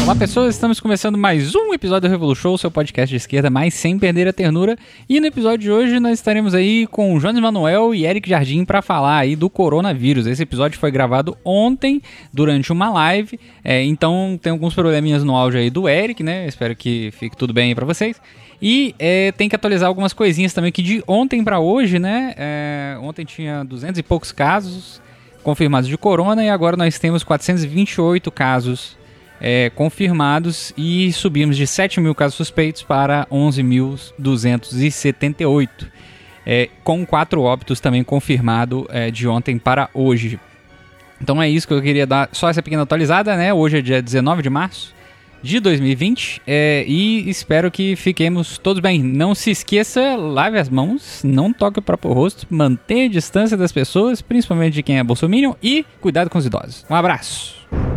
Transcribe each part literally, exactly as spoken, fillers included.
Olá pessoas, estamos começando mais um episódio do Revolution, seu podcast de esquerda, mas sem perder a ternura. E no episódio de hoje nós estaremos aí com o Jones Manuel e Eric Jardim para falar aí do coronavírus. Esse episódio foi gravado ontem, durante uma live, é, então tem alguns probleminhas no áudio aí do Eric, né? Espero que fique tudo bem aí para vocês. E é, tem que atualizar algumas coisinhas também, que de ontem para hoje, né? É, ontem tinha duzentos e poucos casos confirmados de corona e agora nós temos quatrocentos e vinte e oito casos É, confirmados e subimos de sete mil casos suspeitos para onze mil duzentos e setenta e oito, é, com quatro óbitos também confirmado é, de ontem para hoje. Então é isso que eu queria dar, só essa pequena atualizada, né? Hoje é dia dezenove de março de dois mil e vinte é, e espero que fiquemos todos bem. Não se esqueça, lave as mãos, não toque o próprio rosto, mantenha a distância das pessoas, principalmente de quem é bolsominion, e cuidado com os idosos. Um abraço!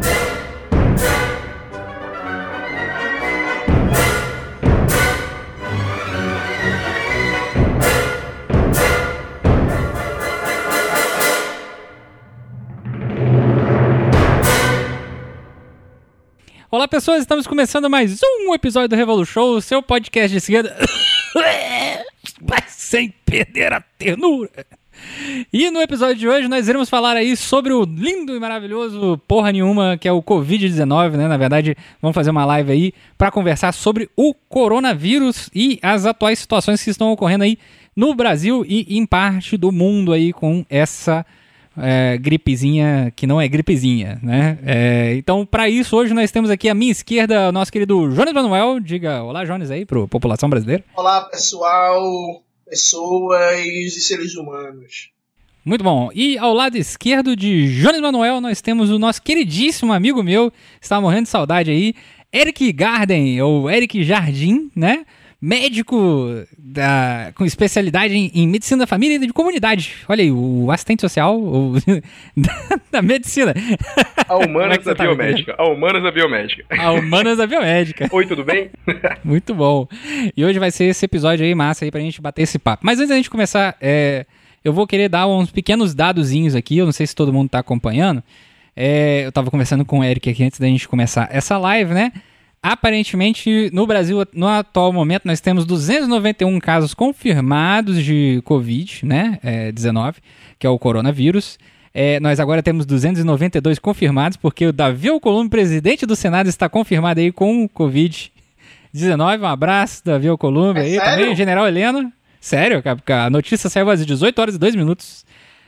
Olá pessoas, estamos começando mais um episódio do Revolution, seu podcast de esquerda, mas sem perder a ternura. E no episódio de hoje nós iremos falar aí sobre o lindo e maravilhoso porra nenhuma que é o covid dezenove, né? Na verdade, vamos fazer uma live aí para conversar sobre o coronavírus e as atuais situações que estão ocorrendo aí no Brasil e em parte do mundo aí com essa É, gripezinha que não é gripezinha, né? É, então, para isso, hoje nós temos aqui à minha esquerda o nosso querido Jones Manuel. Diga olá, Jones, aí, para a população brasileira. Olá, pessoal, pessoas e seres humanos. Muito bom. E ao lado esquerdo de Jones Manuel, nós temos o nosso queridíssimo amigo meu, está morrendo de saudade aí, Eric Garden, ou Eric Jardim, né? Médico da, com especialidade em, em medicina da família e de comunidade. Olha aí, o assistente social o, da, da medicina. A humanas da biomédica. A humanas da biomédica. A humanas da biomédica. Oi, tudo bem? Muito bom. E hoje vai ser esse episódio aí massa aí pra gente bater esse papo. Mas antes da gente começar, é, eu vou querer dar uns pequenos dadozinhos aqui. Eu não sei se todo mundo tá acompanhando. É, eu tava conversando com o Eric aqui antes da gente começar essa live, né? Aparentemente, no Brasil, no atual momento, nós temos duzentos e noventa e um casos confirmados de covid, né, é, dezenove, que é o coronavírus. É, nós agora temos duzentos e noventa e dois confirmados, porque o Davi Alcolumbre, presidente do Senado, está confirmado aí com covid dezenove. Um abraço, Davi Alcolumbre. É aí sério? também, General Helena. Sério, a notícia saiu às dezoito horas e dois minutos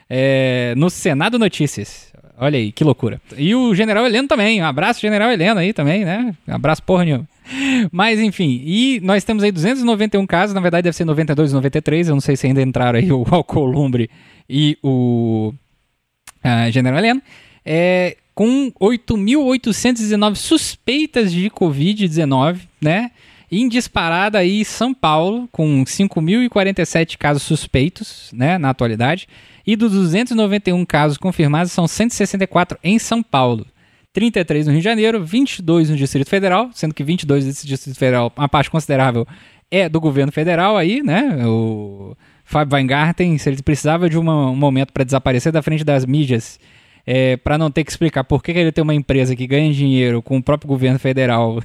é, no Senado Notícias. Olha aí, que loucura. E o General Heleno também. Um abraço, General Heleno aí também, né? Um abraço porra nenhuma. Mas, enfim. E nós temos aí duzentos e noventa e um casos. Na verdade, deve ser noventa e dois e noventa e três. Eu não sei se ainda entraram aí o Alcolumbre e o uh, General Heleno. É, com oito mil oitocentos e dezenove suspeitas de covid dezenove, né? Em disparada aí São Paulo, com cinco mil e quarenta e sete casos suspeitos, né? Na atualidade. E dos duzentos e noventa e um casos confirmados, são cento e sessenta e quatro em São Paulo, trinta e três no Rio de Janeiro, vinte e dois no Distrito Federal, sendo que vinte e dois desse Distrito Federal, uma parte considerável, é do governo federal aí, né? O Fábio Weingarten, se ele precisava de uma, um momento para desaparecer da frente das mídias, é, para não ter que explicar por que, que ele tem uma empresa que ganha dinheiro com o próprio governo federal,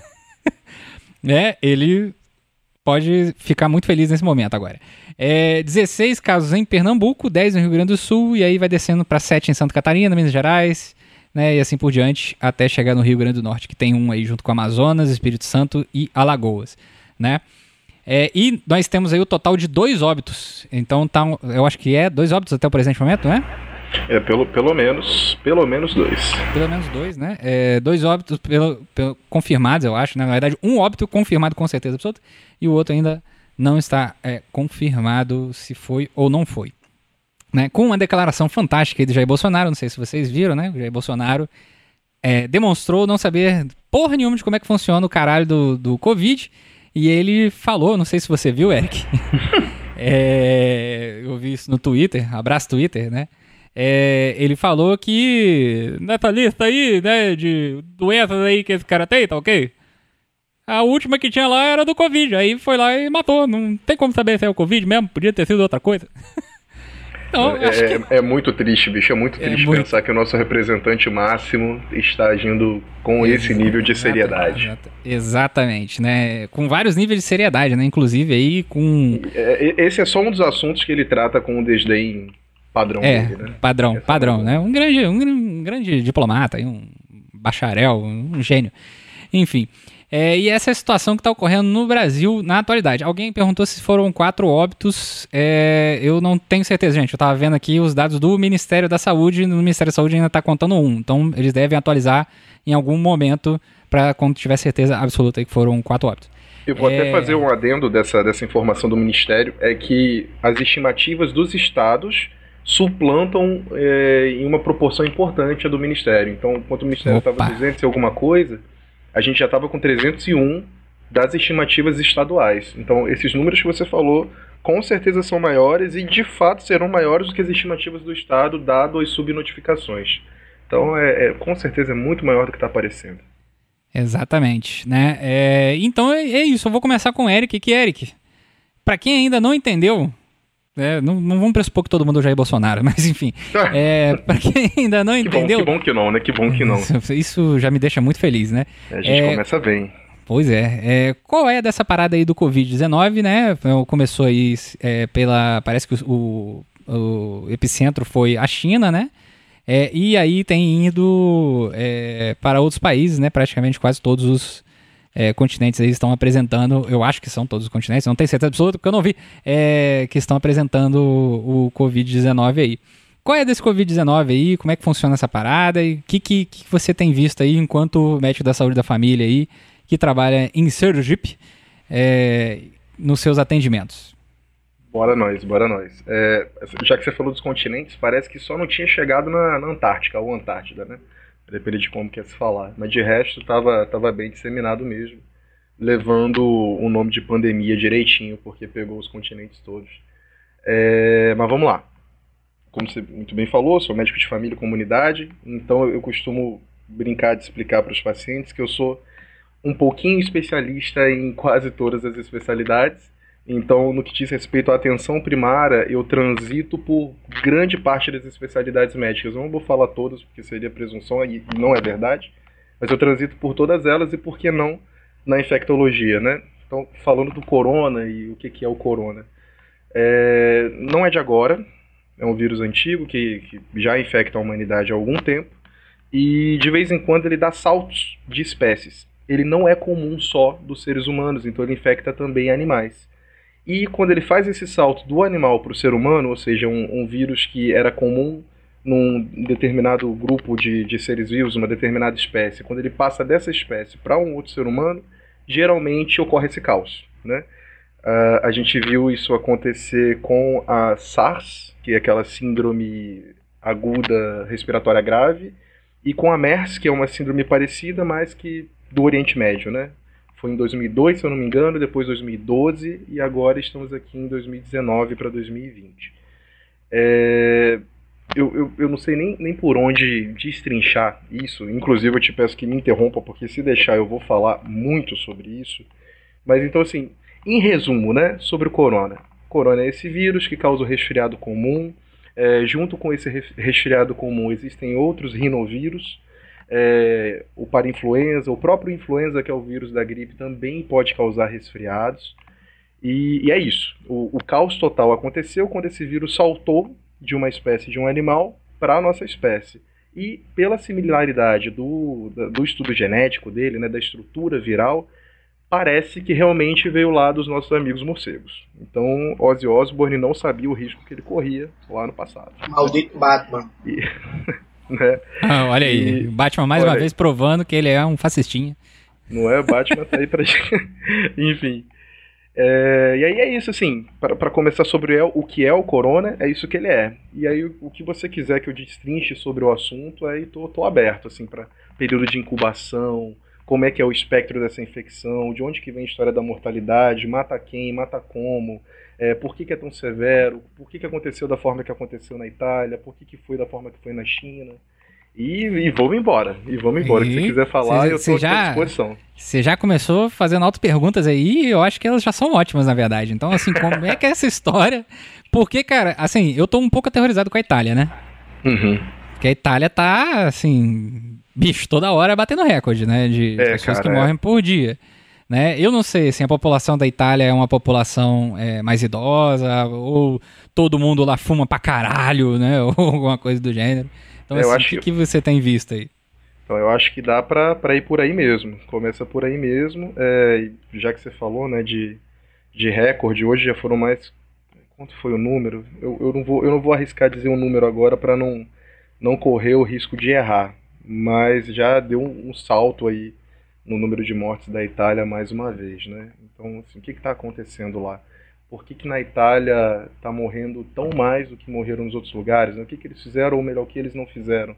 né? Ele pode ficar muito feliz nesse momento agora. É, dezesseis casos em Pernambuco, dez no Rio Grande do Sul, e aí vai descendo para sete em Santa Catarina, Minas Gerais, né, e assim por diante, até chegar no Rio Grande do Norte, que tem um aí junto com Amazonas, Espírito Santo e Alagoas, né? É, e nós temos aí o total de dois óbitos. Então, tá, eu acho que é dois óbitos até o presente momento, né? É, pelo, pelo menos, pelo menos dois. Pelo menos dois, né? É, dois óbitos pelo, pelo, confirmados, eu acho, né? Na verdade, um óbito confirmado com certeza absoluta, e o outro ainda não está é, confirmado se foi ou não foi. Né? Com uma declaração fantástica aí do Jair Bolsonaro, não sei se vocês viram, né? O Jair Bolsonaro é, demonstrou não saber porra nenhuma de como é que funciona o caralho do, do Covid, e ele falou, não sei se você viu, Eric, é, eu vi isso no Twitter, abraço Twitter, né? É, ele falou que nessa lista aí, né, de doenças aí que esse cara tem, tá ok? A última que tinha lá era do Covid, aí foi lá e matou. Não tem como saber se é o Covid mesmo, podia ter sido outra coisa. Então, é, que... é muito triste, bicho. É muito triste é muito... pensar que o nosso representante máximo está agindo com Ex esse nível de seriedade. Exata, exatamente, né? Com vários níveis de seriedade, né? Inclusive aí com... Esse é só um dos assuntos que ele trata com o desdém padrão é, dele, né? Padrão, Essa padrão, é né? Um grande, um, um grande diplomata, um bacharel, um gênio. Enfim... É, e essa é a situação que está ocorrendo no Brasil na atualidade. Alguém perguntou se foram quatro óbitos. É, eu não tenho certeza, gente. Eu estava vendo aqui os dados do Ministério da Saúde. No Ministério da Saúde ainda está contando um. Então, eles devem atualizar em algum momento para quando tiver certeza absoluta que foram quatro óbitos. Eu vou é... até fazer um adendo dessa, dessa informação do Ministério. É que as estimativas dos estados suplantam é, em uma proporção importante a do Ministério. Então, enquanto o Ministério estava duzentos e alguma coisa... a gente já estava com trezentos e um das estimativas estaduais. Então, esses números que você falou, com certeza são maiores e, de fato, serão maiores do que as estimativas do Estado, dado as subnotificações. Então, é, é, com certeza é muito maior do que está aparecendo. Exatamente, né? É, então, é, é isso. Eu vou começar com o Eric. Que, Eric, para quem ainda não entendeu... É, não, não vamos pressupor que todo mundo já é Bolsonaro, mas enfim, é, para quem ainda não entendeu... Que bom, que bom que não, né? Que bom que não. Isso, isso já me deixa muito feliz, né? A gente é, começa bem. Pois é, é. Qual é dessa parada aí do covid dezenove, né? Começou aí é, pela... Parece que o, o, o epicentro foi a China, né? É, e aí tem ido é, para outros países, né? Praticamente quase todos os... É, continentes aí estão apresentando, eu acho que são todos os continentes, não tenho certeza absoluta porque eu não vi, é, que estão apresentando o, o covid dezenove aí. Qual é desse covid dezenove aí? Como é que funciona essa parada? E o que, que, que você tem visto aí enquanto médico da saúde da família aí, que trabalha em Sergipe, é, nos seus atendimentos? Bora nós, bora nós. É, já que você falou dos continentes, parece que só não tinha chegado na, na Antártica, ou Antártida, né? Depende de como quer se falar. Mas de resto, estava tava bem disseminado mesmo, levando o nome de pandemia direitinho, porque pegou os continentes todos. É, mas vamos lá. Como você muito bem falou, sou médico de família e comunidade, então eu costumo brincar de explicar para os pacientes que eu sou um pouquinho especialista em quase todas as especialidades. Então, no que diz respeito à atenção primária, eu transito por grande parte das especialidades médicas. Eu não vou falar todas, porque seria presunção, e não é verdade, mas eu transito por todas elas e, por que não, na infectologia, né? Então, falando do corona e o que, que é o corona. É, não é de agora, é um vírus antigo que, que já infecta a humanidade há algum tempo, e de vez em quando ele dá saltos de espécies. Ele não é comum só dos seres humanos, então ele infecta também animais. E quando ele faz esse salto do animal para o ser humano, ou seja, um, um vírus que era comum num determinado grupo de, de seres vivos, uma determinada espécie, quando ele passa dessa espécie para um outro ser humano, geralmente ocorre esse caos, né? Uh, a gente viu isso acontecer com a SARS, que é aquela síndrome aguda respiratória grave, e com a MERS, que é uma síndrome parecida, mas que do Oriente Médio, né? Foi em dois mil e dois, se eu não me engano, depois dois mil e doze, e agora estamos aqui em dois mil e dezenove para dois mil e vinte. É, eu, eu, eu não sei nem, nem por onde destrinchar isso, inclusive eu te peço que me interrompa, porque se deixar eu vou falar muito sobre isso. Mas então, assim, em resumo, né, sobre o corona. Corona é esse vírus que causa o resfriado comum. É, junto com esse resfriado comum existem outros rinovírus. É, o parainfluenza, o próprio influenza, que é o vírus da gripe, também pode causar resfriados. E, e é isso. O, o caos total aconteceu quando esse vírus saltou de uma espécie de um animal para a nossa espécie. E pela similaridade do, do estudo genético dele, né, da estrutura viral, parece que realmente veio lá dos nossos amigos morcegos. Então, Ozzy Osbourne não sabia o risco que ele corria lá no passado. Maldito Batman. E... Né? Ah, olha aí, e, Batman mais uma aí. vez provando que ele é um fascistinha. Não é? Batman tá aí pra gente. Enfim. É, e aí é isso, assim, para começar sobre o que é o corona, é isso que ele é. E aí o que você quiser que eu destrinche sobre o assunto, aí tô, tô aberto, assim, para período de incubação, como é que é o espectro dessa infecção, de onde que vem a história da mortalidade, mata quem, mata como, é, por que que é tão severo, por que que aconteceu da forma que aconteceu na Itália, por que que foi da forma que foi na China. E, e vamos embora, e vamos embora. E, se você quiser falar, cê, eu estou à disposição. Você já começou fazendo auto-perguntas aí, e eu acho que elas já são ótimas, na verdade. Então, assim, como é que é essa história? Porque, cara, assim, eu tô um pouco aterrorizado com a Itália, né? Uhum. Porque a Itália tá, assim, bicho, toda hora batendo recorde, né? De é, pessoas cara, que morrem é. por dia. Né? Eu não sei se assim, a população da Itália é uma população é, mais idosa, ou todo mundo lá fuma pra caralho, né? Ou alguma coisa do gênero. Então, assim, o que, que você tem visto aí? Então, eu acho que dá pra, pra ir por aí mesmo. Começa por aí mesmo. É, já que você falou, né, de, de recorde, hoje já foram mais... Quanto foi o número? Eu, eu, não, vou, eu não vou arriscar dizer um número agora pra não, não correr o risco de errar. Mas já deu um, um salto aí no número de mortes da Itália mais uma vez, né? Então, assim, o que está acontecendo lá? Por que, que na Itália está morrendo tão mais do que morreram nos outros lugares? Né? O que, que eles fizeram, ou melhor, o que eles não fizeram?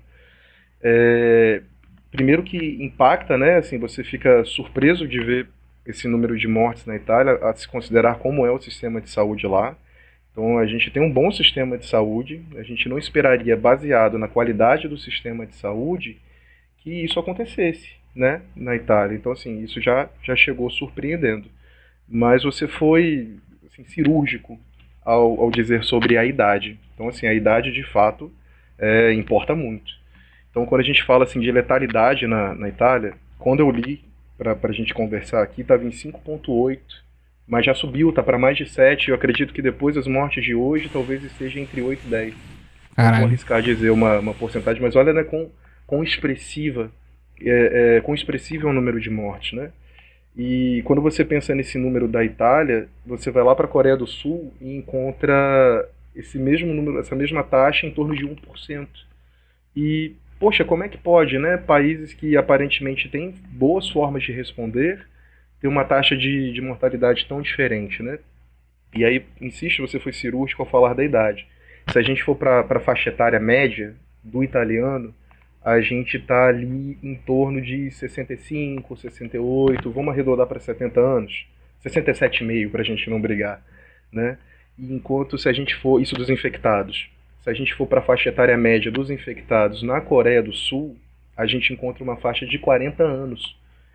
É, primeiro que impacta, né? Assim, você fica surpreso de ver esse número de mortes na Itália, a se considerar como é o sistema de saúde lá. Então, a gente tem um bom sistema de saúde, a gente não esperaria, baseado na qualidade do sistema de saúde, que isso acontecesse, né, na Itália. Então, assim, isso já, já chegou surpreendendo. Mas você foi assim, cirúrgico ao, ao dizer sobre a idade. Então, assim, a idade, de fato, é, importa muito. Então, quando a gente fala assim, de letalidade na, na Itália, quando eu li, para a gente conversar aqui, estava em cinco vírgula oito, mas já subiu, está para mais de sete. Eu acredito que depois das mortes de hoje, talvez esteja entre oito e dez. Não vou arriscar dizer uma, uma porcentagem, mas olha, né, com, com expressiva É, é, quão expressivo é o número de mortes, né? E quando você pensa nesse número da Itália, você vai lá para a Coreia do Sul e encontra esse mesmo número, essa mesma taxa em torno de um por cento. E, poxa, como é que pode, né? Países que aparentemente têm boas formas de responder ter uma taxa de, de mortalidade tão diferente, né? E aí, insisto, você foi cirúrgico ao falar da idade. Se a gente for para a faixa etária média do italiano, a gente está ali em torno de sessenta e cinco, sessenta e oito, vamos arredondar para setenta anos, sessenta e sete vírgula cinco para a gente não brigar, né? E enquanto se a gente for, isso dos infectados, se a gente for para a faixa etária média dos infectados na Coreia do Sul, a gente encontra uma faixa de quarenta anos.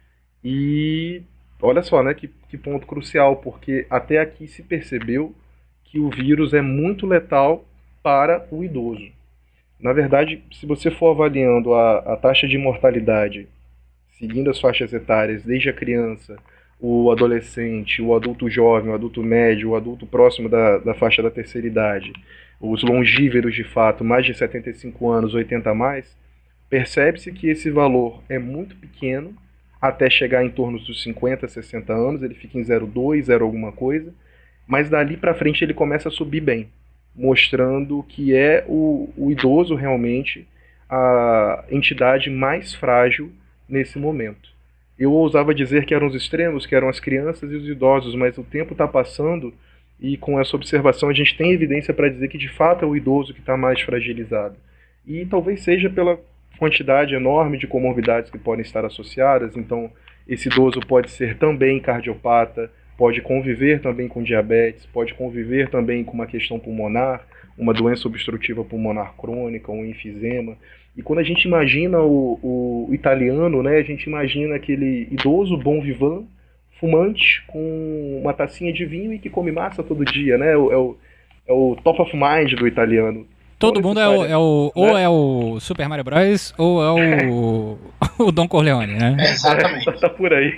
E olha só, né, que, que ponto crucial, porque até aqui se percebeu que o vírus é muito letal para o idoso. Na verdade, se você for avaliando a, a taxa de mortalidade, seguindo as faixas etárias, desde a criança, o adolescente, o adulto jovem, o adulto médio, o adulto próximo da, da faixa da terceira idade, os longíveros de fato, mais de setenta e cinco anos, oitenta a mais, percebe-se que esse valor é muito pequeno, até chegar em torno dos cinquenta, sessenta anos, ele fica em zero vírgula dois, zero alguma coisa, mas dali para frente ele começa a subir bem, mostrando que é o, o idoso realmente a entidade mais frágil nesse momento. Eu ousava dizer que eram os extremos, que eram as crianças e os idosos, mas o tempo está passando e com essa observação a gente tem evidência para dizer que de fato é o idoso que está mais fragilizado. E talvez seja pela quantidade enorme de comorbidades que podem estar associadas, então esse idoso pode ser também cardiopata, pode conviver também com diabetes, pode conviver também com uma questão pulmonar, uma doença obstrutiva pulmonar crônica, um enfisema. E quando a gente imagina o, o, o italiano, né, a gente imagina aquele idoso bom vivant, fumante, com uma tacinha de vinho e que come massa todo dia, né? É o, é o, é o top of mind do italiano. Todo mundo é o, é o né? Ou é o Super Mario Bros. Ou é o, o Don Corleone, né? É, exatamente. tá, tá por aí.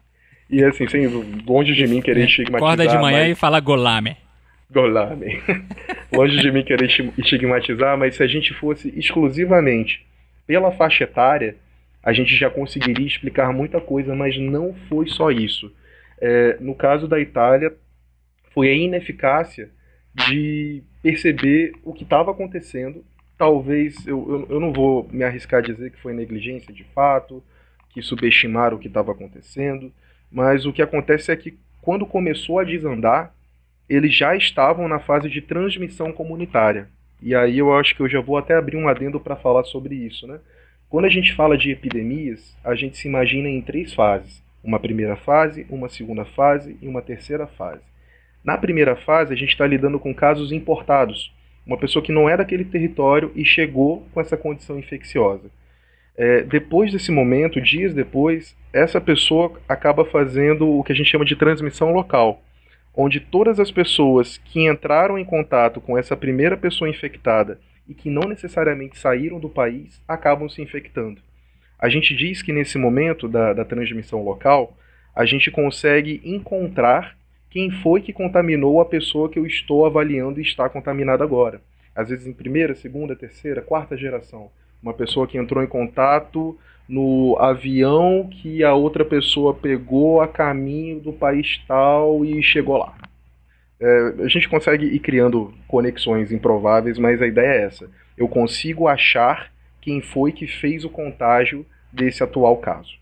E assim, sem, longe de mim querer estigmatizar... Acorda de manhã mas... e fala golame. Golame. Longe de mim querer estigmatizar, mas se a gente fosse exclusivamente pela faixa etária, a gente já conseguiria explicar muita coisa, mas não foi só isso. É, no caso da Itália, foi a ineficácia de perceber o que estava acontecendo. Talvez, eu, eu, eu não vou me arriscar a dizer que foi negligência de fato, que subestimaram o que estava acontecendo, mas o que acontece é que quando começou a desandar, eles já estavam na fase de transmissão comunitária. E aí eu acho que eu já vou até abrir um adendo para falar sobre isso, né? Quando a gente fala de epidemias, a gente se imagina em três fases. Uma primeira fase, uma segunda fase e uma terceira fase. Na primeira fase, a gente está lidando com casos importados, uma pessoa que não é daquele território e chegou com essa condição infecciosa. É, depois desse momento, dias depois, essa pessoa acaba fazendo o que a gente chama de transmissão local, onde todas as pessoas que entraram em contato com essa primeira pessoa infectada e que não necessariamente saíram do país, acabam se infectando. A gente diz que nesse momento da, da transmissão local, a gente consegue encontrar quem foi que contaminou a pessoa que eu estou avaliando e está contaminada agora. Às vezes em primeira, segunda, terceira, quarta geração. Uma pessoa que entrou em contato no avião que a outra pessoa pegou a caminho do país tal e chegou lá. É, a gente consegue ir criando conexões improváveis, mas a ideia é essa. Eu consigo achar quem foi que fez o contágio desse atual caso.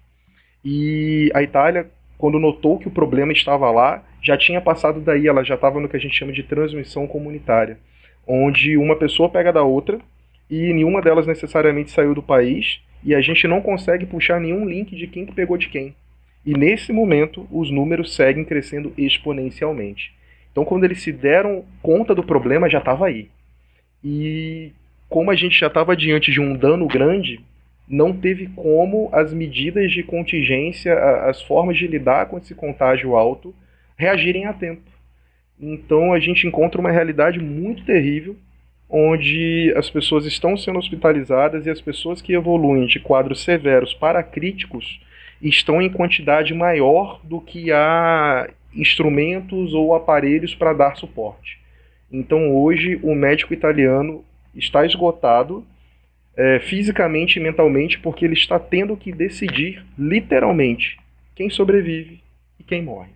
E a Itália, quando notou que o problema estava lá, já tinha passado daí, ela já estava no que a gente chama de transmissão comunitária, onde uma pessoa pega da outra e nenhuma delas necessariamente saiu do país e a gente não consegue puxar nenhum link de quem que pegou de quem. E nesse momento, os números seguem crescendo exponencialmente. Então, quando eles se deram conta do problema, já estava aí. E como a gente já estava diante de um dano grande, não teve como as medidas de contingência, as formas de lidar com esse contágio alto, reagirem a tempo. Então a gente encontra uma realidade muito terrível, onde as pessoas estão sendo hospitalizadas e as pessoas que evoluem de quadros severos para críticos estão em quantidade maior do que há instrumentos ou aparelhos para dar suporte. Então hoje o médico italiano está esgotado, É, fisicamente e mentalmente, porque ele está tendo que decidir, literalmente, quem sobrevive e quem morre.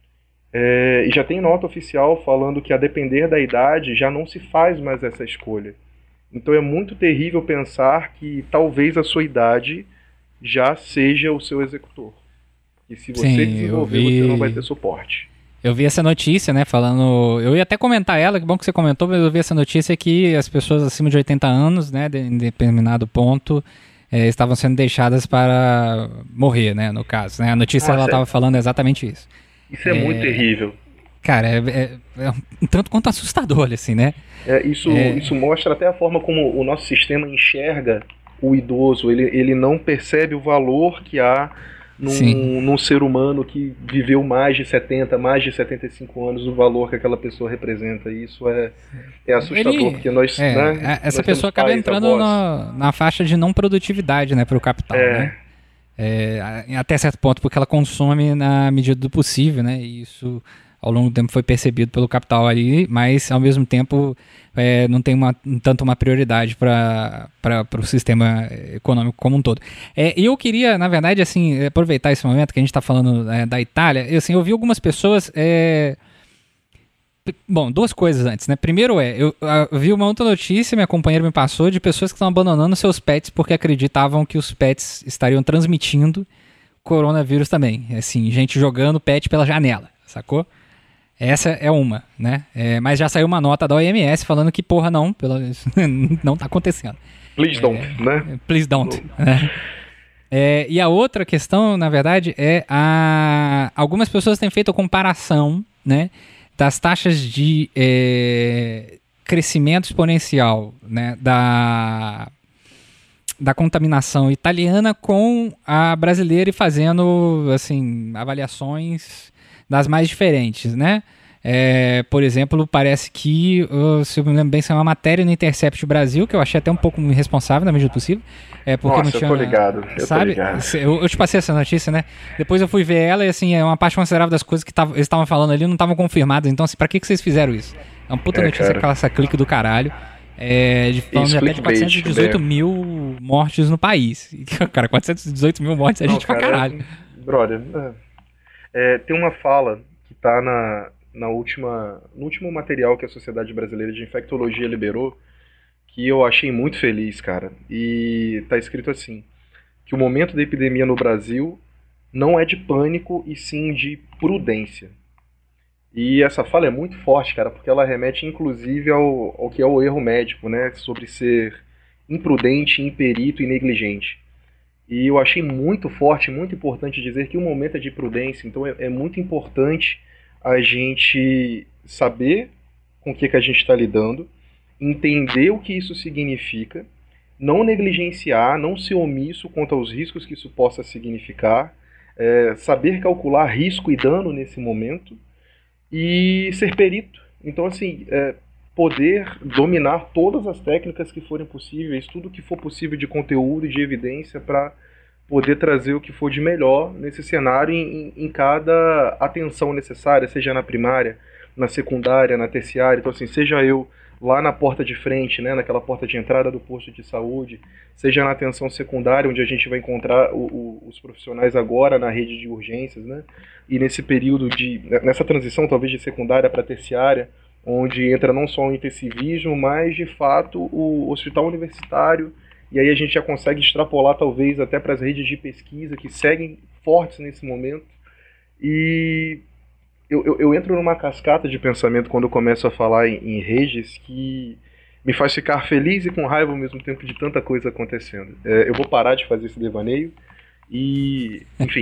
É, e já tem nota oficial falando que, a depender da idade, já não se faz mais essa escolha. Então é muito terrível pensar que talvez a sua idade já seja o seu executor. E se você Sim, desenvolver, vi... você não vai ter suporte. Eu vi essa notícia, né, falando... Eu ia até comentar ela, que bom que você comentou, mas eu vi essa notícia que as pessoas acima de oitenta anos, né, de, em determinado ponto, é, estavam sendo deixadas para morrer, né, no caso. Né? A notícia, Nossa, ela estava é. falando exatamente isso. Isso é, é muito terrível. Cara, é, é, é um tanto quanto assustador, assim, né? É, isso, é... isso mostra até a forma como o nosso sistema enxerga o idoso. Ele, ele não percebe o valor que há Num, num ser humano que viveu mais de setenta, mais de setenta e cinco anos, o valor que aquela pessoa representa. E isso é, é assustador, Ele, porque nós... É, né, essa nós pessoa acaba pais, entrando na, na faixa de não produtividade, né, para o capital, é. né? É, até certo ponto, porque ela consome na medida do possível, né? E isso, ao longo do tempo, foi percebido pelo capital ali, mas, ao mesmo tempo, é, não tem uma, tanto uma prioridade para o sistema econômico como um todo. É, e eu queria, na verdade, assim, aproveitar esse momento que a gente está falando é, da Itália. Eu, assim, eu vi algumas pessoas... É... Bom, duas coisas antes, né? Primeiro é, eu, eu vi uma outra notícia, minha companheira me passou, de pessoas que estão abandonando seus pets porque acreditavam que os pets estariam transmitindo coronavírus também. Assim, gente jogando pet pela janela, sacou? Essa é uma, né? É, mas já saiu uma nota da O M S falando que, porra, não, pela, não tá acontecendo. Please don't, é, né? Please don't. Né? É, e a outra questão, na verdade, é a... Algumas pessoas têm feito a comparação, né, das taxas de é, crescimento exponencial, né, da... da contaminação italiana com a brasileira e fazendo, assim, avaliações das mais diferentes, né? É, por exemplo, parece que, uh, se eu me lembro bem, saiu uma matéria no Intercept Brasil, que eu achei até um pouco irresponsável na medida do possível. É porque Nossa, não tinha, eu tô ligado, eu sabe? tô ligado. Eu, eu te passei essa notícia, né? Depois eu fui ver ela e, assim, é uma parte considerável das coisas que tavam, eles estavam falando ali não estavam confirmadas. Então, assim, pra que, que vocês fizeram isso? É uma puta é, notícia com essa clique do caralho. É, de, falando de até de quatrocentos e dezoito mil mortes no país. Cara, quatrocentos e dezoito mil mortes é gente pra caralho. Brother, é, tem uma fala que tá na, na última, no último material que a Sociedade Brasileira de Infectologia liberou, que eu achei muito feliz, cara. E tá escrito assim, que o momento da epidemia no Brasil não é de pânico, e sim de prudência. E essa fala é muito forte, cara, porque ela remete inclusive ao, ao que é o erro médico, né? Sobre ser imprudente, imperito e negligente. E eu achei muito forte, muito importante dizer que o momento é de prudência. Então é, é muito importante a gente saber com o que, que a gente está lidando entender o que isso significa, não negligenciar, não ser omisso quanto aos riscos que isso possa significar, é, saber calcular risco e dano nesse momento e ser perito. Então, assim, é, poder dominar todas as técnicas que forem possíveis, tudo que for possível de conteúdo e de evidência para poder trazer o que for de melhor nesse cenário em, em cada atenção necessária, seja na primária, na secundária, na terciária. Então, assim, seja eu lá na porta de frente, né, naquela porta de entrada do posto de saúde, seja na atenção secundária, onde a gente vai encontrar o, o, os profissionais agora na rede de urgências, né, e nesse período de, nessa transição talvez de secundária para terciária, onde entra não só o intensivismo, mas de fato o hospital universitário, e aí a gente já consegue extrapolar talvez até para as redes de pesquisa que seguem fortes nesse momento. E Eu, eu, eu entro numa cascata de pensamento quando eu começo a falar em, em redes que me faz ficar feliz e com raiva ao mesmo tempo de tanta coisa acontecendo. É, eu vou parar de fazer esse devaneio e, enfim.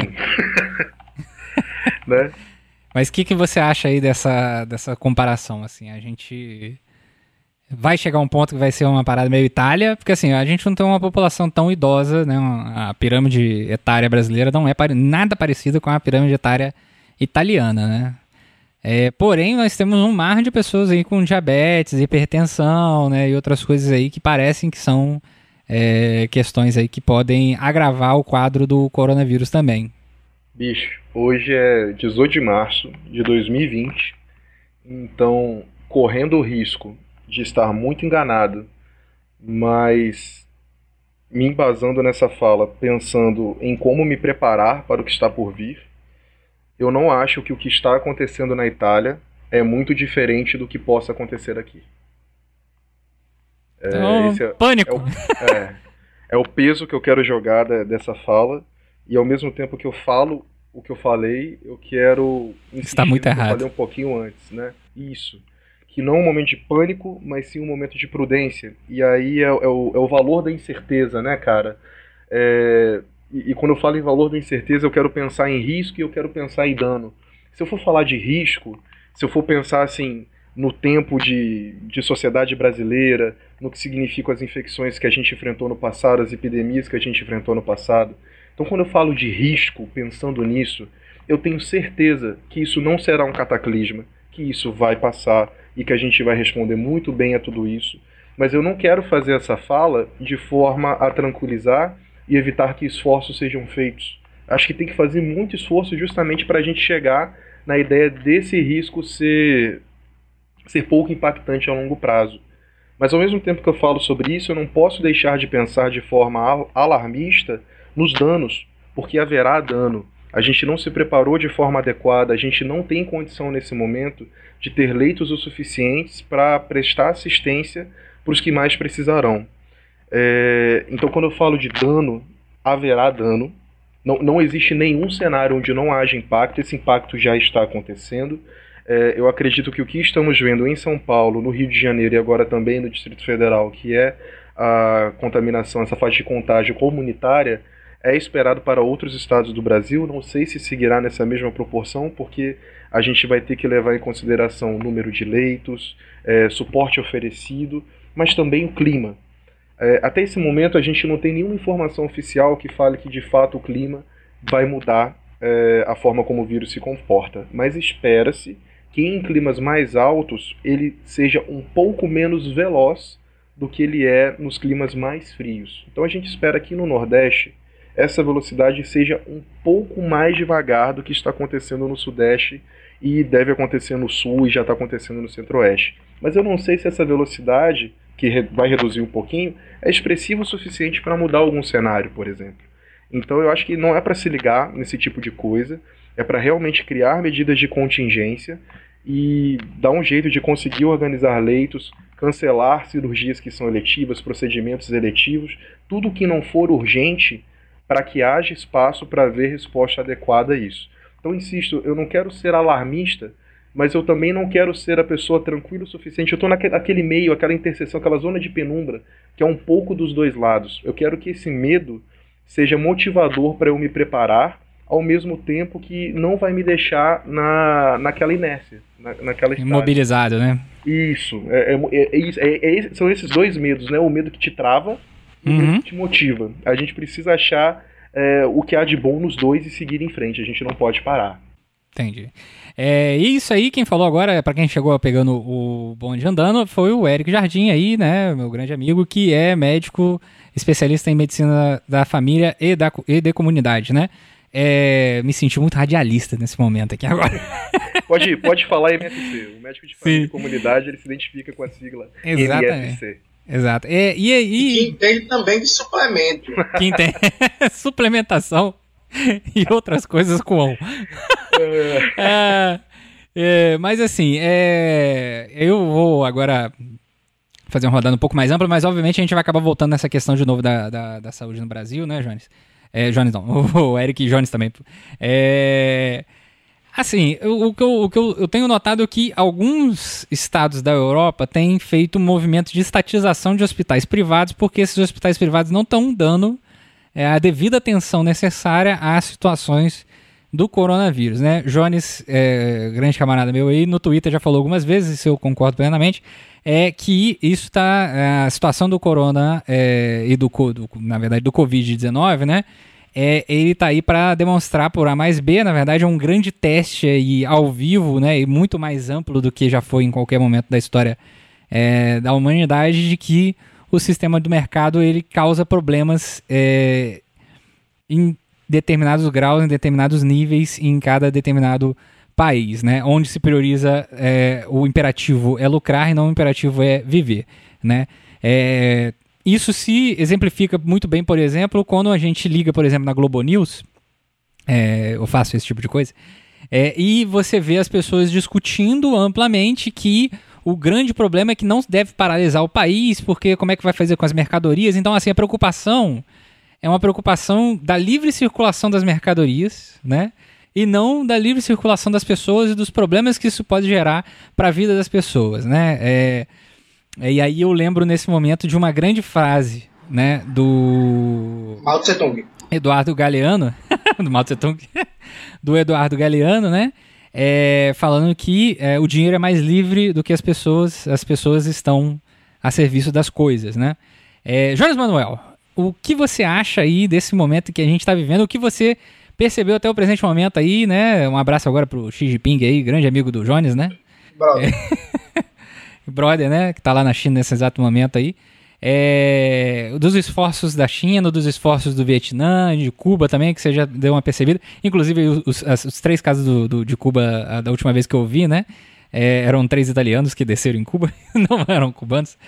Né? Mas o que, que você acha aí dessa, dessa comparação? Assim, a gente vai chegar a um ponto que vai ser uma parada meio Itália, porque assim, a gente não tem uma população tão idosa, né? A pirâmide etária brasileira não é nada parecida com a pirâmide etária italiana, né? É, porém, nós temos um mar de pessoas aí com diabetes, hipertensão, né, e outras coisas aí que parecem que são é, questões aí que podem agravar o quadro do coronavírus também. Bicho, hoje é dezoito de março de dois mil e vinte, então correndo o risco de estar muito enganado, mas me embasando nessa fala, pensando em como me preparar para o que está por vir, eu não acho que o que está acontecendo na Itália é muito diferente do que possa acontecer aqui. É, então, esse é, pânico! É o, é, é o peso que eu quero jogar de, dessa fala, e ao mesmo tempo que eu falo o que eu falei, eu quero insistir está muito no que errado. eu falei um pouquinho antes, né? Isso. Que não é um momento de pânico, mas sim um momento de prudência. E aí é, é, o, é o valor da incerteza, né, cara? É... E, e quando eu falo em valor da incerteza, eu quero pensar em risco e eu quero pensar em dano. Se eu for falar de risco, se eu for pensar assim no tempo de, de sociedade brasileira, no que significam as infecções que a gente enfrentou no passado, as epidemias que a gente enfrentou no passado. Então, quando eu falo de risco, pensando nisso, eu tenho certeza que isso não será um cataclisma, que isso vai passar e que a gente vai responder muito bem a tudo isso. Mas eu não quero fazer essa fala de forma a tranquilizar e evitar que esforços sejam feitos. Acho que tem que fazer muito esforço justamente para a gente chegar na ideia desse risco ser, ser pouco impactante a longo prazo. Mas ao mesmo tempo que eu falo sobre isso, eu não posso deixar de pensar de forma alarmista nos danos, porque haverá dano. A gente não se preparou de forma adequada, a gente não tem condição nesse momento de ter leitos o suficientes para prestar assistência para os que mais precisarão. É, então, quando eu falo de dano, haverá dano. Não, não existe nenhum cenário onde não haja impacto. Esse impacto já está acontecendo. É, eu acredito que o que estamos vendo em São Paulo, no Rio de Janeiro e agora também no Distrito Federal, que é a contaminação, essa faixa de contágio comunitária, é esperado para outros estados do Brasil. Não sei se seguirá nessa mesma proporção, porque a gente vai ter que levar em consideração o número de leitos, é, suporte oferecido, mas também o clima. É, até esse momento a gente não tem nenhuma informação oficial que fale que de fato o clima vai mudar é, a forma como o vírus se comporta, mas espera-se que em climas mais altos ele seja um pouco menos veloz do que ele é nos climas mais frios. Então a gente espera que no Nordeste essa velocidade seja um pouco mais devagar do que está acontecendo no Sudeste e deve acontecer no Sul e já está acontecendo no Centro-Oeste. Mas eu não sei se essa velocidade, que vai reduzir um pouquinho, é expressivo o suficiente para mudar algum cenário, por exemplo. Então eu acho que não é para se ligar nesse tipo de coisa, é para realmente criar medidas de contingência e dar um jeito de conseguir organizar leitos, cancelar cirurgias que são eletivas, procedimentos eletivos, tudo que não for urgente, para que haja espaço para haver resposta adequada a isso. Então, insisto, eu não quero ser alarmista, mas eu também não quero ser a pessoa tranquila o suficiente. Eu estou naquele meio, aquela interseção, aquela zona de penumbra, que é um pouco dos dois lados. Eu quero que esse medo seja motivador para eu me preparar, ao mesmo tempo que não vai me deixar na, naquela inércia, na, naquela estágio. Imobilizado, né? Isso, é, é, é, é, é, são esses dois medos, né? O medo que te trava e uhum. o medo que te motiva. A gente precisa achar é, o que há de bom nos dois e seguir em frente, a gente não pode parar. Entendi. É, e isso aí, quem falou agora, para quem chegou pegando o bonde andando, foi o Eric Jardim aí, né, meu grande amigo, que é médico especialista em medicina da família e, da, e de comunidade, né? É, me senti muito radialista nesse momento aqui agora. Pode, pode falar M F C, o médico de família Sim. e comunidade, ele se identifica com a sigla Exatamente. M F C. Exato. E, e, e... e que entende também de suplemento. Que entende suplementação e outras coisas com é, é, mas assim, é, eu vou agora fazer uma rodada um pouco mais ampla, mas obviamente a gente vai acabar voltando nessa questão de novo da, da, da saúde no Brasil, né, Jones? É, Jones não, o Eric e Jones também. É, assim, o, o que, eu, o que eu, eu tenho notado é que alguns estados da Europa têm feito um movimento de estatização de hospitais privados, porque esses hospitais privados não estão dando é, a devida atenção necessária às situações do coronavírus, né? Jones, é, grande camarada meu aí, no Twitter já falou algumas vezes, isso eu concordo plenamente, é que isso tá, a situação do corona é, e do, do, na verdade, do covid dezenove, né? É, ele está aí para demonstrar por A mais B, na verdade é um grande teste aí ao vivo, né? E muito mais amplo do que já foi em qualquer momento da história é, da humanidade, de que o sistema do mercado ele causa problemas é, em determinados graus, em determinados níveis em cada determinado país, né? Onde se prioriza é, o imperativo é lucrar e não o imperativo é viver, né? É, isso se exemplifica muito bem, por exemplo, quando a gente liga, por exemplo, na Globo News, é, eu faço esse tipo de coisa, é, e você vê as pessoas discutindo amplamente que o grande problema é que não deve paralisar o país, porque como é que vai fazer com as mercadorias? Então, assim, a preocupação é uma preocupação da livre circulação das mercadorias, né? E não da livre circulação das pessoas e dos problemas que isso pode gerar para a vida das pessoas, né? É, é, e aí eu lembro nesse momento de uma grande frase, né, do Mao Tse Tung. Eduardo Galeano, do Mao Tse Tung, do Eduardo Galeano, né? É, falando que é, o dinheiro é mais livre do que as pessoas, as pessoas estão a serviço das coisas, né? É, Jones Manuel, o que você acha aí desse momento que a gente está vivendo? O que você percebeu até o presente momento aí, né? Um abraço agora pro Xi Jinping aí, grande amigo do Jones, né? Brother. É, brother, né? Que tá lá na China nesse exato momento aí. É, dos esforços da China, dos esforços do Vietnã, de Cuba também, que você já deu uma percebida. Inclusive, os, os, os três casos do, do, de Cuba, a, da última vez que eu vi, né? É, eram três italianos que desceram em Cuba, não eram cubanos. O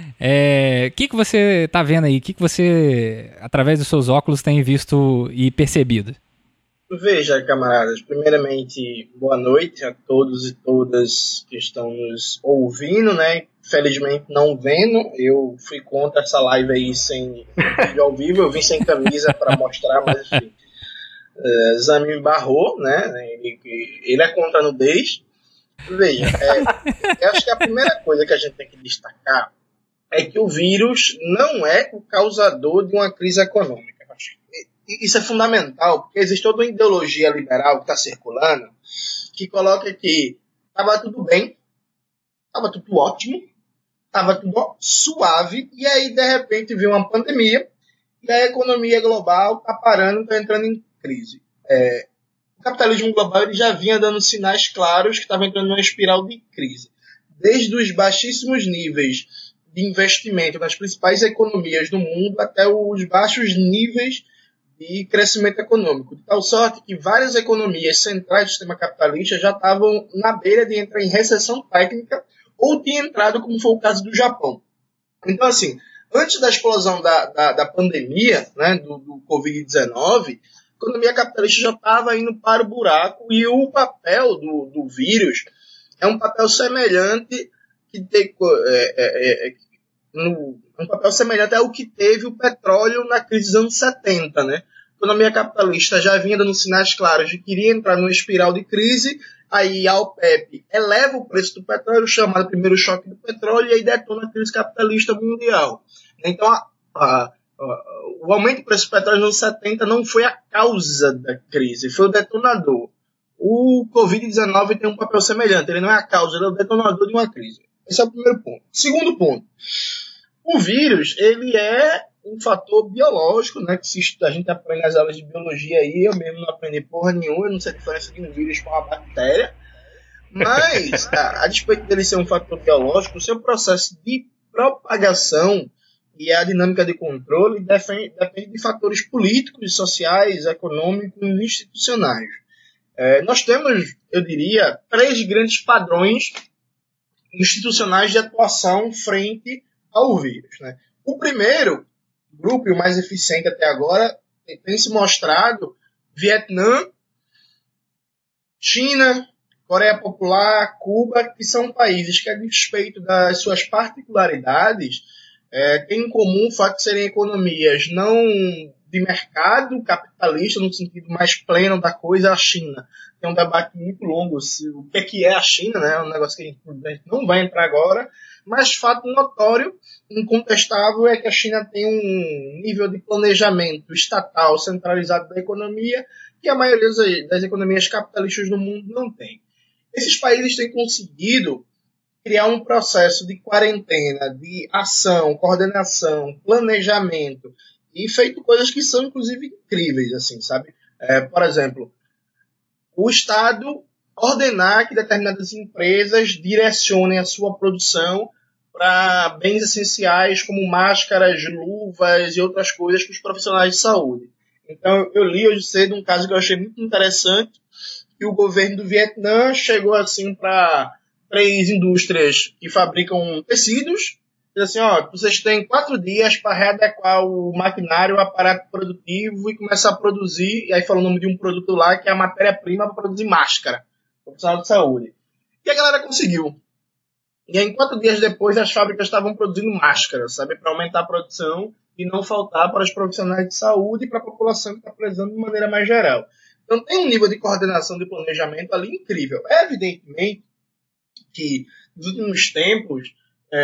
é, que, que você tá vendo aí? O que, que você, através dos seus óculos, tem visto e percebido? Veja, camaradas, primeiramente, boa noite a todos e todas que estão nos ouvindo, né? Felizmente não vendo, eu fui contra essa live aí sem vídeo ao vivo, eu vim sem camisa para mostrar, mas enfim. Uh, Zami me barrou, né? Ele, ele é contra a nudez. Veja, é, eu acho que a primeira coisa que a gente tem que destacar é que o vírus não é o causador de uma crise econômica. Isso é fundamental, porque existe toda uma ideologia liberal que está circulando, que coloca que estava tudo bem, estava tudo ótimo, estava tudo suave, e aí, de repente, veio uma pandemia, e a economia global está parando, está entrando em crise. É, o capitalismo global ele já vinha dando sinais claros que estava entrando numa espiral de crise. Desde os baixíssimos níveis de investimento nas principais economias do mundo até os baixos níveis de crescimento econômico. De tal sorte que várias economias centrais do sistema capitalista já estavam na beira de entrar em recessão técnica ou tinham entrado, como foi o caso do Japão. Então, assim, antes da explosão da, da, da pandemia, né, do, do covid dezenove, a economia capitalista já estava indo para o buraco e o papel do, do vírus é um papel semelhante que tem, é, é, é, no, um papel semelhante ao que teve o petróleo na crise dos anos setenta, né? A economia capitalista já vinha dando sinais claros de que iria entrar numa espiral de crise, aí a OPEP eleva o preço do petróleo, chamado primeiro choque do petróleo, e aí detona a crise capitalista mundial. Então, a, a, o aumento do preço do petróleo nos anos setenta não foi a causa da crise, foi o detonador. O covid dezenove tem um papel semelhante, ele não é a causa, ele é o detonador de uma crise. Esse é o primeiro ponto. Segundo ponto, o vírus, ele é um fator biológico, né, que se a gente aprende nas aulas de biologia aí, eu mesmo não aprendi porra nenhuma, eu não sei a diferença de um vírus com uma bactéria, mas, a, a despeito dele ser um fator biológico, o seu processo de propagação e a dinâmica de controle depende, depende de fatores políticos, sociais, econômicos e institucionais. É, nós temos, eu diria, três grandes padrões institucionais de atuação frente ao vírus, né? O primeiro grupo, e o mais eficiente até agora, tem se mostrado Vietnã, China, Coreia Popular, Cuba, que são países que, a despeito das suas particularidades, é, têm em comum o fato de serem economias não de mercado capitalista, no sentido mais pleno da coisa. A China tem um debate muito longo se, o que é, que é a China, né? É um negócio que a gente, a gente não vai entrar agora, mas fato notório, incontestável, é que a China tem um nível de planejamento estatal centralizado da economia que a maioria das, das economias capitalistas do mundo não tem. Esses países têm conseguido criar um processo de quarentena, de ação, coordenação, planejamento, e feito coisas que são, inclusive, incríveis, assim, sabe? É, por exemplo, o Estado ordenar que determinadas empresas direcionem a sua produção para bens essenciais como máscaras, luvas e outras coisas para os profissionais de saúde. Então, eu li hoje cedo um caso que eu achei muito interessante, que o governo do Vietnã chegou assim para três indústrias que fabricam tecidos, e assim, ó, vocês têm quatro dias para readequar o maquinário, o aparato produtivo e começar a produzir, e aí falou o nome de um produto lá que é a matéria-prima para produzir máscara, profissional de saúde. E a galera conseguiu. E aí, quatro dias depois, as fábricas estavam produzindo máscara, sabe, para aumentar a produção e não faltar para os profissionais de saúde e para a população que está precisando de maneira mais geral. Então tem um nível de coordenação de planejamento ali incrível. É evidentemente que, nos últimos tempos,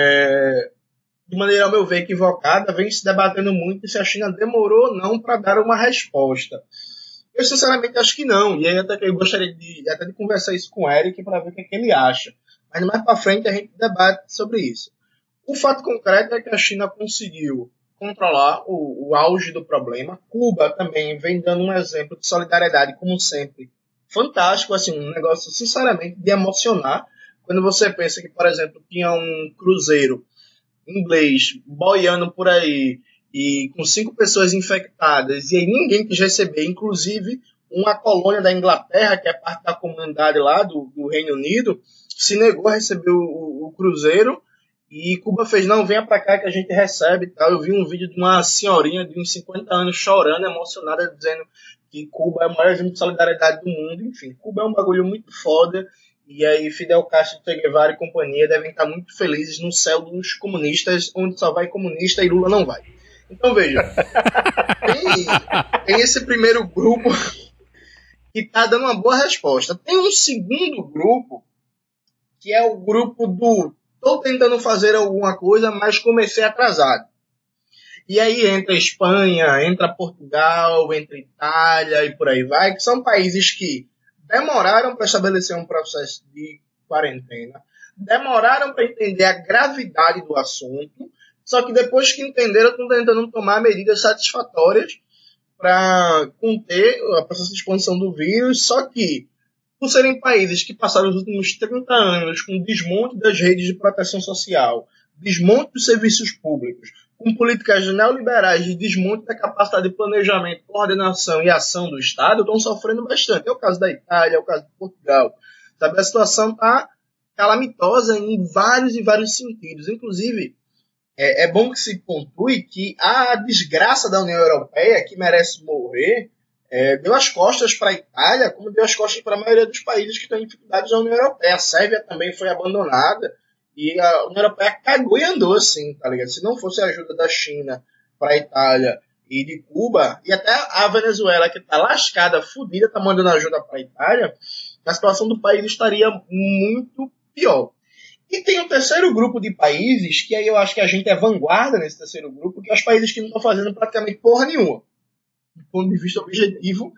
é, de maneira, ao meu ver, equivocada, vem se debatendo muito se a China demorou ou não para dar uma resposta. Eu, sinceramente, acho que não. E aí até que eu gostaria de, até de conversar isso com o Eric para ver o que, é que ele acha. Mas mais para frente a gente debate sobre isso. O fato concreto é que a China conseguiu controlar o, o auge do problema. Cuba também vem dando um exemplo de solidariedade, como sempre, fantástico, assim, um negócio, sinceramente, de emocionar. Quando você pensa que, por exemplo, tinha um cruzeiro inglês boiando por aí e com cinco pessoas infectadas, e aí ninguém quis receber, inclusive uma colônia da Inglaterra, que é parte da comunidade lá do, do Reino Unido, se negou a receber o, o, o cruzeiro, e Cuba fez, não, venha pra cá que a gente recebe e tal. Eu vi um vídeo de uma senhorinha de uns cinquenta anos chorando, emocionada, dizendo que Cuba é o maior exemplo de solidariedade do mundo. Enfim, Cuba é um bagulho muito foda, e aí Fidel Castro, Che Guevara e companhia devem estar muito felizes no céu dos comunistas, onde só vai comunista e Lula não vai. Então, veja, tem, tem esse primeiro grupo que está dando uma boa resposta. Tem um segundo grupo, que é o grupo do estou tentando fazer alguma coisa, mas comecei atrasado. E aí entra Espanha, entra Portugal, entra Itália e por aí vai, que são países que demoraram para estabelecer um processo de quarentena, demoraram para entender a gravidade do assunto, só que depois que entenderam, estão tentando tomar medidas satisfatórias para conter o processo de expansão do vírus, só que, por serem países que passaram os últimos trinta anos com desmonte das redes de proteção social, desmonte dos serviços públicos, com políticas neoliberais de desmonte da capacidade de planejamento, coordenação e ação do Estado, estão sofrendo bastante. É o caso da Itália, é o caso de Portugal. Sabe, a situação está calamitosa em vários e vários sentidos. Inclusive, é, é bom que se pontue que a desgraça da União Europeia, que merece morrer, É, deu as costas para a Itália, como deu as costas para a maioria dos países que estão em dificuldades da União Europeia. A Sérvia também foi abandonada e a União Europeia cagou e andou, assim, tá ligado? Se não fosse a ajuda da China para a Itália e de Cuba, e até a Venezuela, que está lascada, fodida, está mandando ajuda para a Itália, a situação do país estaria muito pior. E tem um terceiro grupo de países, que aí eu acho que a gente é vanguarda nesse terceiro grupo, que é os países que não estão fazendo praticamente porra nenhuma. Do ponto de vista objetivo,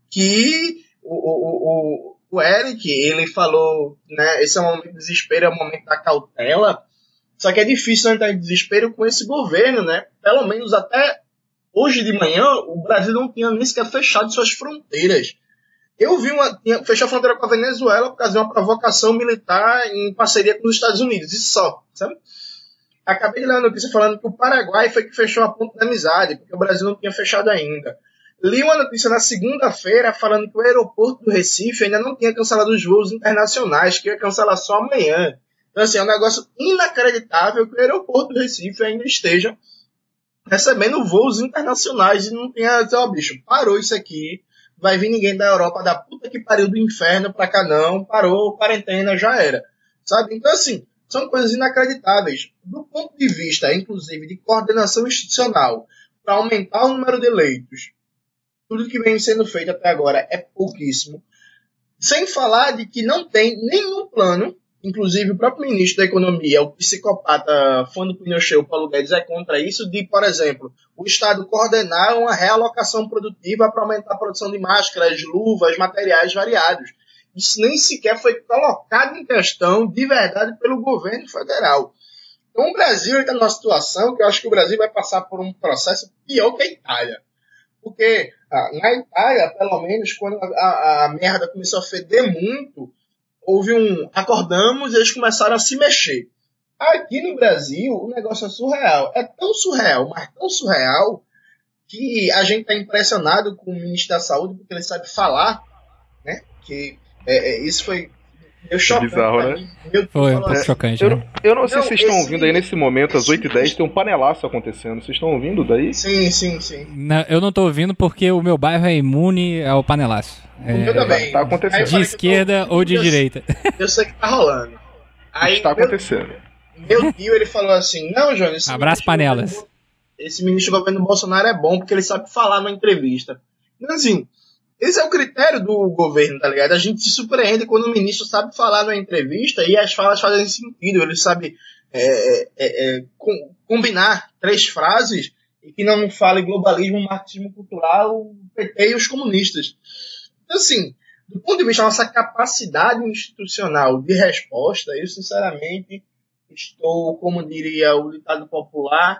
que o, o, o, o Eric, ele falou, né, esse é um momento de desespero, é um momento da cautela, só que é difícil não entrar em desespero com esse governo, né? Pelo menos até hoje de manhã, o Brasil não tinha nem sequer fechado suas fronteiras. Eu vi uma. Tinha, fechou a fronteira com a Venezuela por causa de uma provocação militar em parceria com os Estados Unidos. Isso só, sabe? Acabei de ler uma notícia falando que o Paraguai foi que fechou a ponte da amizade, porque o Brasil não tinha fechado ainda. Li uma notícia na segunda-feira falando que o aeroporto do Recife ainda não tinha cancelado os voos internacionais, que ia cancelar só amanhã. Então, assim, é um negócio inacreditável que o aeroporto do Recife ainda esteja recebendo voos internacionais e não tenha. Ó, bicho, parou isso aqui. Vai vir ninguém da Europa, da puta que pariu do inferno pra cá não, parou, quarentena, já era. Sabe? Então, assim, são coisas inacreditáveis. Do ponto de vista, inclusive, de coordenação institucional, para aumentar o número de eleitos, tudo que vem sendo feito até agora é pouquíssimo. Sem falar de que não tem nenhum plano, inclusive o próprio ministro da Economia, o psicopata fã do pneu cheio, Paulo Guedes, é contra isso, de, por exemplo, o Estado coordenar uma realocação produtiva para aumentar a produção de máscaras, luvas, materiais variados. Isso nem sequer foi colocado em questão de verdade pelo governo federal. Então o Brasil está numa situação que eu acho que o Brasil vai passar por um processo pior que a Itália. Porque ah, na Itália, pelo menos, quando a, a, a merda começou a feder muito, houve um acordamos e eles começaram a se mexer. Aqui no Brasil, o negócio é surreal. É tão surreal, mas tão surreal, que a gente está impressionado com o ministro da Saúde, porque ele sabe falar, né? Que é, é, isso foi meio chocante. Bizarro, né? Meu, foi um pouco é, chocante. Eu, né? eu não sei Não, se vocês estão esse- ouvindo aí nesse momento, às esse- oito e dez, tem um panelaço acontecendo. Vocês estão ouvindo daí? Sim, sim, sim. Não, eu não tô ouvindo porque o meu bairro é imune ao panelaço. O meu É, também. tá acontecendo. Aí eu de falei que eu tô- esquerda ou de eu- direita. Eu sei que tá rolando. Aí Está meu- acontecendo. Meu tio, ele falou assim, não, João, esse Abraço, ministro do panelas. governo- Esse ministro do governo Bolsonaro é bom porque ele sabe falar numa entrevista. Então, assim, esse é o critério do governo, tá ligado? A gente se surpreende quando o ministro sabe falar numa entrevista e as falas fazem sentido. Ele sabe é, é, é, com- combinar três frases e que não fale globalismo, marxismo cultural, o P T e os comunistas. Então, assim, do ponto de vista da nossa capacidade institucional de resposta, eu, sinceramente, estou, como diria o ditado popular,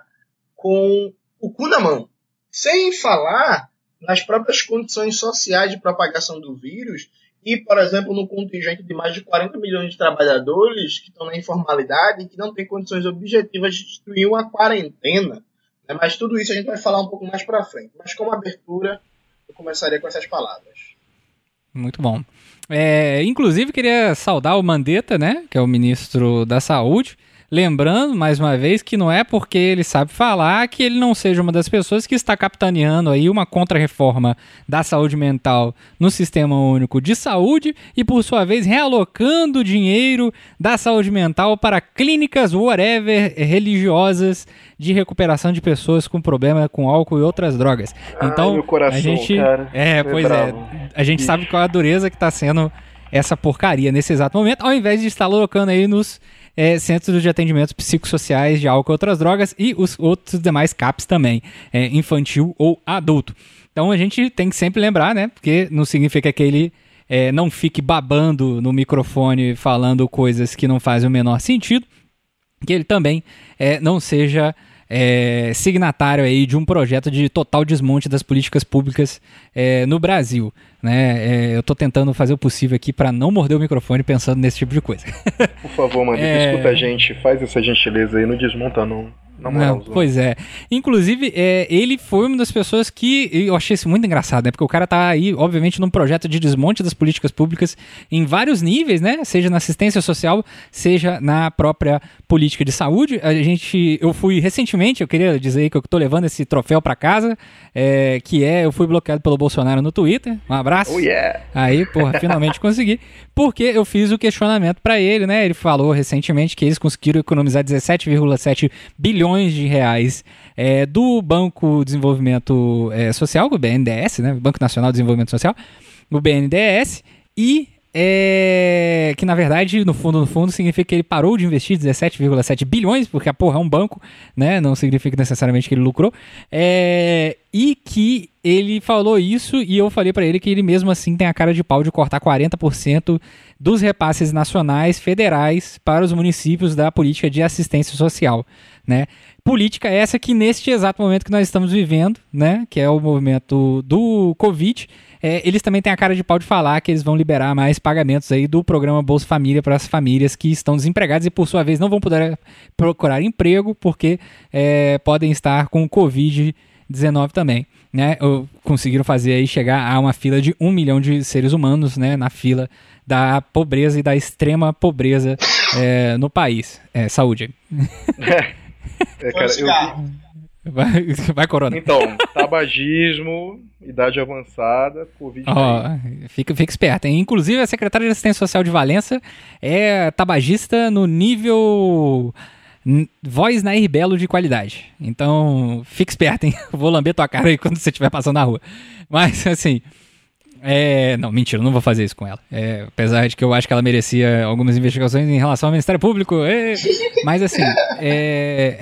com o cu na mão. Sem falar nas próprias condições sociais de propagação do vírus e, por exemplo, no contingente de mais de quarenta milhões de trabalhadores que estão na informalidade e que não têm condições objetivas de instituir uma quarentena. Né? Mas tudo isso a gente vai falar um pouco mais para frente. Mas como abertura, eu começaria com essas palavras. Muito bom. É, inclusive, queria saudar o Mandetta, né, que é o ministro da Saúde. Lembrando, mais uma vez, que não é porque ele sabe falar que ele não seja uma das pessoas que está capitaneando aí uma contra-reforma da saúde mental no Sistema Único de Saúde e, por sua vez, realocando dinheiro da saúde mental para clínicas, whatever, religiosas de recuperação de pessoas com problema com álcool e outras drogas. Então, Ai, meu coração, a gente... cara. É, É pois bravo. é. A gente sabe qual é a dureza que está sendo essa porcaria nesse exato momento, ao invés de estar colocando aí nos é, centros de atendimentos psicossociais de álcool e outras drogas e os outros demais C A Ps também, é, infantil ou adulto. Então a gente tem que sempre lembrar, né? Porque não significa que ele é, não fique babando no microfone falando coisas que não fazem o menor sentido, que ele também é, não seja é, signatário aí de um projeto de total desmonte das políticas públicas é, no Brasil. Né? É, eu estou tentando fazer o possível aqui para não morder o microfone pensando nesse tipo de coisa. Por favor, Mandetta, É. escuta a gente, faz essa gentileza aí, não desmonta não. Na moral, Não, pois é. Inclusive, é, ele foi uma das pessoas que eu achei isso muito engraçado, né? Porque o cara tá aí, obviamente, num projeto de desmonte das políticas públicas em vários níveis, né? Seja na assistência social, seja na própria política de saúde. A gente, eu fui recentemente, eu queria dizer que eu tô levando esse troféu pra casa, é, que é, eu fui bloqueado pelo Bolsonaro no Twitter. Um abraço. Oh, yeah. Aí, porra, finalmente consegui. Porque eu fiz o questionamento pra ele, né? Ele falou recentemente que eles conseguiram economizar dezessete vírgula sete bilhões de reais é, do Banco de Desenvolvimento é, Social, o B N D E S, né? Banco Nacional de Desenvolvimento Social, o B N D E S, e é... que na verdade, no fundo, no fundo, significa que ele parou de investir dezessete vírgula sete bilhões, porque a porra é um banco, né? Não significa necessariamente que ele lucrou. É... E que ele falou isso e eu falei pra ele que ele mesmo assim tem a cara de pau de cortar quarenta por cento dos repasses nacionais federais para os municípios da política de assistência social, né? Política essa que neste exato momento que nós estamos vivendo, né? Que é o movimento do Covid, é, eles também têm a cara de pau de falar que eles vão liberar mais pagamentos aí do programa Bolsa Família para as famílias que estão desempregadas e por sua vez não vão poder procurar emprego porque é, podem estar com covid dezenove também, né? Ou conseguiram fazer aí chegar a uma fila de um milhão de seres humanos, né? Na fila da pobreza e da extrema pobreza é, no país. É, saúde. É, cara, eu... Vai, vai, Corona. Então, tabagismo, idade avançada, Covid. Oh, fica, fica esperto, hein? Inclusive, a secretária de Assistência Social de Valença é tabagista no nível voz Nair Belo de qualidade. Então, fica esperto, hein? Vou lamber tua cara aí quando você estiver passando na rua. Mas, assim... É, não, mentira, não vou fazer isso com ela. É, apesar de que eu acho que ela merecia algumas investigações em relação ao Ministério Público. É, mas assim, é...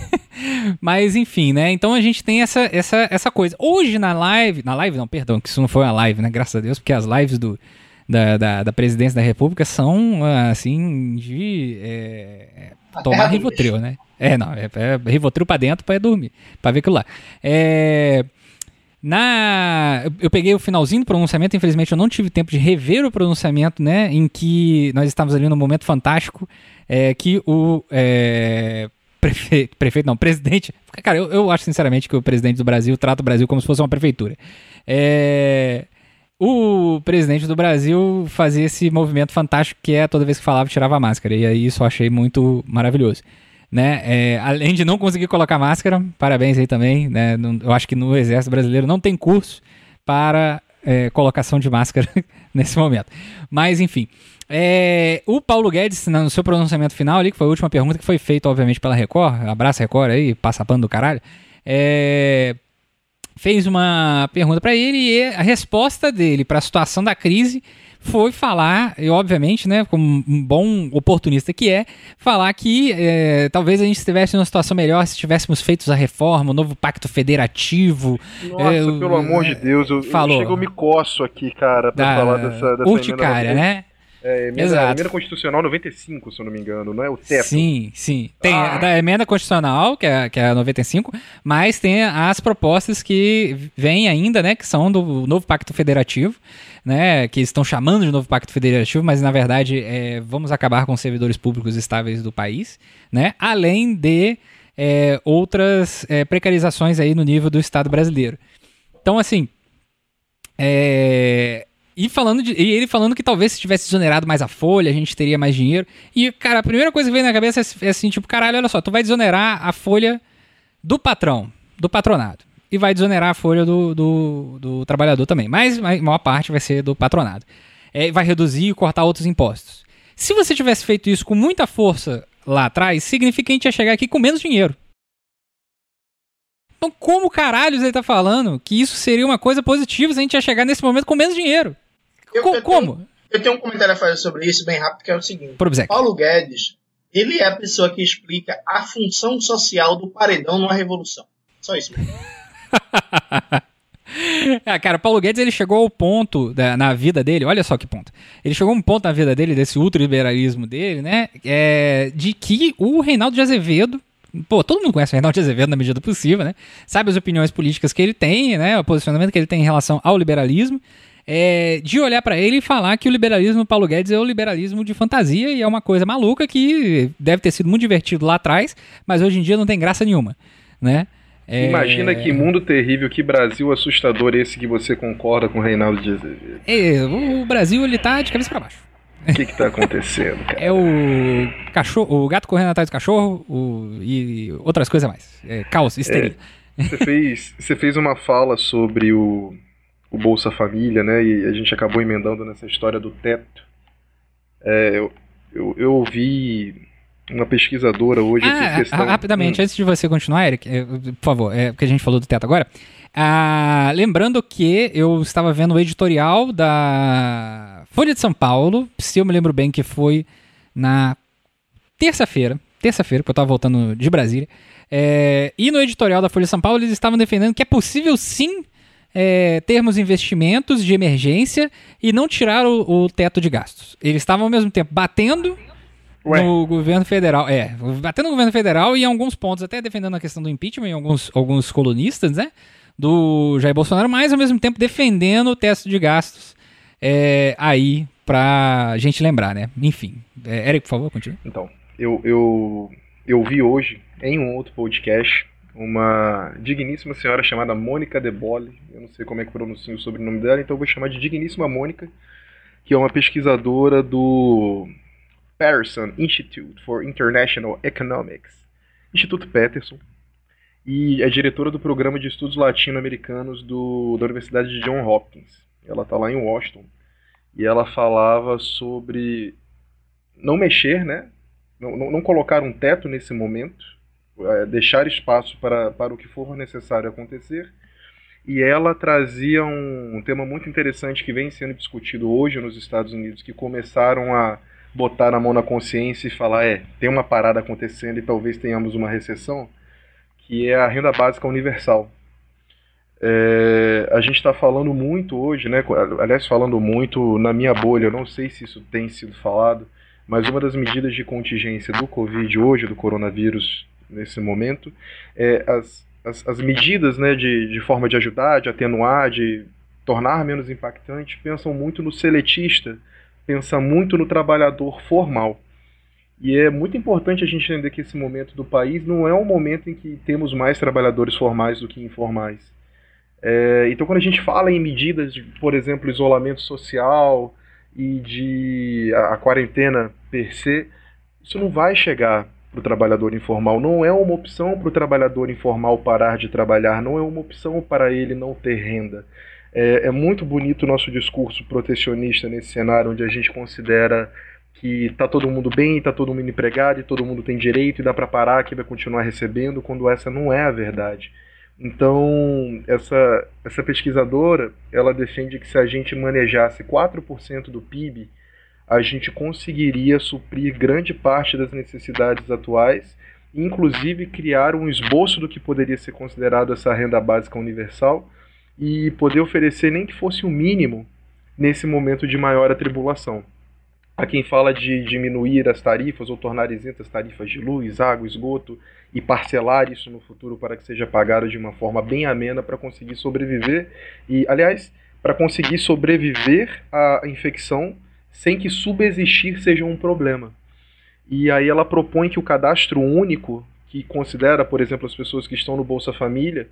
mas enfim, né? Então a gente tem essa, essa, essa coisa. Hoje na live, na live não, perdão, que isso não foi uma live, né? Graças a Deus, porque as lives do, da, da, da presidência da República são, assim, de é, tomar Rivotril, né? É, não, é, é Rivotril pra dentro pra dormir, pra ver aquilo lá. É... Na... Eu peguei o finalzinho do pronunciamento, infelizmente eu não tive tempo de rever o pronunciamento, né, em que nós estávamos ali num momento fantástico, é, que o é, prefeito, prefeito, não, presidente, cara, eu, eu acho sinceramente que o presidente do Brasil trata o Brasil como se fosse uma prefeitura. É, o presidente do Brasil fazia esse movimento fantástico que é toda vez que falava tirava a máscara, e aí isso eu achei muito maravilhoso. Né? É, além de não conseguir colocar máscara, parabéns aí também, né? Eu acho que no Exército Brasileiro não tem curso para é, colocação de máscara nesse momento. Mas, enfim, é, o Paulo Guedes, no seu pronunciamento final ali, que foi a última pergunta que foi feita, obviamente, pela Record, abraço Record aí, passa pano do caralho, é, fez uma pergunta para ele e a resposta dele para a situação da crise foi falar, e obviamente, né, como um bom oportunista que é, falar que é, talvez a gente estivesse numa situação melhor se tivéssemos feito a reforma, o novo pacto federativo. Nossa, é, pelo amor de Deus, eu, falou, eu chego, eu me coço aqui, cara, pra da, falar dessa, dessa urticária, emenda, né? É, emenda, Exato. Emenda Constitucional noventa e cinco, se eu não me engano, não é o teto? Sim, sim. Tem ah. a da emenda constitucional, que é, que é a noventa e cinco, mas tem as propostas que vêm ainda, né, que são do novo Pacto Federativo, né, que estão chamando de novo Pacto Federativo, mas na verdade é, vamos acabar com os servidores públicos estáveis do país, né, além de é, outras é, precarizações aí no nível do Estado brasileiro. Então, assim, é... E, falando de, e ele falando que talvez se tivesse desonerado mais a folha, a gente teria mais dinheiro. E, cara, a primeira coisa que veio na cabeça é assim, tipo, caralho, olha só, tu vai desonerar a folha do patrão, do patronado. E vai desonerar a folha do, do, do trabalhador também. Mas a maior parte vai ser do patronado. É, vai reduzir e cortar outros impostos. Se você tivesse feito isso com muita força lá atrás, significa que a gente ia chegar aqui com menos dinheiro. Então, como caralhos ele tá falando que isso seria uma coisa positiva se a gente ia chegar nesse momento com menos dinheiro? Eu, Co- eu como? Tenho, eu tenho um comentário a fazer sobre isso bem rápido, que é o seguinte. Probzec. Paulo Guedes, ele é a pessoa que explica a função social do paredão numa revolução. Só isso mesmo. É, cara, Paulo Guedes ele chegou ao ponto da, na vida dele, olha só que ponto. Ele chegou a um ponto na vida dele, desse ultraliberalismo dele, né? É, de que o Reinaldo de Azevedo, pô, todo mundo conhece o Reinaldo de Azevedo na medida possível, né? Sabe as opiniões políticas que ele tem, né? O posicionamento que ele tem em relação ao liberalismo. É, de olhar pra ele e falar que o liberalismo Paulo Guedes é o liberalismo de fantasia e é uma coisa maluca que deve ter sido muito divertido lá atrás, mas hoje em dia não tem graça nenhuma, né? É... Imagina que mundo terrível, que Brasil assustador esse que você concorda com o Reinaldo de Azevedo. É, o Brasil ele tá de cabeça pra baixo. O que que tá acontecendo, cara? É o cachorro, o gato correndo atrás do cachorro o, e outras coisas mais. É, caos, histeria. É, você, fez, você fez uma fala sobre o, o Bolsa Família, né? E a gente acabou emendando nessa história do teto. É, eu, eu, eu ouvi uma pesquisadora hoje... Ah, aqui, questão... rapidamente, hum. antes de você continuar, Eric, por favor, é porque a gente falou do teto agora. Ah, lembrando que eu estava vendo o editorial da Folha de São Paulo, se eu me lembro bem que foi na terça-feira, terça-feira, porque eu estava voltando de Brasília, é, e no editorial da Folha de São Paulo eles estavam defendendo que é possível sim é, termos investimentos de emergência e não tirar o, o teto de gastos. Eles estavam ao mesmo tempo batendo Ué. no governo federal, é, batendo no governo federal e em alguns pontos até defendendo a questão do impeachment em alguns, alguns colunistas, né, do Jair Bolsonaro, mas ao mesmo tempo defendendo o teto de gastos é, aí pra gente lembrar, né, enfim. É, Eric, por favor, continue. Então, eu, eu, eu vi hoje em um outro podcast uma digníssima senhora chamada Mônica De Bolle, eu não sei como é que pronuncia o sobrenome dela, então eu vou chamar de digníssima Mônica, que é uma pesquisadora do Peterson Institute for International Economics, Instituto Peterson, e é diretora do programa de estudos latino-americanos do, da Universidade de Johns Hopkins. Ela está lá em Washington, e ela falava sobre não mexer, né? não, não, não colocar um teto nesse momento, é, deixar espaço para, para o que for necessário acontecer. E ela trazia um, um tema muito interessante que vem sendo discutido hoje nos Estados Unidos, que começaram a botar a mão na consciência e falar, é, tem uma parada acontecendo e talvez tenhamos uma recessão, que é a renda básica universal. É, a gente está falando muito hoje, né, aliás, falando muito na minha bolha, eu não sei se isso tem sido falado, mas uma das medidas de contingência do Covid hoje, do coronavírus nesse momento, é as, as, as medidas, né, de, de forma de ajudar, de atenuar, de tornar menos impactante, pensam muito no seletista, pensam muito no trabalhador formal. E é muito importante a gente entender que esse momento do país não é um momento em que temos mais trabalhadores formais do que informais. É, então, quando a gente fala em medidas de, por exemplo, isolamento social e de a, a quarentena per se, isso não vai chegar para o trabalhador informal. Não é uma opção para o trabalhador informal parar de trabalhar, não é uma opção para ele não ter renda. É, é muito bonito o nosso discurso protecionista nesse cenário onde a gente considera que está todo mundo bem, está todo mundo empregado e todo mundo tem direito e dá para parar que vai continuar recebendo, quando essa não é a verdade. Então, essa, essa pesquisadora, ela defende que se a gente manejasse quatro por cento do P I B, a gente conseguiria suprir grande parte das necessidades atuais, inclusive criar um esboço do que poderia ser considerado essa renda básica universal e poder oferecer nem que fosse o mínimo nesse momento de maior atribulação. Há quem fala de diminuir as tarifas ou tornar isentas tarifas de luz, água, esgoto e parcelar isso no futuro para que seja pagado de uma forma bem amena para conseguir sobreviver e, aliás, para conseguir sobreviver à infecção sem que subsistir seja um problema. E aí ela propõe que o cadastro único, que considera, por exemplo, as pessoas que estão no Bolsa Família,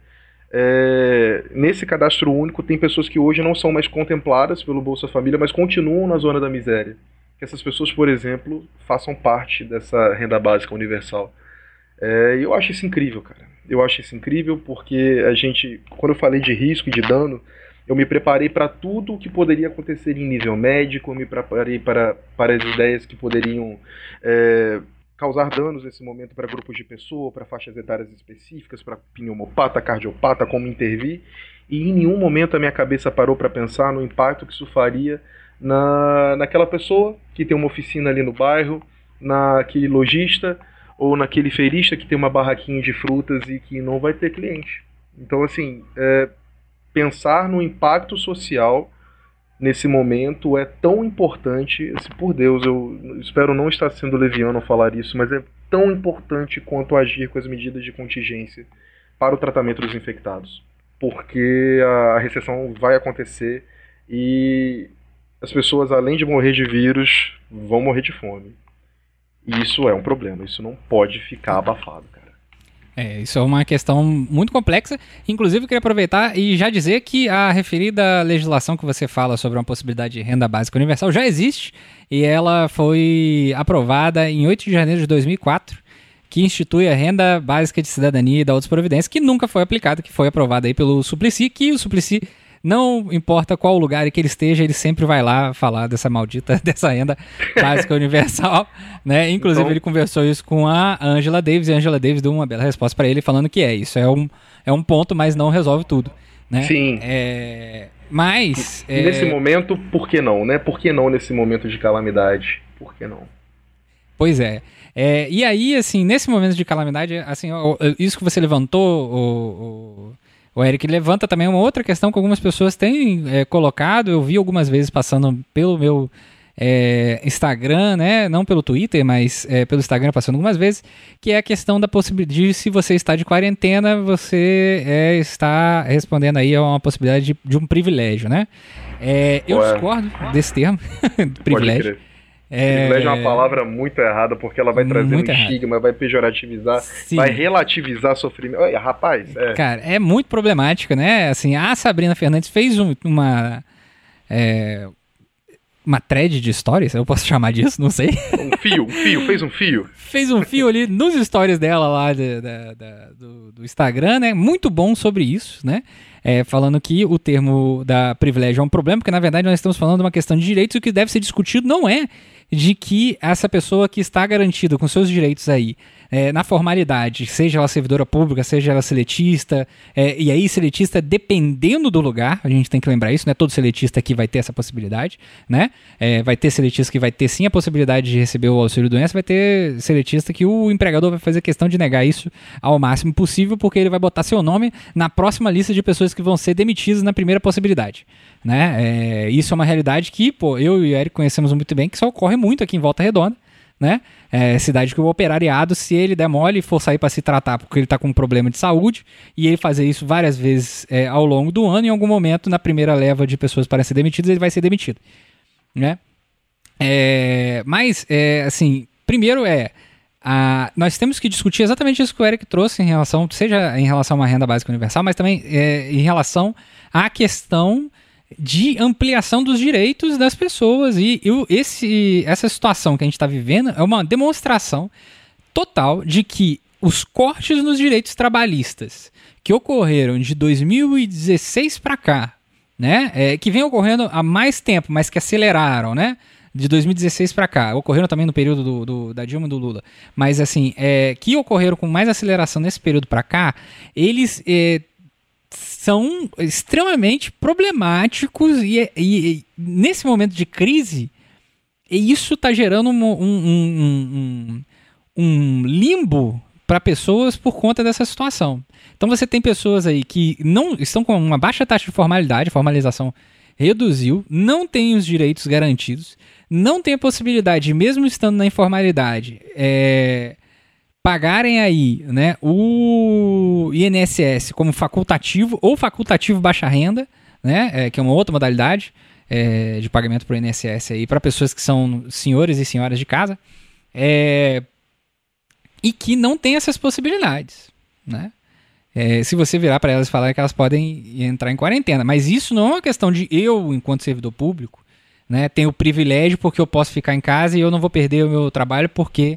é, nesse cadastro único tem pessoas que hoje não são mais contempladas pelo Bolsa Família, mas continuam na zona da miséria. Que essas pessoas, por exemplo, façam parte dessa renda básica universal. É, eu acho isso incrível, cara. Eu acho isso incrível porque a gente, quando eu falei de risco e de dano, eu me preparei para tudo o que poderia acontecer em nível médico, eu me preparei para, para as ideias que poderiam é, causar danos nesse momento para grupos de pessoa, para faixas etárias específicas, para pneumopata, cardiopata, como intervir, e em nenhum momento a minha cabeça parou para pensar no impacto que isso faria na, naquela pessoa que tem uma oficina ali no bairro, naquele lojista ou naquele feirista que tem uma barraquinha de frutas e que não vai ter cliente. Então, assim, é, pensar no impacto social nesse momento é tão importante, assim, por Deus, eu espero não estar sendo leviano ao falar isso, mas é tão importante quanto agir com as medidas de contingência para o tratamento dos infectados. Porque a recessão vai acontecer e as pessoas, além de morrer de vírus, vão morrer de fome. E isso é um problema, isso não pode ficar abafado, cara. É, isso é uma questão muito complexa. Inclusive, eu queria aproveitar e já dizer que a referida legislação que você fala sobre uma possibilidade de renda básica universal já existe e ela foi aprovada em oito de janeiro de dois mil e quatro, que institui a renda básica de cidadania e da outras providências, que nunca foi aplicada, que foi aprovada aí pelo Suplicy, que o Suplicy, não importa qual lugar que ele esteja, ele sempre vai lá falar dessa maldita, dessa renda básica universal, né? Inclusive, então, ele conversou isso com a Angela Davis, e a Angela Davis deu uma bela resposta para ele, falando que é isso, é um, é um ponto, mas não resolve tudo, né? Sim. É, Mas... E, é... nesse momento, por que não, né? Por que não nesse momento de calamidade? Por que não? Pois é. é. E aí, assim, nesse momento de calamidade, assim, isso que você levantou, o, o, o Eric, levanta também uma outra questão que algumas pessoas têm é, colocado. Eu vi algumas vezes passando pelo meu é, Instagram, né? Não pelo Twitter, mas é, pelo Instagram passando algumas vezes, que é a questão da possibilidade de, se você está de quarentena, você é, está respondendo aí a uma possibilidade de, de um privilégio, né? É, eu Ué. discordo desse termo, privilégio. É... Privilégio é uma palavra muito errada, porque ela vai trazer muito um estigma, errado. Vai pejorativizar, Sim. vai relativizar sofrimento. Olha, rapaz, é... Cara, é muito problemático, né? Assim, a Sabrina Fernandes fez um, uma... É, uma thread de stories, eu posso chamar disso, não sei. Um fio, um fio, fez um fio. Fez um fio ali nos stories dela lá de, de, de, do, do Instagram, né? Muito bom sobre isso, né? É, falando que o termo da privilégio é um problema, porque na verdade nós estamos falando de uma questão de direitos e o que deve ser discutido não é de que essa pessoa que está garantida com seus direitos aí, é, na formalidade, seja ela servidora pública, seja ela seletista, é, e aí seletista dependendo do lugar, a gente tem que lembrar isso, não é todo seletista que vai ter essa possibilidade, né? É, vai ter seletista que vai ter sim a possibilidade de receber o auxílio-doença, vai ter seletista que o empregador vai fazer questão de negar isso ao máximo possível, porque ele vai botar seu nome na próxima lista de pessoas que vão ser demitidas na primeira possibilidade, né? É, isso é uma realidade que, pô, eu e o Eric conhecemos muito bem, que só ocorre muito aqui em Volta Redonda, né? É, cidade que o operariado, se ele der mole e for sair para se tratar porque ele está com um problema de saúde, e ele fazer isso várias vezes é, ao longo do ano, em algum momento, na primeira leva de pessoas para ser demitidas, ele vai ser demitido, né? É, mas, é, assim, primeiro é a, nós temos que discutir exatamente isso que o Eric trouxe em relação, seja em relação a uma renda básica universal, mas também é, em relação à questão de ampliação dos direitos das pessoas. E eu, esse, essa situação que a gente está vivendo é uma demonstração total de que os cortes nos direitos trabalhistas que ocorreram de dois mil e dezesseis para cá, né, é, que vem ocorrendo há mais tempo, mas que aceleraram, né, de dois mil e dezesseis para cá, ocorreram também no período do, do, da Dilma e do Lula, mas assim, é, que ocorreram com mais aceleração nesse período para cá, eles é, são extremamente problemáticos e, e, e nesse momento de crise, isso está gerando um, um, um, um, um limbo para pessoas por conta dessa situação. Então você tem pessoas aí que não estão com uma baixa taxa de formalidade, a formalização reduziu, não têm os direitos garantidos, não tem a possibilidade, mesmo estando na informalidade, é, pagarem aí, né, o I N S S como facultativo ou facultativo baixa renda, né, é, que é uma outra modalidade é, de pagamento para o I N S S aí para pessoas que são senhores e senhoras de casa, é, e que não tem essas possibilidades, né? É, se você virar para elas e falar que elas podem entrar em quarentena, mas isso não é uma questão de eu, enquanto servidor público, né, tenho o privilégio porque eu posso ficar em casa e eu não vou perder o meu trabalho porque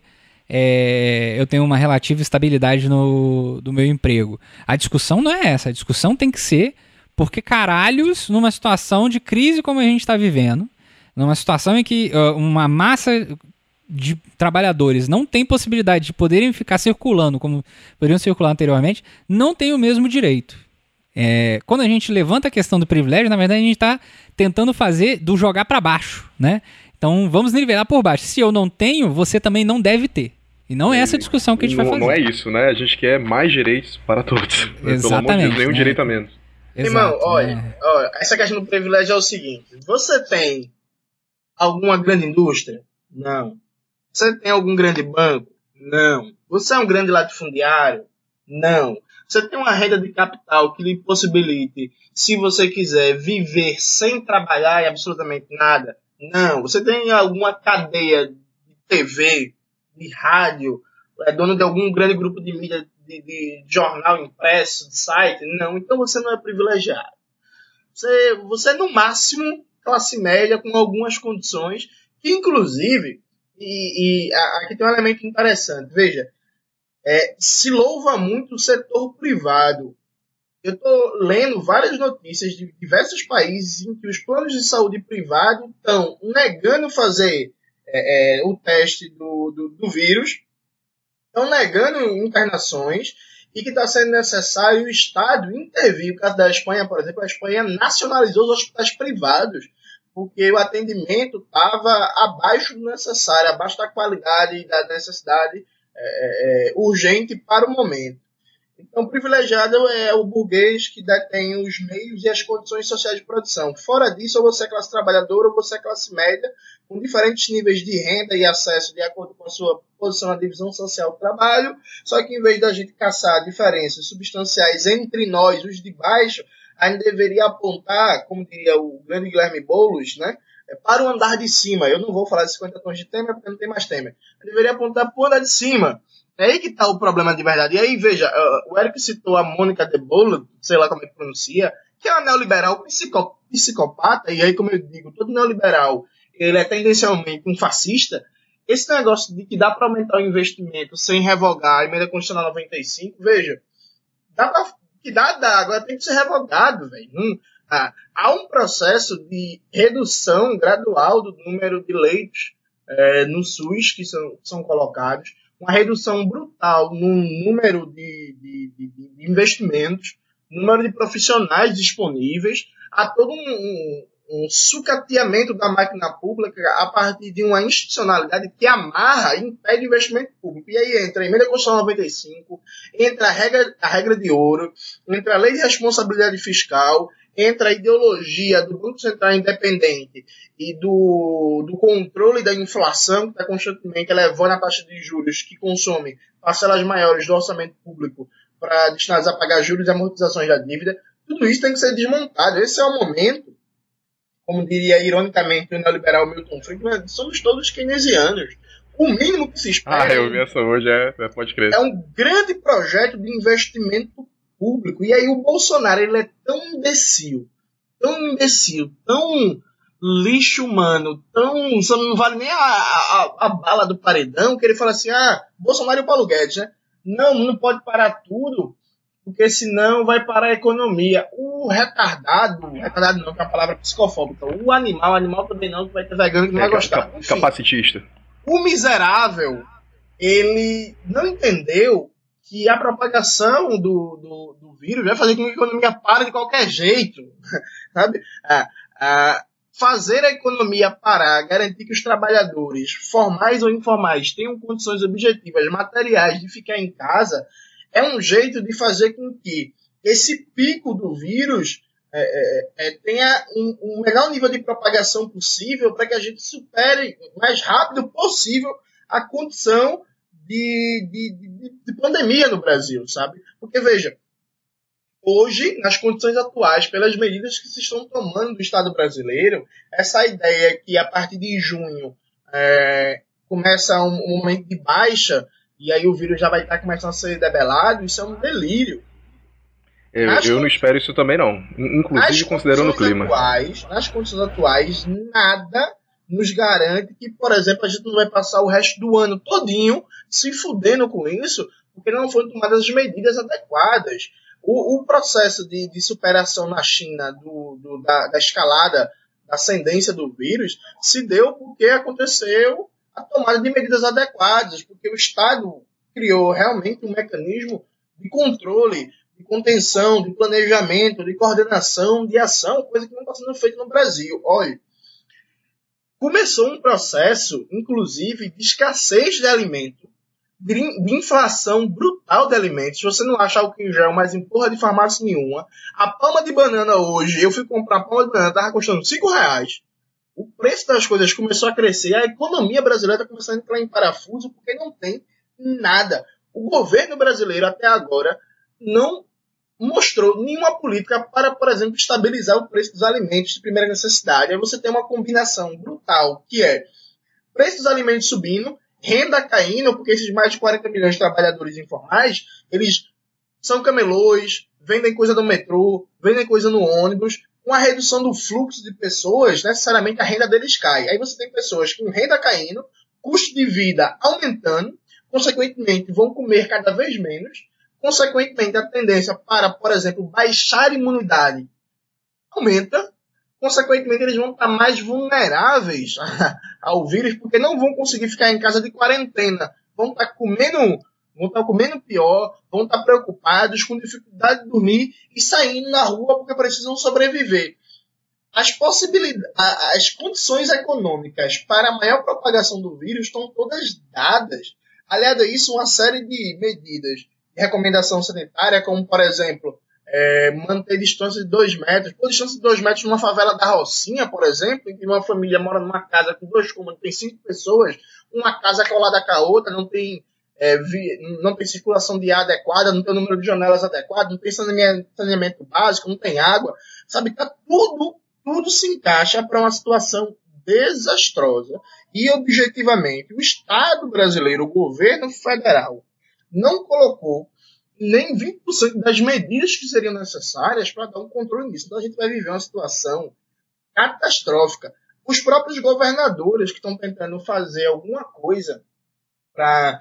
É, eu tenho uma relativa estabilidade no do meu emprego. A discussão não é essa. A discussão tem que ser porque caralhos, numa situação de crise como a gente está vivendo, numa situação em que uh, uma massa de trabalhadores não tem possibilidade de poderem ficar circulando como poderiam circular anteriormente, não tem o mesmo direito. É, quando a gente levanta a questão do privilégio, na verdade a gente está tentando fazer do jogar para baixo, né? Então vamos nivelar por baixo. Se eu não tenho, você também não deve ter. E não é essa a discussão que a gente não, vai fazer. Não é isso, né? A gente quer mais direitos para todos. Exatamente. Pelo amor de Deus, nenhum né? direito a menos. Exato, Irmão, olha, né? olha, essa questão do privilégio é o seguinte. Você tem alguma grande indústria? Não. Você tem algum grande banco? Não. Você é um grande latifundiário? Não. Você tem uma renda de capital que lhe possibilite, se você quiser, viver sem trabalhar em absolutamente nada? Não. Você tem alguma cadeia de T V, de rádio, é dono de algum grande grupo de mídia, de, de jornal impresso, de site? Não. Então você não é privilegiado. Você, você é, no máximo, classe média com algumas condições que, inclusive, e, e aqui tem um elemento interessante. Veja, é, se louva muito o setor privado. Eu estou lendo várias notícias de diversos países em que os planos de saúde privado estão negando fazer é, é, o teste do, do, do vírus, estão negando internações e que está sendo necessário o Estado intervir. No caso da Espanha, por exemplo, a Espanha nacionalizou os hospitais privados, porque o atendimento estava abaixo do necessário, abaixo da qualidade e da necessidade é, é, urgente para o momento. Então, privilegiado é o burguês que detém os meios e as condições sociais de produção. Fora disso, ou você é classe trabalhadora ou você é classe média, com diferentes níveis de renda e acesso de acordo com a sua posição na divisão social do trabalho, só que em vez da gente caçar diferenças substanciais entre nós, os de baixo, a gente deveria apontar, como diria o grande Guilherme Boulos, né, para o andar de cima. Eu não vou falar de cinquenta tons de Temer, porque não tem mais Temer. Eu deveria apontar para o andar de cima. É aí que está o problema de verdade. E aí, veja, uh, o Eric citou a Mônica de Bolle, sei lá como é que pronuncia, que é uma neoliberal psico, psicopata, e aí, como eu digo, todo neoliberal, ele é tendencialmente um fascista. Esse negócio de que dá para aumentar o investimento sem revogar a emenda constitucional noventa e cinco, veja, dá pra, que dá, dá, agora tem que ser revogado, velho. Hum, ah, há um processo de redução gradual do número de leitos é, no SUS que são, são colocados, uma redução brutal no número de, de, de, de investimentos, número de profissionais disponíveis, há todo um, um, um sucateamento da máquina pública a partir de uma institucionalidade que amarra e impede o investimento público. E aí entra a emenda constitucional noventa e cinco, entra a regra, a regra de ouro, entra a lei de responsabilidade fiscal, entra a ideologia do Banco Central Independente e do, do controle da inflação, que está constantemente elevando a taxa de juros que consome parcelas maiores do orçamento público para destinadas a pagar juros e amortizações da dívida. Tudo isso tem que ser desmontado. Esse é o momento, como diria ironicamente o neoliberal Milton Friedman, somos todos keynesianos. O mínimo que se espera... Ah, eu vi essa hoje, é, pode crer. É um grande projeto de investimento público. E aí o Bolsonaro, ele é tão imbecil, tão imbecil, tão lixo humano, tão... Só não vale nem a, a, a bala do paredão, que ele fala assim, ah, Bolsonaro e o Paulo Guedes, né? Não, não pode parar tudo, porque senão vai parar a economia. O retardado, retardado não, que é uma palavra psicofóbica, o animal, o animal também não, que vai ter vegano que não é, vai gostar. Enfim, capacitista. O miserável, ele não entendeu que a propagação do, do, do vírus vai fazer com que a economia pare de qualquer jeito, sabe? Ah, ah, fazer a economia parar, garantir que os trabalhadores, formais ou informais, tenham condições objetivas, materiais de ficar em casa, é um jeito de fazer com que esse pico do vírus é, é, é, tenha um, um menor nível de propagação possível para que a gente supere o mais rápido possível a condição De, de, de, de pandemia no Brasil, sabe? Porque, veja, hoje, nas condições atuais, pelas medidas que se estão tomando do Estado brasileiro, essa ideia que a partir de junho é, começa um, um momento de baixa e aí o vírus já vai estar começando a ser debelado, isso é um delírio. Eu, eu não espero isso também, não. Inclusive considerando o clima. Atuais, nas condições atuais, nada nos garante que, por exemplo, a gente não vai passar o resto do ano todinho se fudendo com isso, porque não foram tomadas as medidas adequadas. O, o processo de, de superação na China do, do, da, da escalada, da ascendência do vírus, se deu porque aconteceu a tomada de medidas adequadas, porque o Estado criou realmente um mecanismo de controle, de contenção, de planejamento, de coordenação, de ação, coisa que não está sendo feita no Brasil. Olha, começou um processo, inclusive, de escassez de alimento, de, de inflação brutal de alimentos. Se você não acha álcool em gel, mas em porra de farmácia nenhuma, a palma de banana hoje, eu fui comprar a palma de banana, estava custando cinco reais. O preço das coisas começou a crescer, a economia brasileira está começando a entrar em parafuso porque não tem nada. O governo brasileiro, até agora, não mostrou nenhuma política para, por exemplo, estabilizar o preço dos alimentos de primeira necessidade. Aí você tem uma combinação brutal, que é preço dos alimentos subindo, renda caindo, porque esses mais de quarenta milhões de trabalhadores informais, eles são camelôs, vendem coisa no metrô, vendem coisa no ônibus. Com a redução do fluxo de pessoas, necessariamente a renda deles cai. Aí você tem pessoas com renda caindo, custo de vida aumentando, consequentemente vão comer cada vez menos, consequentemente a tendência para, por exemplo, baixar a imunidade aumenta, consequentemente eles vão estar mais vulneráveis ao vírus, porque não vão conseguir ficar em casa de quarentena, vão estar comendo vão estar comendo pior, vão estar preocupados, com dificuldade de dormir e saindo na rua porque precisam sobreviver. As possibilidades, as condições econômicas para a maior propagação do vírus estão todas dadas. Aliado a isso, uma série de medidas de recomendação sanitária, como, por exemplo, é, manter distância de dois metros. Por distância de dois metros numa favela da Rocinha, por exemplo, em que uma família mora numa casa com dois cômodos, tem cinco pessoas, uma casa colada com a outra, não tem, é, vi, não tem circulação de ar adequada, não tem o número de janelas adequado, não tem saneamento, saneamento básico, não tem água. Sabe, tá tudo... Tudo se encaixa para uma situação desastrosa. E, objetivamente, o Estado brasileiro, o governo federal, não colocou nem vinte por cento das medidas que seriam necessárias para dar um controle nisso. Então, a gente vai viver uma situação catastrófica. Os próprios governadores que estão tentando fazer alguma coisa para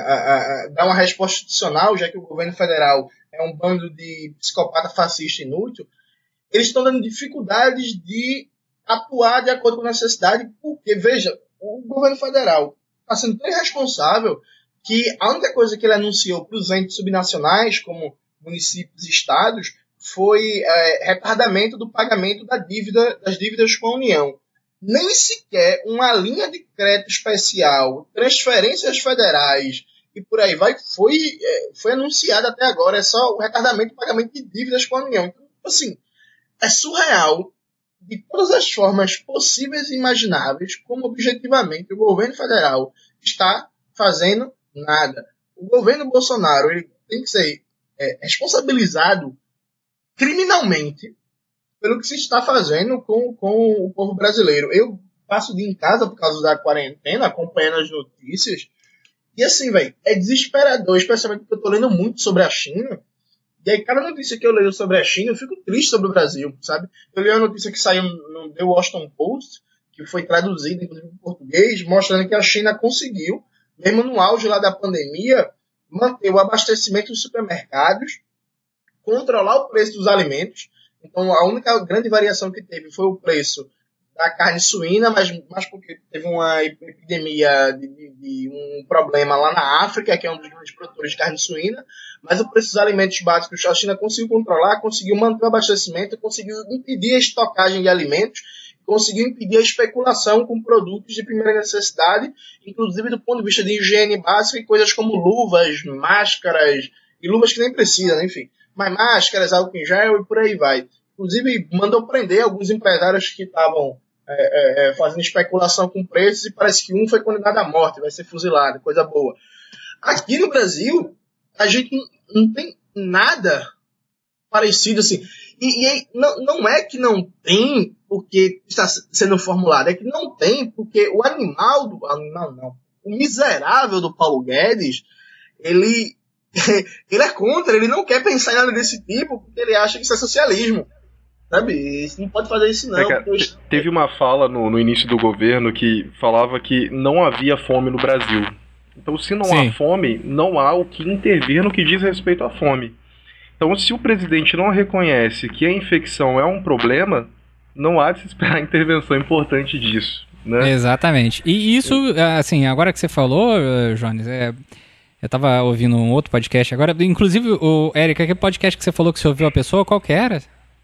dar uma resposta institucional, já que o governo federal é um bando de psicopata fascista inútil, eles estão dando dificuldades de atuar de acordo com a necessidade, porque, veja, o governo federal está sendo tão irresponsável que a única coisa que ele anunciou para os entes subnacionais, como municípios e estados, foi é, retardamento do pagamento da dívida, das dívidas com a União. Nem sequer uma linha de crédito especial, transferências federais e por aí vai, foi, é, foi anunciado até agora. É só o retardamento do pagamento de dívidas com a União. Então, assim, é surreal, de todas as formas possíveis e imagináveis, como objetivamente o governo federal está fazendo nada. O governo Bolsonaro ele tem que ser é, responsabilizado criminalmente pelo que se está fazendo com, com o povo brasileiro. Eu passo o dia em casa por causa da quarentena, acompanhando as notícias, e assim, velho, é desesperador, especialmente porque eu estou lendo muito sobre a China. E aí, cada notícia que eu leio sobre a China, eu fico triste sobre o Brasil, sabe? Eu li uma notícia que saiu no The Washington Post, que foi traduzida, inclusive, em português, mostrando que a China conseguiu, mesmo no auge lá da pandemia, manter o abastecimento dos supermercados, controlar o preço dos alimentos. Então, a única grande variação que teve foi o preço da carne suína, mas, mas porque teve uma epidemia, de, de, de um problema lá na África, que é um dos grandes produtores de carne suína, mas o preço dos alimentos básicos a China conseguiu controlar, conseguiu manter o abastecimento, conseguiu impedir a estocagem de alimentos, conseguiu impedir a especulação com produtos de primeira necessidade, inclusive do ponto de vista de higiene básica e coisas como luvas, máscaras, e luvas que nem precisam, enfim, mas máscaras, álcool em gel e por aí vai. Inclusive, mandou prender alguns empresários que estavam é, é, fazendo especulação com preços e parece que um foi condenado à morte, vai ser fuzilado, coisa boa. Aqui no Brasil, a gente não tem nada parecido assim. E, e aí, não, não é que não tem porque está sendo formulado, é que não tem porque o animal do... Animal não. O miserável do Paulo Guedes, ele, ele é contra, ele não quer pensar em nada desse tipo porque ele acha que isso é socialismo. Sabe? Você não pode fazer isso não. É, cara, eu... Teve uma fala no, no início do governo que falava que não havia fome no Brasil. Então, se não Sim. há fome, não há o que intervir no que diz respeito à fome. Então, se o presidente não reconhece que a infecção é um problema, não há de se esperar intervenção importante disso, né? Exatamente. E isso, assim, agora que você falou, Jones, é... eu tava ouvindo um outro podcast agora, inclusive, o Eric, aquele podcast que você falou que você ouviu a pessoa, qual que era?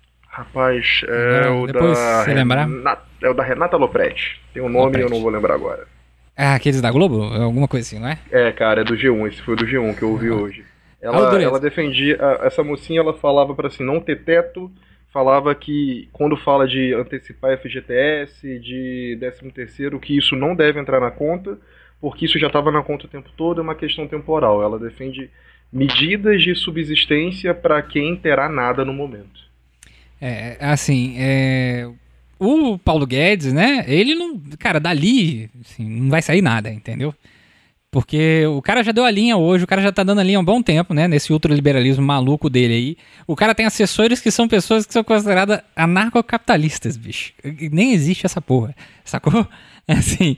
Rapaz, é agora, o depois da você lembrar? Renata, é o da Renata Lopretti. Tem um nome Lopretti. Eu não vou lembrar agora. Ah, aqueles da Globo? Alguma coisa assim, não é? É, cara, é do G um. Esse foi do G um que eu ouvi uhum. hoje. Ela, ah, ela defendia... Essa mocinha, ela falava para assim, não ter teto, falava que quando fala de antecipar F G T S, de décimo terceiro, que isso não deve entrar na conta, porque isso já estava na conta o tempo todo, é uma questão temporal. Ela defende medidas de subsistência para quem terá nada no momento. É, assim, é... o Paulo Guedes, né, ele não, cara, dali, assim, não vai sair nada, entendeu? Porque o cara já deu a linha hoje, o cara já tá dando a linha há um bom tempo, né, nesse ultraliberalismo maluco dele aí. O cara tem assessores que são pessoas que são consideradas anarcocapitalistas, bicho. Nem existe essa porra, sacou? Assim,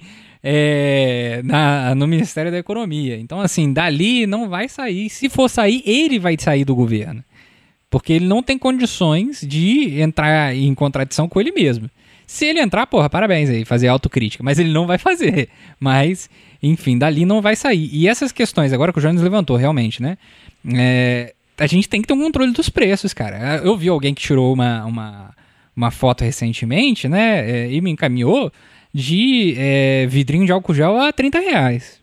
é... Na, no Ministério da Economia. Então, assim, dali não vai sair. Se for sair, ele vai sair do governo. Porque ele não tem condições de entrar em contradição com ele mesmo. Se ele entrar, porra, parabéns aí, fazer autocrítica. Mas ele não vai fazer. Mas, enfim, dali não vai sair. E essas questões, agora que o Jones levantou, realmente, né? É, a gente tem que ter um controle dos preços, cara. Eu vi alguém que tirou uma, uma, uma foto recentemente, né? É, e me encaminhou de é, vidrinho de álcool gel a trinta reais.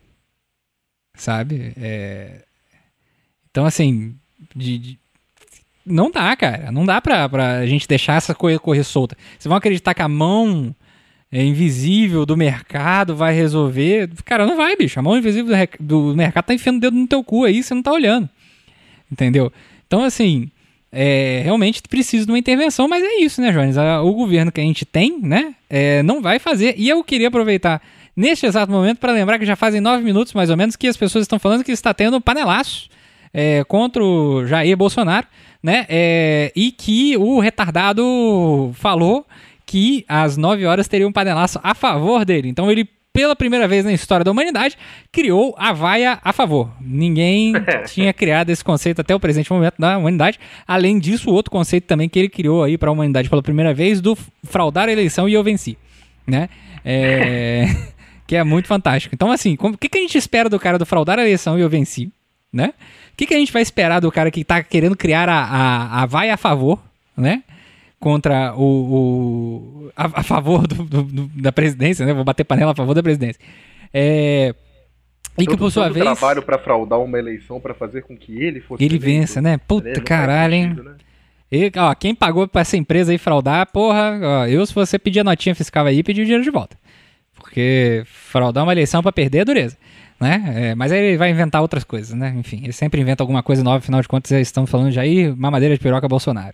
Sabe? É, então, assim, de... de não dá, cara. Não dá pra, pra gente deixar essa coisa correr solta. Vocês vão acreditar que a mão é, invisível do mercado vai resolver? Cara, não vai, bicho. A mão invisível do, do mercado tá enfiando o dedo no teu cu aí, você não tá olhando. Entendeu? Então, assim, é, realmente precisa de uma intervenção, mas é isso, né, Jones? O governo que a gente tem, né, é, não vai fazer. E eu queria aproveitar neste exato momento para lembrar que já fazem nove minutos, mais ou menos, que as pessoas estão falando que está tendo panelaço é, contra o Jair Bolsonaro, né? É, e que o retardado falou que às nove horas teria um panelaço a favor dele. Então ele, pela primeira vez na história da humanidade, criou a vaia a favor. Ninguém tinha criado esse conceito até o presente momento da humanidade. Além disso, o outro conceito também que ele criou aí para a humanidade pela primeira vez, do fraudar a eleição e eu venci, né? É, que é muito fantástico. Então, assim, o que, que a gente espera do cara do fraudar a eleição e eu venci, né? O que, que a gente vai esperar do cara que está querendo criar a, a, a vai a favor, né? Contra o... o a, a favor do, do, do, da presidência, né? Vou bater panela a favor da presidência. É, e todo, que, por sua vez... trabalho para fraudar uma eleição, para fazer com que ele fosse... Ele vença, né? Puta, ele caralho, hein? Sentido, né? E, ó, quem pagou pra essa empresa aí fraudar, porra... Ó, eu, se você pedir a notinha fiscal aí, pedir o dinheiro de volta. Porque fraudar uma eleição pra perder é dureza. Né? É, mas aí ele vai inventar outras coisas, né? Enfim, ele sempre inventa alguma coisa nova, afinal de contas, eles estão falando de aí, mamadeira de piroca Bolsonaro.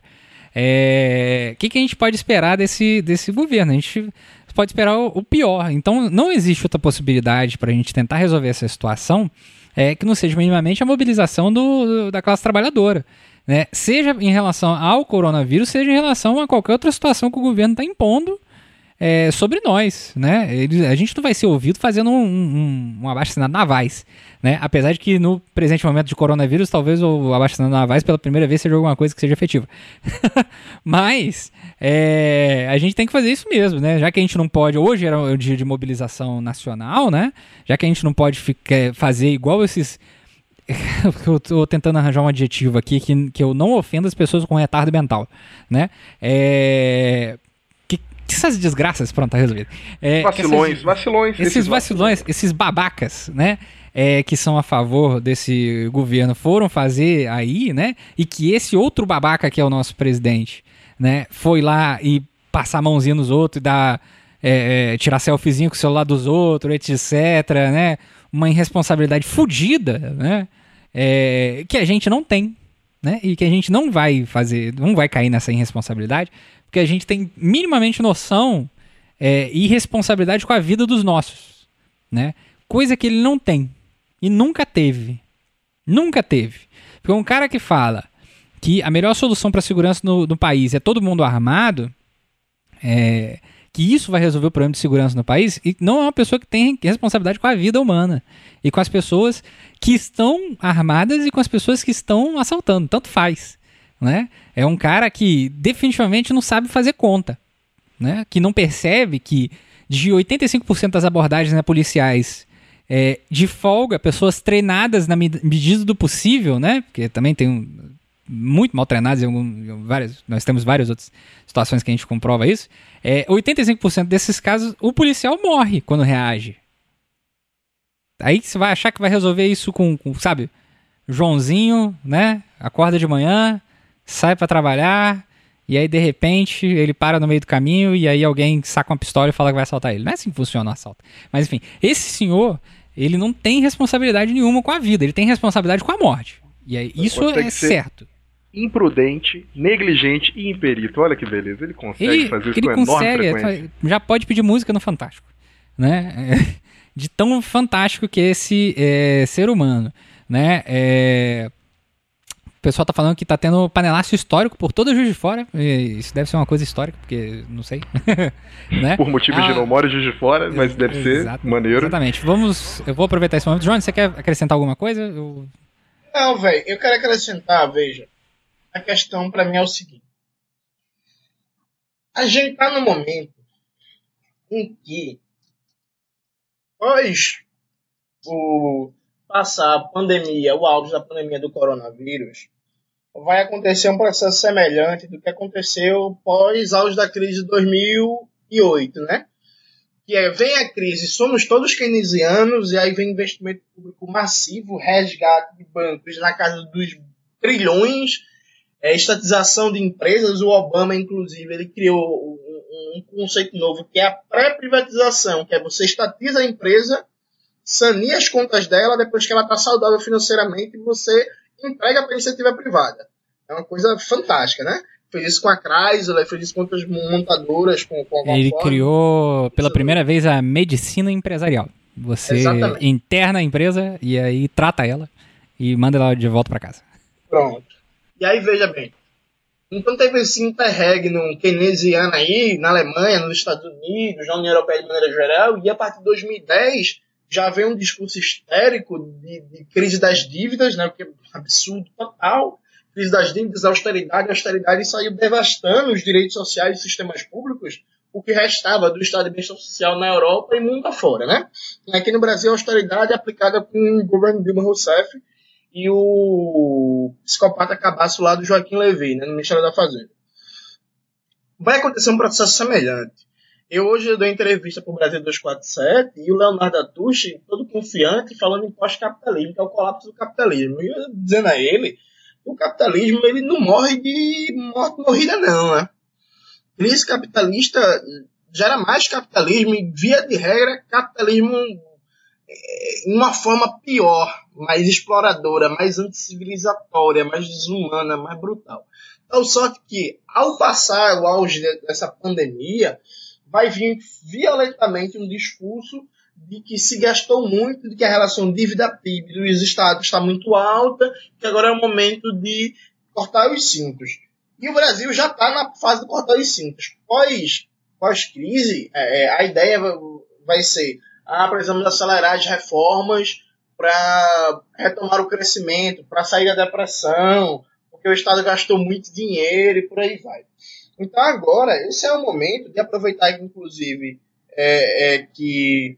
É, o que, que a gente pode esperar desse, desse governo? A gente pode esperar o, o pior. Então, não existe outra possibilidade para a gente tentar resolver essa situação é, que não seja minimamente a mobilização do, do, da classe trabalhadora. Né? Seja em relação ao coronavírus, seja em relação a qualquer outra situação que o governo está impondo É, sobre nós, né? Ele, a gente não vai ser ouvido fazendo um, um, um abaixo-assinado navais, né? Apesar de que no presente momento de coronavírus, talvez o abaixo-assinado navais pela primeira vez seja alguma coisa que seja efetiva. Mas é, a gente tem que fazer isso mesmo, né? Já que a gente não pode, hoje era o dia de mobilização nacional, né? Já que a gente não pode ficar, fazer igual esses... eu tô tentando arranjar um adjetivo aqui que, que eu não ofenda as pessoas com retardo mental, né? É... Essas desgraças, pronto, tá resolvido. É, vacilões, essas, vacilões. Esses, esses vacilões, vacilões, esses babacas, né? É, que são a favor desse governo foram fazer aí, né? E que esse outro babaca que é o nosso presidente, né? Foi lá e passar a mãozinha nos outros e dar, é, tirar selfiezinho com o celular dos outros, etcétera, né? Uma irresponsabilidade fodida, né? É, que a gente não tem, né? E que a gente não vai fazer, não vai cair nessa irresponsabilidade, porque a gente tem minimamente noção é, e responsabilidade com a vida dos nossos, né? Coisa que ele não tem e nunca teve. Nunca teve. Porque um cara que fala que a melhor solução para a segurança no, no país é todo mundo armado, é, que isso vai resolver o problema de segurança no país, e não é uma pessoa que tem responsabilidade com a vida humana e com as pessoas que estão armadas e com as pessoas que estão assaltando. Tanto faz. Né? É um cara que definitivamente não sabe fazer conta, né? Que não percebe que de oitenta e cinco por cento das abordagens, né, policiais é, de folga, pessoas treinadas na medida do possível, né? Porque também tem um, muito mal treinados em, algum, em várias, nós temos várias outras situações que a gente comprova isso. É, oitenta e cinco por cento desses casos o policial morre quando reage. Aí você vai achar que vai resolver isso com, com sabe, Joãozinho, né? Acorda de manhã, sai pra trabalhar, e aí de repente ele para no meio do caminho e aí alguém saca uma pistola e fala que vai assaltar ele. Não é assim que funciona o assalto. Mas enfim, esse senhor, ele não tem responsabilidade nenhuma com a vida, ele tem responsabilidade com a morte. E aí isso é certo. Imprudente, negligente e imperito. Olha que beleza, ele consegue ele, fazer isso ele com consegue, enorme frequência. Já pode pedir música no Fantástico, né? De tão fantástico que é esse é, ser humano, né? É... O pessoal tá falando que tá tendo panelaço histórico por toda Juiz de Fora. E isso deve ser uma coisa histórica, porque não sei. Né? Por motivos ah, de não moro Juiz de Fora, mas deve exato, ser maneiro. Exatamente. Vamos, eu vou aproveitar esse momento. Jones, você quer acrescentar alguma coisa? Eu... Não, velho, eu quero acrescentar, veja. A questão pra mim é o seguinte. A gente tá no momento em que, após o passar a pandemia, o auge da pandemia do coronavírus, vai acontecer um processo semelhante do que aconteceu pós auge da crise de dois mil e oito, né? Que é, vem a crise, somos todos keynesianos, e aí vem investimento público massivo, resgate de bancos na casa dos trilhões, é, estatização de empresas. O Obama, inclusive, ele criou um, um conceito novo, que é a pré-privatização, que é você estatiza a empresa, saneia as contas dela, depois que ela está saudável financeiramente, você entrega para a iniciativa privada. É uma coisa fantástica, né? Fez isso com a Chrysler, fez isso com outras montadoras, com, com a Ele Ford. criou pela primeira vez a medicina empresarial. Você Exatamente. interna a empresa e aí trata ela e manda ela de volta para casa. Pronto. E aí, veja bem. Então teve esse interregno keynesiano aí, na Alemanha, nos Estados Unidos, na União Europeia de maneira geral, e a partir de dois mil e dez já veio um discurso histérico de, de crise das dívidas, né, o que é um absurdo total. Crise das dívidas, austeridade, a austeridade saiu devastando os direitos sociais e sistemas públicos, o que restava do Estado de Bem-Estar Social na Europa e mundo afora, né? Aqui no Brasil, a austeridade é aplicada com o governo Dilma Rousseff e o psicopata cabaço lá do Joaquim Levy, né, no Ministério da Fazenda. Vai acontecer um processo semelhante. Eu hoje eu dou entrevista para o Brasil duzentos e quarenta e sete e o Leonardo Atushi, todo confiante, falando em pós-capitalismo, que é o colapso do capitalismo. E eu dizendo a ele, o capitalismo ele não morre de morte morrida não, né? Crise capitalista gera mais capitalismo e, via de regra, capitalismo em uma forma pior, mais exploradora, mais anticivilizatória, mais desumana, mais brutal. Então, sorte que, ao passar o auge dessa pandemia, vai vir violentamente um discurso de que se gastou muito, de que a relação dívida-P I B dos estados está muito alta, que agora é o momento de cortar os cintos. E o Brasil já está na fase de cortar os cintos. Pós, pós-crise, é, a ideia vai ser, ah, precisamos acelerar as reformas para retomar o crescimento, para sair da depressão, porque o Estado gastou muito dinheiro e por aí vai. Então agora, esse é o momento de aproveitar, inclusive, é, é, que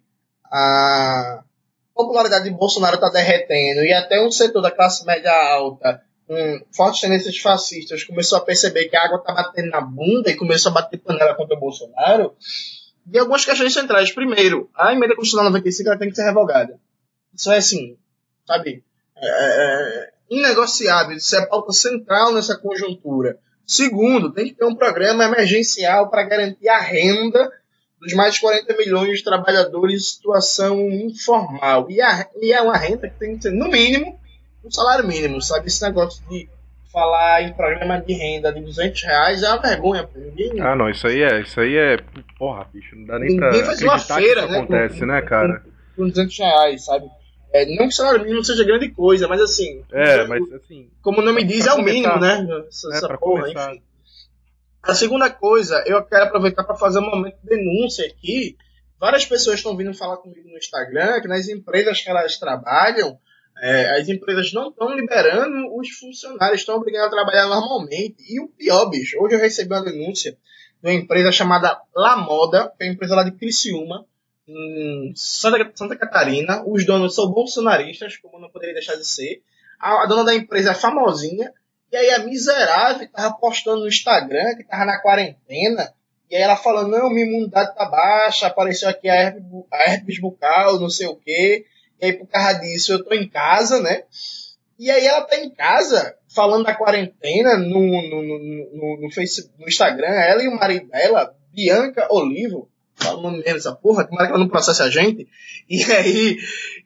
a popularidade de Bolsonaro está derretendo e até um setor da classe média alta, com fortes tendências fascistas, começou a perceber que a água está batendo na bunda e começou a bater panela contra o Bolsonaro. E algumas questões centrais. Primeiro, a emenda constitucional noventa e cinco ela tem que ser revogada. Isso é assim, sabe, é, é, inegociável, isso é pauta central nessa conjuntura. Segundo, tem que ter um programa emergencial para garantir a renda dos mais de quarenta milhões de trabalhadores em situação informal. E, a, e é uma renda que tem que ser, no mínimo, um salário mínimo, sabe? Esse negócio de falar em programa de renda de duzentos reais é uma vergonha. Ninguém, ah, não, isso aí é, isso aí é, porra, bicho, não dá nem ninguém pra faz uma feira, que isso né, acontece, com, né, cara? Com, com duzentos reais, sabe? É, não que o salário mínimo seja grande coisa, mas assim... É, mas assim... Como o nome diz, é o mínimo, né? Essa, é, essa pra porra, começar. enfim. A segunda coisa, eu quero aproveitar para fazer um momento de denúncia aqui. Várias pessoas estão vindo falar comigo no Instagram que nas empresas que elas trabalham, é, as empresas não estão liberando os funcionários, estão obrigando a trabalhar normalmente. E o pior, bicho, hoje eu recebi uma denúncia de uma empresa chamada La Moda, que é uma empresa lá de Criciúma, em Santa, Santa Catarina. Os donos são bolsonaristas, como não poderia deixar de ser. A, a dona da empresa é famosinha. E aí a miserável tava postando no Instagram que tava na quarentena. E aí ela falando, não, minha imunidade tá baixa, apareceu aqui a herpes, a herpes bucal, não sei o quê. E aí por causa disso eu tô em casa, né? E aí ela tá em casa falando da quarentena no, no, no, no, no, Facebook, no Instagram. Ela e o marido dela, Bianca Olivo, fala o nome mesmo dessa porra, tomara que ela não processe a gente. E aí,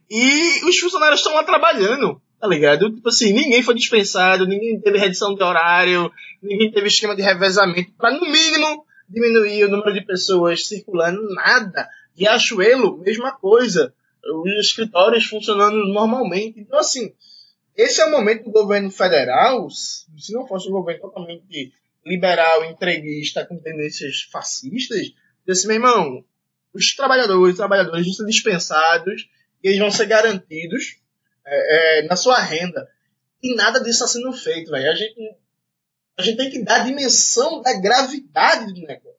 e os funcionários estão lá trabalhando, tá ligado? Tipo assim, ninguém foi dispensado, ninguém teve redução de horário, ninguém teve esquema de revezamento pra, no mínimo, diminuir o número de pessoas circulando, nada. Riachuelo, mesma coisa. Os escritórios funcionando normalmente. Então, assim, esse é o momento do governo federal, se não fosse um governo totalmente liberal, entreguista, com tendências fascistas, desse meu irmão, os trabalhadores, os trabalhadores vão ser dispensados e eles vão ser garantidos é, é, na sua renda. E nada disso está sendo feito, velho. A gente, a gente tem que dar a dimensão da gravidade do negócio.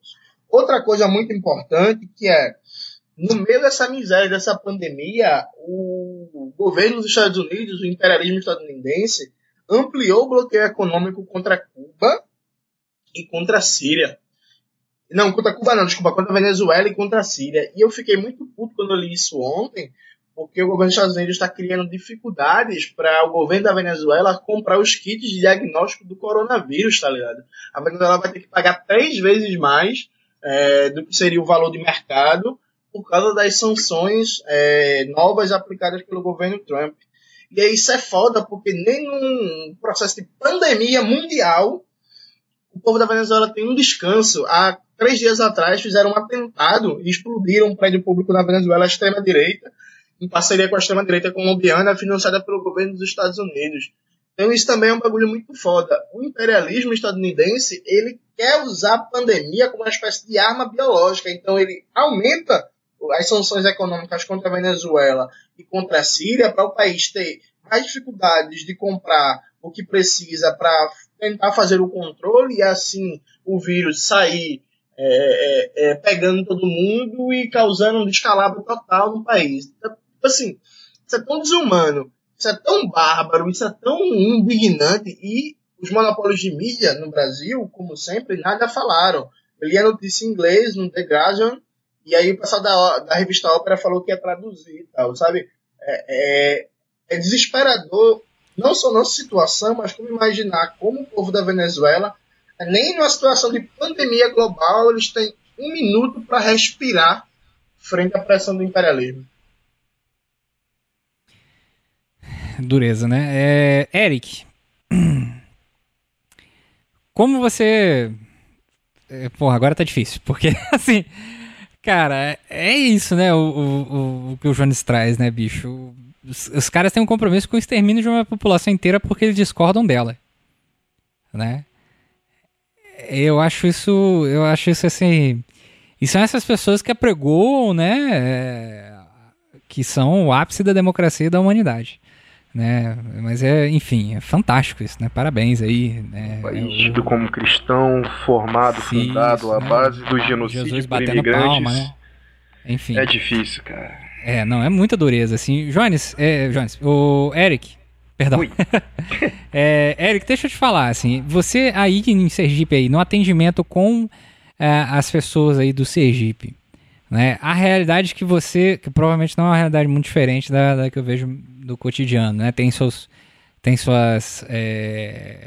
Outra coisa muito importante que é, no meio dessa miséria, dessa pandemia, o governo dos Estados Unidos, o imperialismo estadunidense, ampliou o bloqueio econômico contra Cuba e contra a Síria. Não, contra Cuba não, desculpa, contra a Venezuela e contra a Síria. E eu fiquei muito puto quando eu li isso ontem, porque o governo dos Estados Unidos está criando dificuldades para o governo da Venezuela comprar os kits de diagnóstico do coronavírus, tá ligado? A Venezuela vai ter que pagar três vezes mais é, do que seria o valor de mercado por causa das sanções é, novas aplicadas pelo governo Trump. E aí isso é foda, porque nem num processo de pandemia mundial o povo da Venezuela tem um descanso. Há três dias atrás fizeram um atentado e explodiram um prédio público na Venezuela à extrema-direita, em parceria com a extrema-direita colombiana, financiada pelo governo dos Estados Unidos. Então isso também é um bagulho muito foda. O imperialismo estadunidense, ele quer usar a pandemia como uma espécie de arma biológica. Então ele aumenta as sanções econômicas contra a Venezuela e contra a Síria para o país ter mais dificuldades de comprar o que precisa para tentar fazer o controle e assim o vírus sair é, é, é, pegando todo mundo e causando um descalabro total no país. Então, assim, isso é tão desumano, isso é tão bárbaro, isso é tão indignante, e os monopólios de mídia no Brasil, como sempre, nada falaram. Eu li a notícia em inglês no The Guardian, e aí o pessoal da, da revista Ópera falou que ia traduzir e tal, sabe? É, é, é desesperador, não só nossa situação, mas como imaginar como o povo da Venezuela, nem numa situação de pandemia global, eles têm um minuto para respirar frente à pressão do imperialismo. Dureza, né? É, Eric, como você... É, porra, agora tá difícil, porque, assim, cara, é isso, né, o, o, o que o Jones traz, né, bicho? Os, os caras têm um compromisso com o extermínio de uma população inteira porque eles discordam dela, né? Eu acho isso, eu acho isso, assim... E são essas pessoas que apregoam, né, é, que são o ápice da democracia e da humanidade. Né? Mas é, enfim, é fantástico isso, né? Parabéns aí, né? Um país tido é o... como cristão, formado, isso, fundado à né? base do genocídio Jesus por imigrantes. Palma, né? Enfim. É difícil, cara. É, não, é muita dureza, assim. Jones, é, Jones, o Eric, perdão. é, Eric, deixa eu te falar, assim, você aí em Sergipe aí, no atendimento com é, as pessoas aí do Sergipe, né? A realidade que você, que provavelmente não é uma realidade muito diferente da, da que eu vejo do cotidiano, né? Tem seus, tem suas, é,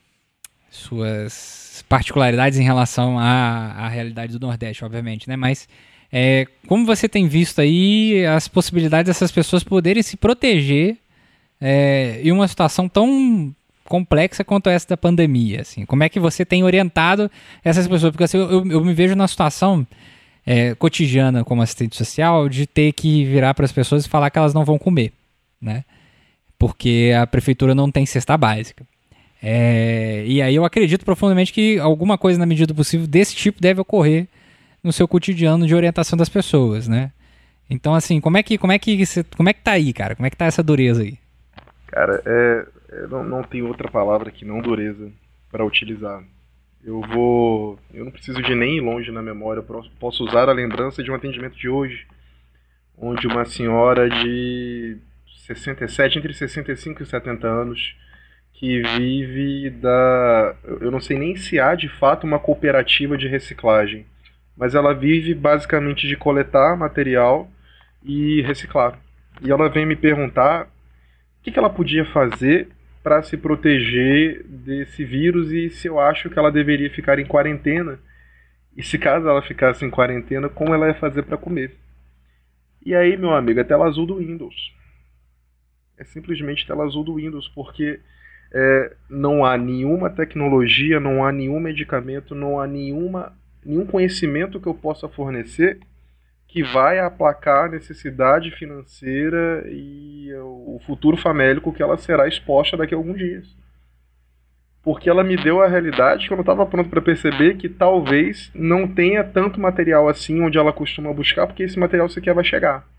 suas particularidades em relação à, à realidade do Nordeste, obviamente, né? Mas é, como você tem visto aí as possibilidades dessas pessoas poderem se proteger é, em uma situação tão complexa quanto essa da pandemia, assim? Como é que você tem orientado essas pessoas? Porque assim, eu, eu me vejo numa situação é, cotidiana como assistente social de ter que virar para as pessoas e falar que elas não vão comer, né? Porque a prefeitura não tem cesta básica. É, e aí eu acredito profundamente que alguma coisa na medida do possível desse tipo deve ocorrer no seu cotidiano de orientação das pessoas, né? Então, assim, como é que, como é que, você, como é que tá aí, cara? Como é que tá essa dureza aí? Cara, é, é, não, não tem outra palavra que não dureza para utilizar. Eu vou... Eu não preciso de nem ir longe na memória, eu posso usar a lembrança de um atendimento de hoje, onde uma senhora de sessenta e sete, entre sessenta e cinco e setenta anos, que vive da... Eu não sei nem se há de fato uma cooperativa de reciclagem, mas ela vive basicamente de coletar material e reciclar. E ela vem me perguntar o que ela podia fazer para se proteger desse vírus e se eu acho que ela deveria ficar em quarentena. E se caso ela ficasse em quarentena, como ela ia fazer para comer. E aí, meu amigo, é tela azul do Windows. É simplesmente tela azul do Windows, porque é, não há nenhuma tecnologia, não há nenhum medicamento, não há nenhuma, nenhum conhecimento que eu possa fornecer que vai aplacar a necessidade financeira e o futuro famélico que ela será exposta daqui a alguns dias. Porque ela me deu a realidade que eu não estava pronto para perceber que talvez não tenha tanto material assim onde ela costuma buscar, porque esse material sequer vai chegar.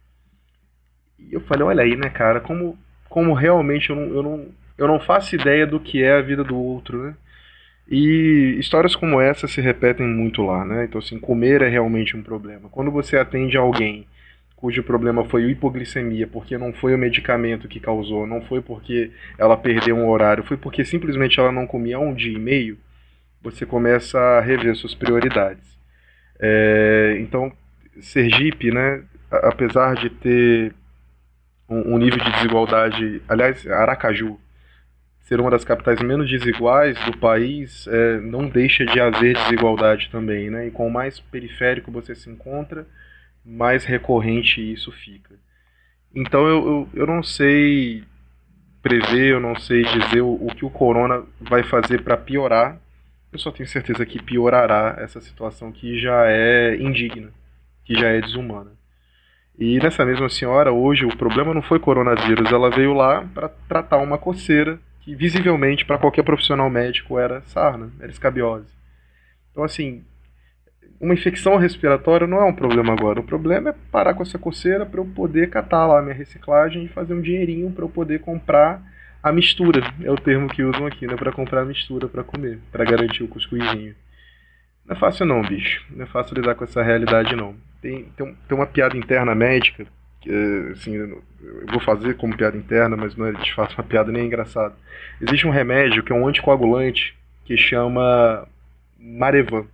E eu falei, olha aí, né, cara, como, como realmente eu não, eu, não, eu não faço ideia do que é a vida do outro, né? E histórias como essa se repetem muito lá, né? Então, assim, comer é realmente um problema. Quando você atende alguém cujo problema foi hipoglicemia, porque não foi o medicamento que causou, não foi porque ela perdeu um horário, foi porque simplesmente ela não comia há um dia e meio, você começa a rever suas prioridades. É, então, Sergipe, né, apesar de ter um, um nível de desigualdade, aliás, Aracaju, ser uma das capitais menos desiguais do país, é, não deixa de haver desigualdade também, né? E com mais periférico você se encontra, mais recorrente isso fica. Então eu, eu, eu não sei prever, eu não sei dizer o, o que o corona vai fazer para piorar. Eu só tenho certeza que piorará essa situação que já é indigna, que já é desumana. E nessa mesma senhora, hoje, o problema não foi coronavírus, ela veio lá para tratar uma coceira que visivelmente para qualquer profissional médico era sarna, era escabiose. Então, assim, uma infecção respiratória não é um problema agora. O problema é parar com essa coceira para eu poder catar lá a minha reciclagem e fazer um dinheirinho para eu poder comprar a mistura. É o termo que usam aqui, né? Para comprar a mistura para comer, para garantir o cuscuzinho. Não é fácil não, bicho. Não é fácil lidar com essa realidade, não. Tem, tem, tem uma piada interna médica, que, assim, eu vou fazer como piada interna, mas não é de fato uma piada nem engraçada. Existe um remédio que é um anticoagulante que chama Marevan.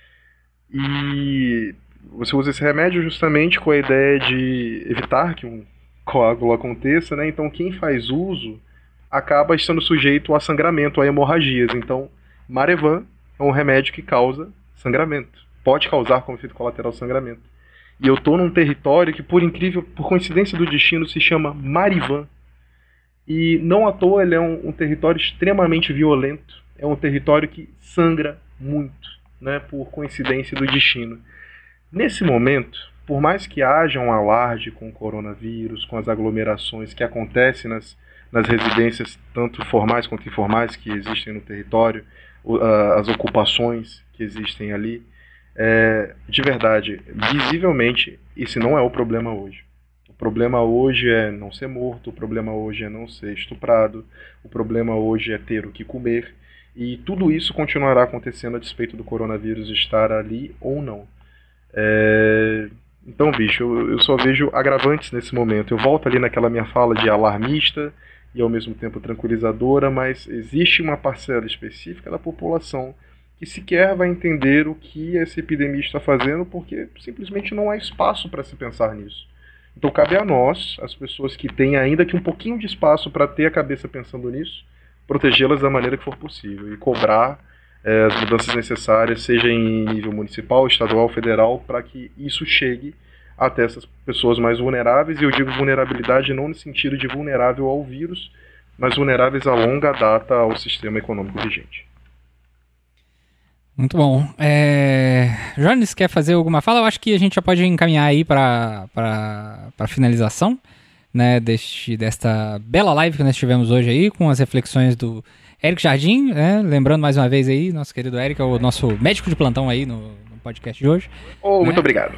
E você usa esse remédio justamente com a ideia de evitar que um coágulo aconteça, né? Então quem faz uso acaba estando sujeito a sangramento, a hemorragias. Então, Marevan é um remédio que causa sangramento. Pode causar como efeito colateral sangramento. E eu estou num território que, por incrível, por coincidência do destino, se chama Marivan. E não à toa ele é um, um território extremamente violento. É um território que sangra muito, né, por coincidência do destino. Nesse momento, por mais que haja um alarde com o coronavírus, com as aglomerações que acontecem nas, nas residências, tanto formais quanto informais, que existem no território, as ocupações que existem ali, é, de verdade, visivelmente, esse não é o problema hoje. O problema hoje é não ser morto, o problema hoje é não ser estuprado, o problema hoje é ter o que comer, e tudo isso continuará acontecendo a despeito do coronavírus estar ali ou não. É... Então, bicho, eu, eu só vejo agravantes nesse momento. Eu volto ali naquela minha fala de alarmista e ao mesmo tempo tranquilizadora, mas existe uma parcela específica da população que sequer vai entender o que essa epidemia está fazendo, porque simplesmente não há espaço para se pensar nisso. Então cabe a nós, as pessoas que têm ainda que um pouquinho de espaço para ter a cabeça pensando nisso, protegê-las da maneira que for possível e cobrar é, as mudanças necessárias, seja em nível municipal, estadual, federal, para que isso chegue até essas pessoas mais vulneráveis. E eu digo vulnerabilidade não no sentido de vulnerável ao vírus, mas vulneráveis a longa data ao sistema econômico vigente. Muito bom. É... Jones, quer fazer alguma fala? Eu acho que a gente já pode encaminhar aí para a finalização, né, deste, desta bela live que nós tivemos hoje aí, com as reflexões do Eric Jardim, né? Lembrando mais uma vez aí, nosso querido Eric é o nosso médico de plantão aí no, no podcast de hoje. Oh, né? Muito obrigado.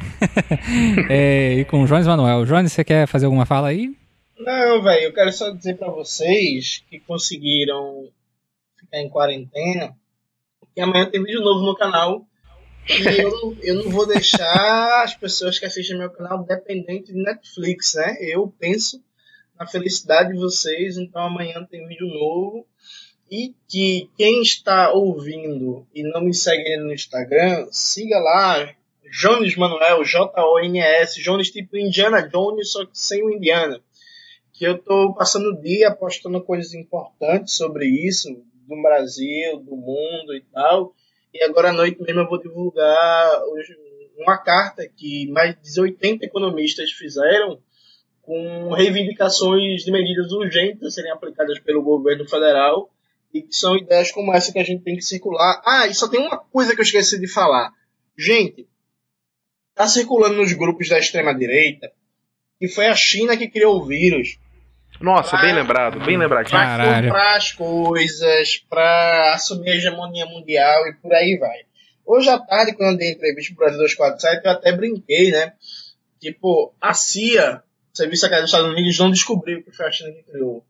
é, e com o Jones Manuel. Jones, você quer fazer alguma fala aí? Não, velho, eu quero só dizer pra vocês que conseguiram ficar em quarentena, que amanhã tem vídeo novo no canal. E eu não, eu não vou deixar as pessoas que assistem meu canal dependentes de Netflix, né? Eu penso na felicidade de vocês, então amanhã tem vídeo novo. E que quem está ouvindo e não me segue no Instagram, siga lá, Jones Manuel, J O N S, Jones tipo Indiana Jones, só que sem o Indiana. Que eu tô passando o dia postando coisas importantes sobre isso, do Brasil, do mundo e tal. E agora à noite mesmo eu vou divulgar uma carta que mais de oitenta economistas fizeram com reivindicações de medidas urgentes a serem aplicadas pelo governo federal e que são ideias como essa que a gente tem que circular. Ah, e só tem uma coisa que eu esqueci de falar. Gente, tá circulando nos grupos da extrema-direita que foi a China que criou o vírus. Nossa, pra, bem lembrado, bem lembrado. Pra comprar as coisas, pra assumir a hegemonia mundial e por aí vai. Hoje à tarde, quando eu dei entrevista pro Brasil duzentos e quarenta e sete, eu até brinquei, né? Tipo, a C I A, o Serviço Secreto dos Estados Unidos, não descobriu que foi a China que criou.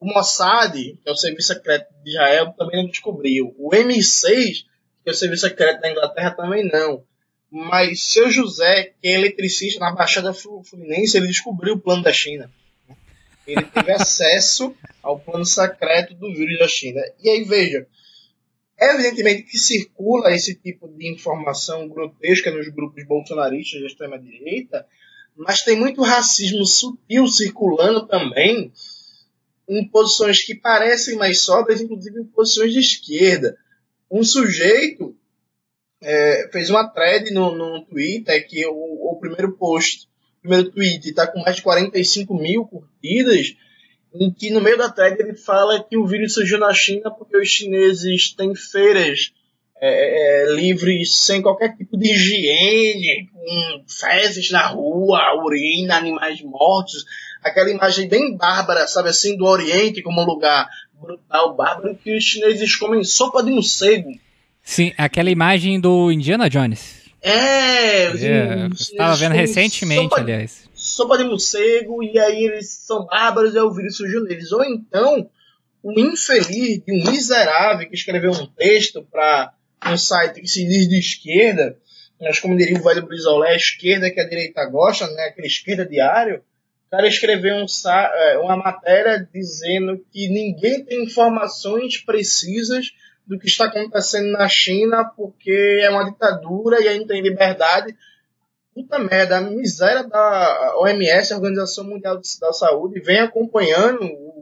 O Mossad, que é o serviço secreto de Israel, também não descobriu. O M I seis, que é o serviço secreto da Inglaterra, também não. Mas seu José, que é eletricista na Baixada Fluminense, ele descobriu o plano da China. Ele teve acesso ao plano secreto do vírus da China. E aí, veja, evidentemente que circula esse tipo de informação grotesca nos grupos bolsonaristas da extrema-direita, mas tem muito racismo sutil circulando também em posições que parecem mais sóbrias, inclusive em posições de esquerda. Um sujeito é, fez uma thread no, no Twitter, que o, o primeiro post, o primeiro tweet está com mais de quarenta e cinco mil curtidas, em que no meio da thread ele fala que o vírus surgiu na China porque os chineses têm feiras é, é, livres sem qualquer tipo de higiene, com fezes na rua, urina, animais mortos, aquela imagem bem bárbara, sabe assim, do Oriente como um lugar brutal, bárbaro, que os chineses comem sopa de morcego. Sim, aquela imagem do Indiana Jones. É, os, é os estava vendo recentemente, sopa, aliás. Sopa de morcego, e aí eles são bárbaros e o vírus surgiu neles. Ou então, um infeliz, um miserável que escreveu um texto para um site que se diz de esquerda, mas como diria o velho Brizola, é a esquerda que a direita gosta, né? Aquela esquerda diário. O cara escreveu um, uma matéria dizendo que ninguém tem informações precisas do que está acontecendo na China porque é uma ditadura e aí não tem liberdade. Puta merda, a miséria da O M S, a Organização Mundial da Saúde, vem acompanhando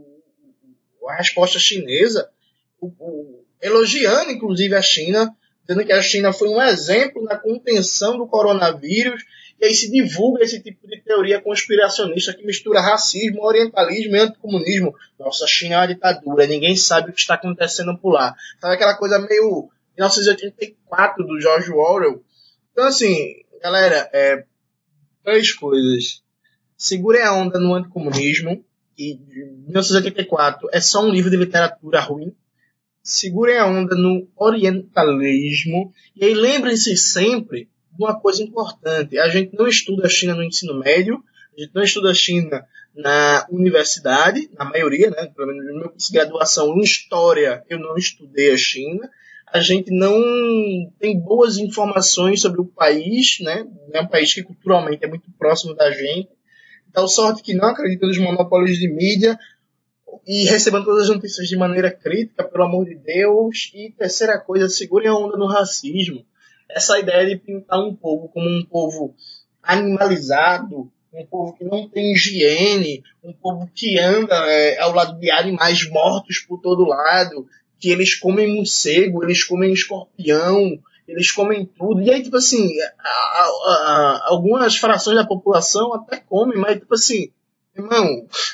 o, a resposta chinesa, o, o, elogiando inclusive a China, dizendo que a China foi um exemplo na contenção do coronavírus, e aí se divulga esse tipo de teoria conspiracionista que mistura racismo, orientalismo e anticomunismo. Nossa, a China é uma ditadura, ninguém sabe o que está acontecendo por lá. Sabe aquela coisa meio mil novecentos e oitenta e quatro do George Orwell? Então, assim, galera, é, três coisas. Segurem a onda no anticomunismo, e mil novecentos e oitenta e quatro é só um livro de literatura ruim. Segurem a onda no orientalismo, e aí lembrem-se sempre de uma coisa importante. A gente não estuda a China no ensino médio, a gente não estuda a China na universidade, na maioria, né? Pelo menos no meu curso de graduação em História, eu não estudei a China. A gente não tem boas informações sobre o país, né? É um país que culturalmente é muito próximo da gente. Então, sorte que não acredita nos monopólios de mídia e recebendo todas as notícias de maneira crítica, pelo amor de Deus. E terceira coisa, segurem a onda no racismo. Essa ideia de pintar um povo como um povo animalizado, um povo que não tem higiene, um povo que anda é, ao lado de animais mortos por todo lado, que eles comem morcego, eles comem escorpião, eles comem tudo. E aí, tipo assim, a, a, a, algumas frações da população até comem, mas, tipo assim, irmão,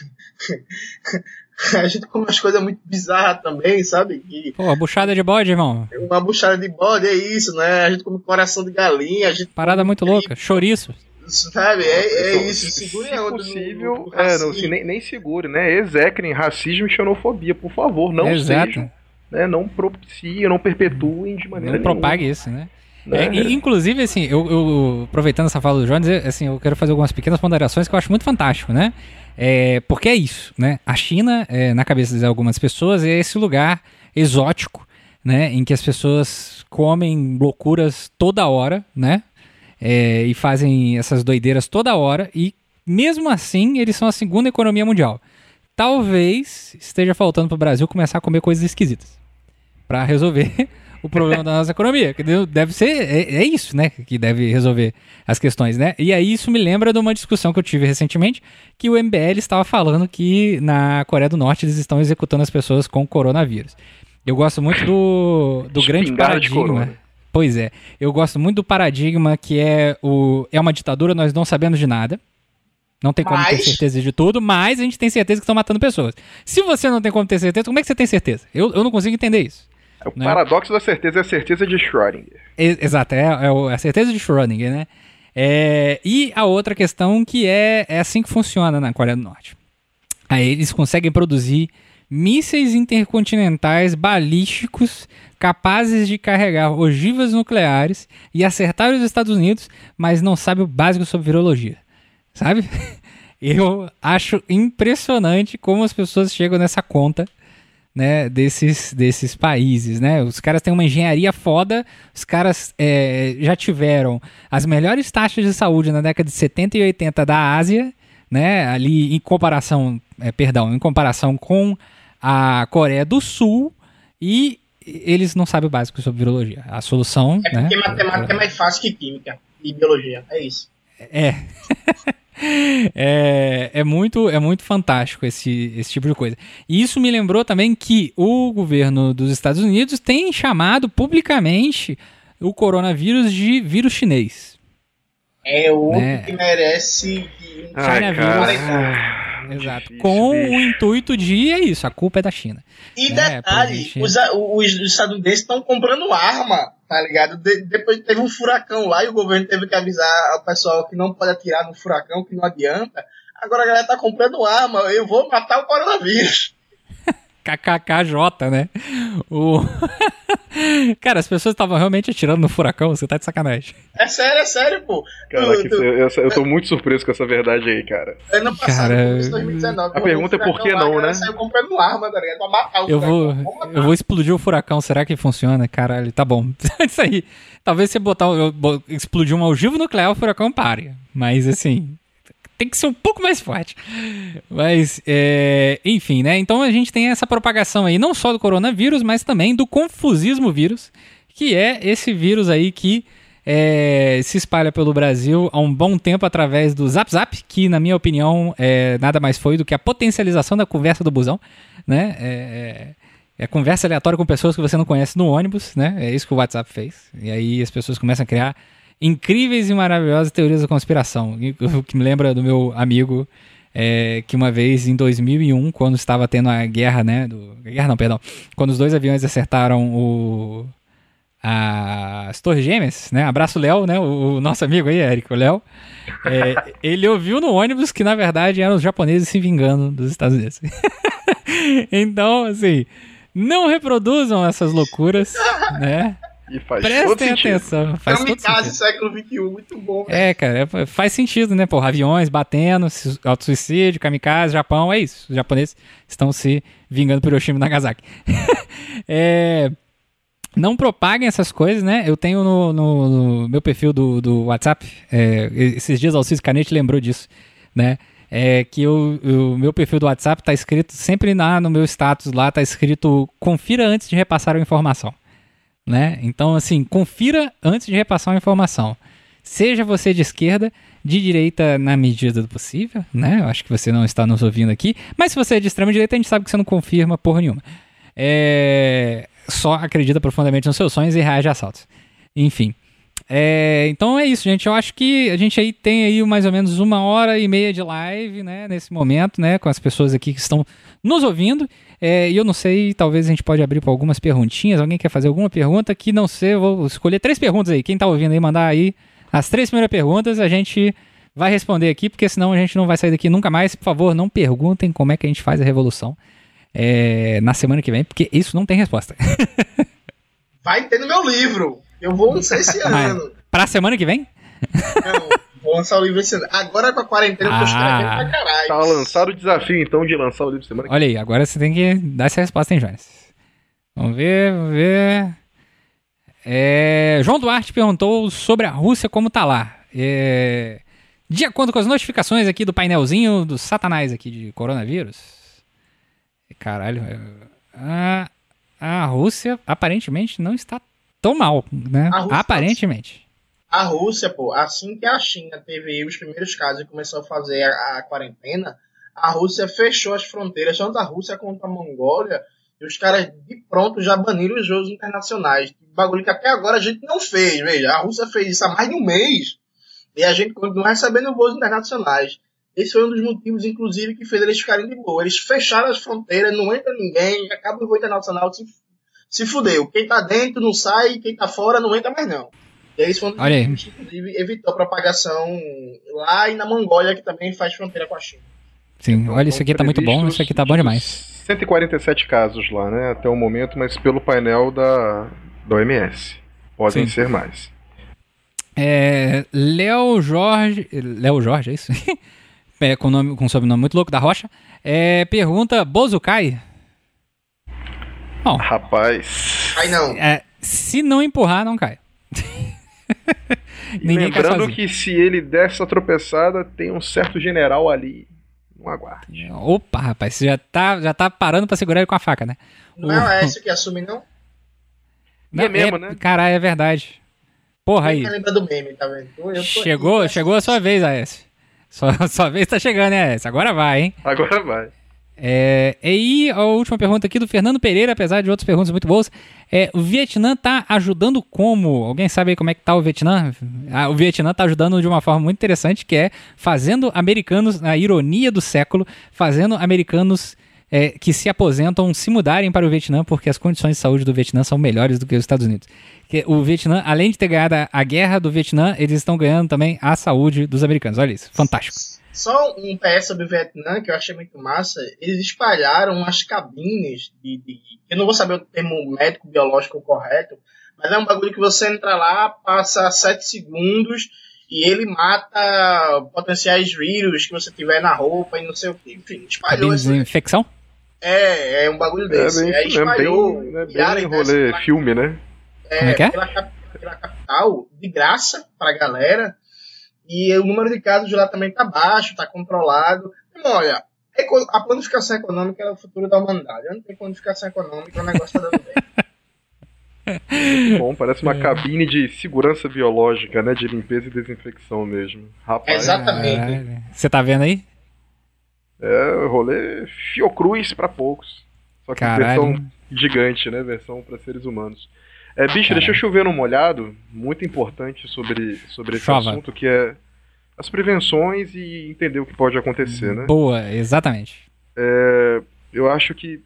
a gente come umas coisas muito bizarras também, sabe? Que, pô, buchada de bode, irmão. Uma buchada de bode, é isso, né? A gente come coração de galinha, a gente parada muito come... louca, chouriço. Sabe, é, é isso, segure a onda possível, no, no é, não, assim, nem, nem segure, né? Execrem racismo e xenofobia, por favor, não Exato. sejam, né? Não propiciem, não perpetuem de maneira não nenhuma. Propague isso, né? né? É, e, inclusive, assim, eu, eu aproveitando essa fala do Jones, assim, eu quero fazer algumas pequenas ponderações que eu acho muito fantástico, né? É, porque é isso, né? A China, é, na cabeça de algumas pessoas, é esse lugar exótico, né? Em que as pessoas comem loucuras toda hora, né? É, e fazem essas doideiras toda hora, e mesmo assim eles são a segunda economia mundial. Talvez esteja faltando para o Brasil começar a comer coisas esquisitas para resolver o problema da nossa economia. Que deve ser, é, é isso, né? Que deve resolver as questões, né? E aí isso me lembra de uma discussão que eu tive recentemente, que o M B L estava falando que na Coreia do Norte eles estão executando as pessoas com coronavírus. Eu gosto muito do, do grande paradigma. Pois é, eu gosto muito do paradigma que é, o, é uma ditadura, nós não sabemos de nada. Não tem como mas... ter certeza de tudo, mas a gente tem certeza que estão matando pessoas. Se você não tem como ter certeza, como é que você tem certeza? Eu, eu não consigo entender isso. É o né? paradoxo da certeza é a certeza de Schrödinger. É, exato, é, é a certeza de Schrödinger, né? É, e a outra questão que é, é assim que funciona na Coreia do Norte. Aí eles conseguem produzir mísseis intercontinentais balísticos capazes de carregar ogivas nucleares e acertar os Estados Unidos, mas não sabe o básico sobre virologia. Sabe? Eu acho impressionante como as pessoas chegam nessa conta, né, desses, desses países, né? Os caras têm uma engenharia foda, os caras é, já tiveram as melhores taxas de saúde na década de setenta e oitenta da Ásia, né? Ali em comparação, é, perdão, em comparação com a Coreia do Sul, e eles não sabem o básico sobre virologia. A solução... É porque né, matemática é mais fácil que química e biologia, é isso. É... É, é, muito, é muito fantástico esse, esse tipo de coisa. E isso me lembrou também que o governo dos Estados Unidos tem chamado publicamente o coronavírus de vírus chinês. É outro né? que merece... China vírus. Exato. Difícil, com bicho. O intuito de, é isso, a culpa é da China. E né? detalhe, gente... os, os, os estadunidenses estão comprando arma, tá ligado? De, depois teve um furacão lá e o governo teve que avisar ao pessoal que não pode atirar no furacão, que não adianta. Agora a galera tá comprando arma, eu vou matar o coronavírus. K K K J, né? O... Cara, as pessoas estavam realmente atirando no furacão, você tá de sacanagem. É sério, é sério, pô. Caraca, tu, tu... Eu, eu tô muito surpreso com essa verdade aí, cara. Ano passado, cara... dois mil e dezenove, a pergunta é por que lá, não, né? Saiu comprando arma, tá ligado? Pra matar o eu furacão. vou, eu vou explodir o furacão, será que funciona? Caralho, tá bom. Isso aí. Talvez você botar, explodir um ogivo nuclear, o furacão pare. Mas assim... Tem que ser um pouco mais forte. Mas, é, enfim, né? Então a gente tem essa propagação aí, não só do coronavírus, mas também do confusismo vírus, que é esse vírus aí que é, se espalha pelo Brasil há um bom tempo através do Zap Zap, que, na minha opinião, é, nada mais foi do que a potencialização da conversa do busão, né? É, é a conversa aleatória com pessoas que você não conhece no ônibus, né? É isso que o WhatsApp fez. E aí as pessoas começam a criar incríveis e maravilhosas teorias da conspiração. O que me lembra do meu amigo é, que uma vez em dois mil e um, quando estava tendo a guerra, né? Do, guerra não, perdão. Quando os dois aviões acertaram o, a, as Torres Gêmeas, né? Abraço, Léo, né? O, o nosso amigo aí, Érico, o Léo. É, ele ouviu no ônibus que, na verdade, eram os japoneses se vingando dos Estados Unidos. Então, assim, não reproduzam essas loucuras, né? E faz Prestem atenção. Faz todo sentido. Século vinte e um, muito bom. Velho. É, cara, é, faz sentido, né? Porra, aviões batendo, auto-suicídio, kamikaze, Japão, é isso. Os japoneses estão se vingando por Hiroshima e Nagasaki. é, não propaguem essas coisas, né? Eu tenho no, no, no meu perfil do, do WhatsApp, é, esses dias o Alcides Canete lembrou disso, né? É que o, o meu perfil do WhatsApp tá escrito, sempre lá no meu status lá, tá escrito, confira antes de repassar a informação. Né? Então, assim, confira antes de repassar uma informação. Seja você de esquerda, de direita na medida do possível, né? Eu acho que você não está nos ouvindo aqui. Mas se você é de extrema direita, a gente sabe que você não confirma porra nenhuma. É... Só acredita profundamente nos seus sonhos e reage a assaltos. Enfim. É... Então é isso, gente. Eu acho que a gente aí tem aí mais ou menos uma hora e meia de live, né? Nesse momento, né? Com as pessoas aqui que estão nos ouvindo. É, e eu não sei, talvez a gente pode abrir para algumas perguntinhas. Alguém quer fazer alguma pergunta? Que não sei, eu vou escolher três perguntas aí. Quem tá ouvindo aí, mandar aí as três primeiras perguntas, a gente vai responder aqui, porque senão a gente não vai sair daqui nunca mais. Por favor, não perguntem como é que a gente faz a revolução é, na semana que vem, porque isso não tem resposta. Vai ter no meu livro. Eu vou lançar esse ano. Pra semana que vem? Não, vou lançar o livro esse ano. Agora com a quarentena eu tô escrevendo pra caralho. Tá lançado o desafio, então, de lançar o livro semana que vem. Olha aí, agora você tem que dar essa resposta, hein, Jones? Vamos ver, vamos ver. É, João Duarte perguntou sobre a Rússia como tá lá. É, de acordo com as notificações aqui do painelzinho do Satanás aqui de coronavírus. Caralho. A, a Rússia aparentemente não está tão mal, né? Aparentemente. A Rússia, pô, assim que a China teve os primeiros casos e começou a fazer a, a quarentena, a Rússia fechou as fronteiras, tanto a Rússia quanto a Mongólia, e os caras de pronto já baniram os voos internacionais. Bagulho que até agora a gente não fez, veja. A Rússia fez isso há mais de um mês e a gente continua recebendo voos internacionais. Esse foi um dos motivos, inclusive, que fez eles ficarem de boa. Eles fecharam as fronteiras, não entra ninguém, acaba o voo internacional, se, se fudeu. Quem tá dentro não sai, quem tá fora não entra mais não. E aí, isso foi um dos motivos que, inclusive, evitou a propagação lá e na Mongólia, que também faz fronteira com a China. Sim, então, olha, isso aqui tá muito bom, isso aqui tá bom demais. cento e quarenta e sete casos lá, né, até o momento, mas pelo painel da, da O M S. Podem Sim. ser mais. É, Léo Jorge... Léo Jorge, é isso? é, com, nome, com um sobrenome muito louco, da Rocha, é, pergunta, Bozo cai? Bom, Rapaz. Aí não. é, se não empurrar, não cai. E Ninguém cai lembrando sozinho. que se ele der essa tropeçada, tem um certo general ali. Não aguarde. Opa, rapaz, você já tá, já tá parando pra segurar ele com a faca, né? Não é o Aécio que assume, não? Não, é mesmo, né? Caralho, é verdade. Porra aí. Quem lembra do meme, tá vendo? Eu tô Chegou, aqui, chegou a sua vez, Aécio. Sua, sua vez tá chegando, né, Aécio? Agora vai, hein? Agora vai. É, e aí, a última pergunta aqui do Fernando Pereira, apesar de outras perguntas muito boas. É, o Vietnã tá ajudando como? Alguém sabe aí como é que tá o Vietnã? Ah, o Vietnã tá ajudando de uma forma muito interessante, que é fazendo americanos, na ironia do século, fazendo americanos é, que se aposentam se mudarem para o Vietnã, porque as condições de saúde do Vietnã são melhores do que os Estados Unidos. Que o Vietnã, além de ter ganhado a, a guerra do Vietnã, eles estão ganhando também a saúde dos americanos. Olha isso, fantástico. Só um P S sobre o Vietnã, que eu achei muito massa. Eles espalharam umas cabines de, de... Eu não vou saber o termo médico-biológico correto, mas é um bagulho que você entra lá, passa sete segundos e ele mata potenciais vírus que você tiver na roupa e não sei o que. Enfim, espalhou Cabines de esse... infecção? É, é um bagulho desse. É bem, Aí isso, né? espalhou. Bem, né? enviaram Bem dessa rolê pra- filme, né? Como é que é? Pela, cap- pela capital, de graça pra galera. E o número de casos de lá também tá baixo, tá controlado. Então, olha, eco- a planificação econômica é o futuro da humanidade. Não tem planificação econômica, o negócio tá dando bem. Bom, parece uma cabine de segurança biológica, né? De limpeza e desinfecção mesmo. Rapaz, Exatamente. Caralho. Você tá vendo aí? é rolê Fiocruz pra poucos. Só que Caralho. versão gigante, né? Versão pra seres humanos. É, bicho, Caralho. deixa eu chover no molhado, muito importante sobre, sobre esse Chova. assunto, que é as prevenções e entender o que pode acontecer, né? Boa, exatamente. É, eu acho que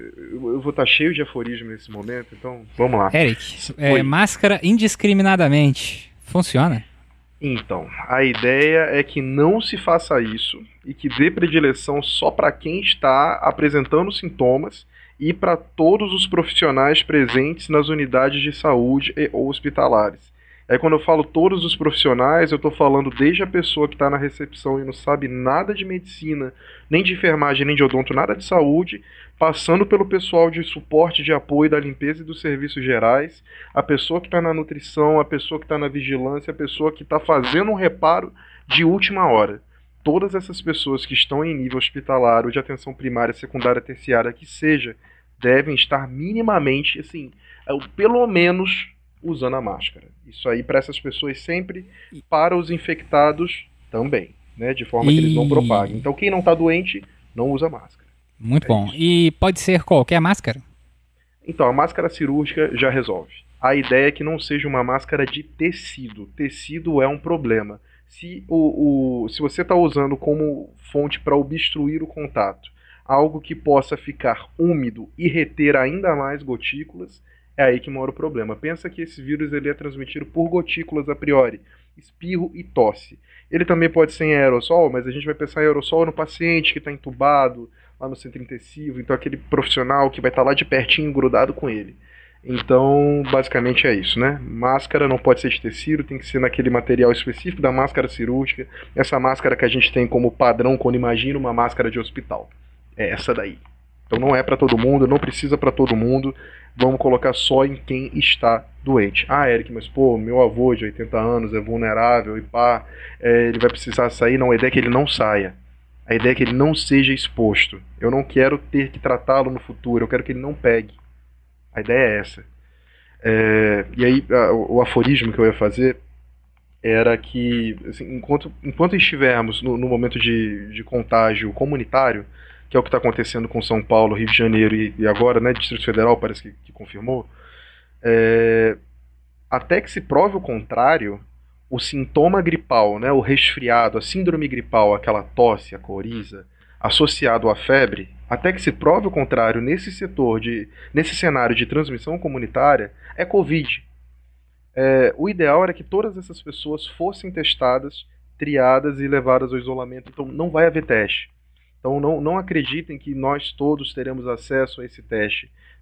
eu eu vou estar cheio de aforismo nesse momento, então vamos lá. Eric, é, Oi. máscara indiscriminadamente. Funciona? Então, a ideia é que não se faça isso e que dê predileção só para quem está apresentando sintomas e para todos os profissionais presentes nas unidades de saúde e ou hospitalares. Aí quando eu falo todos os profissionais, eu estou falando desde a pessoa que está na recepção e não sabe nada de medicina, nem de enfermagem, nem de odonto, nada de saúde, passando pelo pessoal de suporte, de apoio da limpeza e dos serviços gerais, a pessoa que está na nutrição, a pessoa que está na vigilância, a pessoa que está fazendo um reparo de última hora. Todas essas pessoas que estão em nível hospitalar ou de atenção primária, secundária, terciária, que seja, devem estar minimamente, assim, pelo menos usando a máscara. Isso aí para essas pessoas sempre, para os infectados também, né? De forma que eles não E- propaguem. Então quem não está doente, não usa máscara. Muito É bom. isso. E pode ser qualquer máscara? Então, a máscara cirúrgica já resolve. A ideia é que não seja uma máscara de tecido. Tecido é um problema. Se, o, o, se você está usando como fonte para obstruir o contato algo que possa ficar úmido e reter ainda mais gotículas, é aí que mora o problema. Pensa que esse vírus ele é transmitido por gotículas a priori, espirro e tosse. Ele também pode ser em aerossol, mas a gente vai pensar em aerossol no paciente que está entubado, lá no centro intensivo, então aquele profissional que vai estar lá de pertinho grudado com ele. Então, basicamente é isso, né? Máscara não pode ser de tecido, tem que ser naquele material específico da máscara cirúrgica, essa máscara que a gente tem como padrão quando imagina uma máscara de hospital. É essa daí. Então não é para todo mundo, não precisa para todo mundo, vamos colocar só em quem está doente. Ah, Eric, mas pô, meu avô de oitenta anos é vulnerável e pá, é, ele vai precisar sair. Não, a ideia é que ele não saia. A ideia é que ele não seja exposto. Eu não quero ter que tratá-lo no futuro, eu quero que ele não pegue. A ideia é essa. É, e aí, a, o aforismo que eu ia fazer era que, assim, enquanto, enquanto estivermos no, no momento de, de contágio comunitário, que é o que está acontecendo com São Paulo, Rio de Janeiro e, e agora, né, Distrito Federal, parece que, que confirmou, é, até que se prove o contrário, o sintoma gripal, né, o resfriado, a síndrome gripal, aquela tosse, a coriza, associado à febre, até que se prove o contrário nesse setor, de, nesse cenário de transmissão comunitária, é Covid. É, o ideal era que todas essas pessoas fossem testadas, triadas e levadas ao isolamento, então não vai haver teste. Então não, não acreditem que nós todos teremos acesso a esse teste.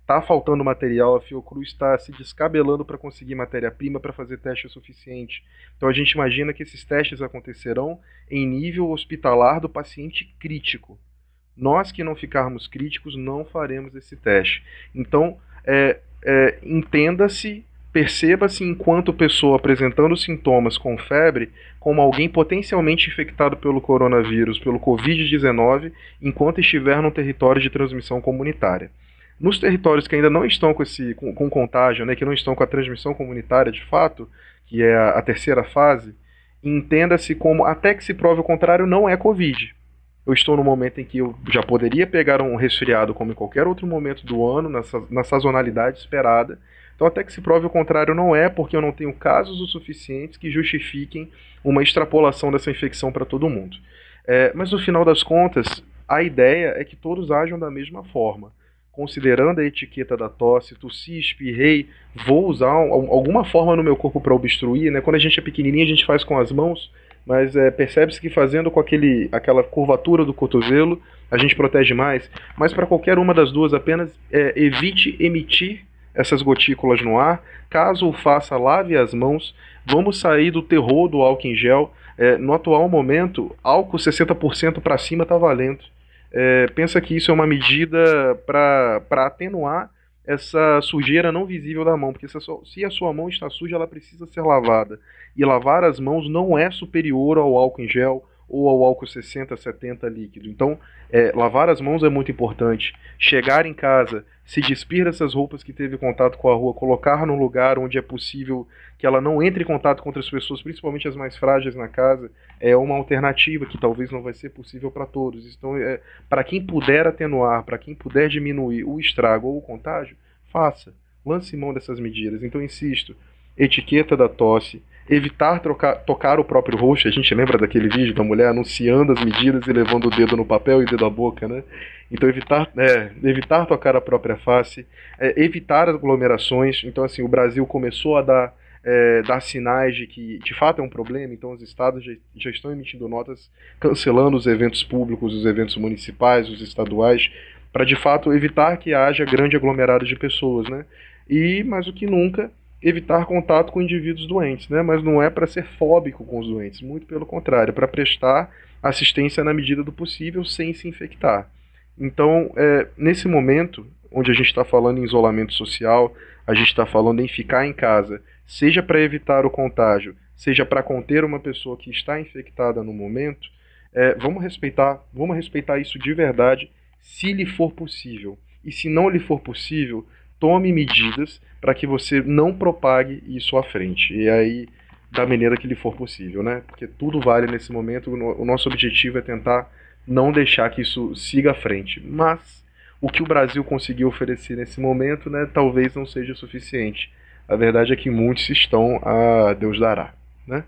Tá faltando material, a Fiocruz está se descabelando para conseguir matéria-prima para fazer teste suficiente. Então a gente imagina que esses testes acontecerão em nível hospitalar do paciente crítico. Nós que não ficarmos críticos não faremos esse teste. Então, é, é, entenda-se, perceba-se enquanto pessoa apresentando sintomas com febre, como alguém potencialmente infectado pelo coronavírus, pelo covid dezenove, enquanto estiver num território de transmissão comunitária. Nos territórios que ainda não estão com, esse, com, com contágio, né, que não estão com a transmissão comunitária de fato, que é a, a terceira fase, entenda-se como, até que se prove o contrário, não é Covid. Eu estou no momento em que eu já poderia pegar um resfriado como em qualquer outro momento do ano, na, na sazonalidade esperada. Então, até que se prove o contrário, não é, porque eu não tenho casos o suficientes que justifiquem uma extrapolação dessa infecção para todo mundo. É, mas, no final das contas, a ideia é que todos ajam da mesma forma. Considerando a etiqueta da tosse, tossi, espirrei, vou usar um, alguma forma no meu corpo para obstruir, né? Quando a gente é pequenininho, a gente faz com as mãos, mas é, percebe-se que fazendo com aquele, aquela curvatura do cotovelo, a gente protege mais. Mas para qualquer uma das duas, apenas é, evite emitir essas gotículas no ar. Caso o faça, lave as mãos. Vamos sair do terror do álcool em gel. É, no atual momento, álcool sessenta por cento para cima está valendo. É, pensa que isso é uma medida para atenuar essa sujeira não visível da mão, porque se a, sua, se a sua mão está suja, ela precisa ser lavada. E lavar as mãos não é superior ao álcool em gel ou ao álcool sessenta, setenta líquido. Então, é, lavar as mãos é muito importante. Chegar em casa, se despir dessas roupas que teve contato com a rua, colocar num lugar onde é possível que ela não entre em contato com outras pessoas, principalmente as mais frágeis na casa, é uma alternativa que talvez não vai ser possível para todos. Então, é, para quem puder atenuar, para quem puder diminuir o estrago ou o contágio, faça. Lance mão dessas medidas. Então, insisto, etiqueta da tosse, evitar trocar, tocar o próprio rosto. A gente lembra daquele vídeo da mulher anunciando as medidas e levando o dedo no papel e o dedo à boca, né? Então evitar, é, evitar tocar a própria face, é, evitar aglomerações. Então assim, o Brasil começou a dar, é, dar sinais de que de fato é um problema, então os estados já, já estão emitindo notas cancelando os eventos públicos, os eventos municipais, os estaduais, para de fato evitar que haja grande aglomerado de pessoas, né? E, mais do que nunca, evitar contato com indivíduos doentes, né? Mas não é para ser fóbico com os doentes, muito pelo contrário, é para prestar assistência na medida do possível sem se infectar. Então, é, nesse momento, onde a gente está falando em isolamento social, a gente está falando em ficar em casa, seja para evitar o contágio, seja para conter uma pessoa que está infectada no momento, é, vamos respeitar, vamos respeitar isso de verdade, se lhe for possível. E se não lhe for possível, tome medidas para que você não propague isso à frente. E aí, da maneira que lhe for possível, né? Porque tudo vale nesse momento. O nosso objetivo é tentar não deixar que isso siga à frente. Mas o que o Brasil conseguiu oferecer nesse momento, né, talvez não seja suficiente. A verdade é que muitos estão a Deus dará, né?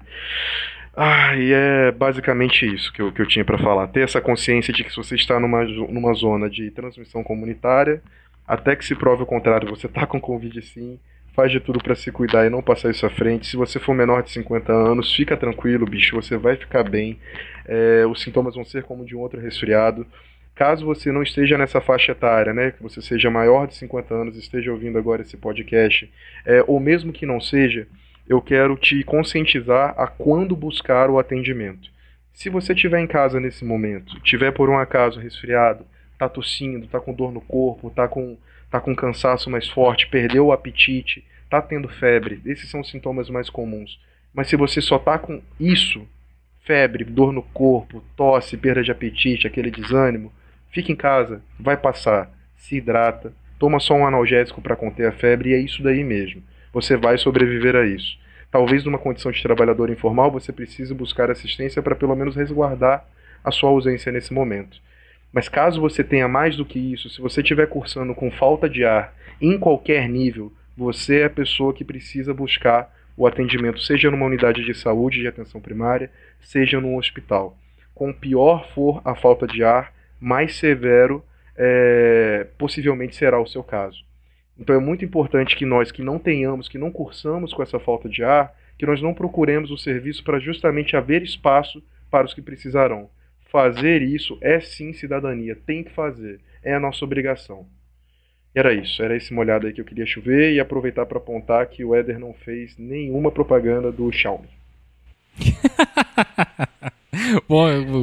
Ah, e é basicamente isso que eu, que eu tinha para falar. Ter essa consciência de que se você está numa, numa zona de transmissão comunitária, até que se prove o contrário, você está com Covid sim, faz de tudo para se cuidar e não passar isso à frente. Se você for menor de cinquenta anos, fica tranquilo, bicho, você vai ficar bem. É, os sintomas vão ser como de um outro resfriado. Caso você não esteja nessa faixa etária, né, que você seja maior de cinquenta anos e esteja ouvindo agora esse podcast, é, ou mesmo que não seja, eu quero te conscientizar a quando buscar o atendimento. Se você estiver em casa nesse momento, tiver por um acaso resfriado, tá tossindo, tá com dor no corpo, tá com, tá com cansaço mais forte, perdeu o apetite, tá tendo febre, esses são os sintomas mais comuns. Mas se você só tá com isso, febre, dor no corpo, tosse, perda de apetite, aquele desânimo, fica em casa, vai passar, se hidrata, toma só um analgésico para conter a febre e é isso daí mesmo. Você vai sobreviver a isso. Talvez numa condição de trabalhador informal você precise buscar assistência para pelo menos resguardar a sua ausência nesse momento. Mas caso você tenha mais do que isso, se você estiver cursando com falta de ar em qualquer nível, você é a pessoa que precisa buscar o atendimento, seja numa unidade de saúde de atenção primária, seja num hospital. Com pior for a falta de ar, mais severo é, possivelmente será o seu caso. Então é muito importante que nós que não tenhamos, que não cursamos com essa falta de ar, que nós não procuremos o serviço para justamente haver espaço para os que precisarão. Fazer isso é sim cidadania, tem que fazer, é a nossa obrigação. Era isso, era esse molhado aí que eu queria chover e aproveitar para apontar que o Éder não fez nenhuma propaganda do Xiaomi. Bom, eu...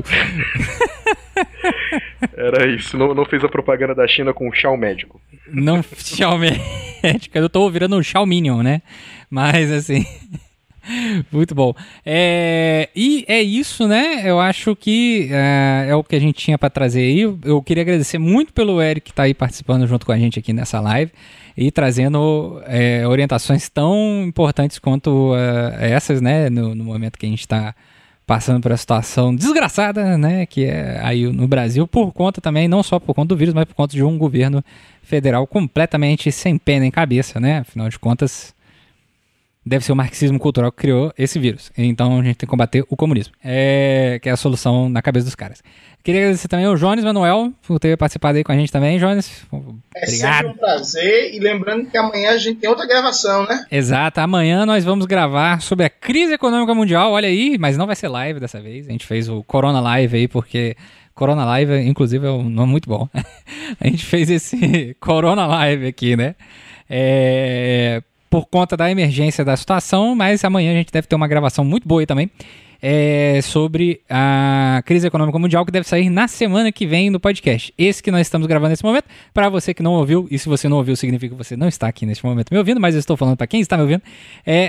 Era isso, não, não fez a propaganda da China com o Xiao Médico. Não, Xiaomi Médico, eu tô virando um Xiaominion, né? Mas assim... Muito bom. É, e é isso, né? Eu acho que é, é o que a gente tinha para trazer aí. Eu queria agradecer muito pelo Eric que tá aí participando junto com a gente aqui nessa live e trazendo é, orientações tão importantes quanto é, essas, né? No, no momento que a gente está passando por uma situação desgraçada, né? Que é aí no Brasil, por conta também, não só por conta do vírus, mas por conta de um governo federal completamente sem pé nem cabeça, né? Afinal de contas... Deve ser o marxismo cultural que criou esse vírus. Então a gente tem que combater o comunismo. É, que é a solução na cabeça dos caras. Queria agradecer também ao Jones Manuel por ter participado aí com a gente também, Jones. É sempre um prazer. E lembrando que amanhã a gente tem outra gravação, né? Exato. Amanhã nós vamos gravar sobre a crise econômica mundial. Olha aí, mas não vai ser live dessa vez. A gente fez o Corona Live aí porque... Corona Live, inclusive, é um nome muito bom. A gente fez esse Corona Live aqui, né? É... por conta da emergência da situação, mas amanhã a gente deve ter uma gravação muito boa aí também é, sobre a crise econômica mundial que deve sair na semana que vem no podcast. Esse que nós estamos gravando nesse momento, para você que não ouviu, e se você não ouviu significa que você não está aqui neste momento me ouvindo, mas eu estou falando para quem está me ouvindo, é,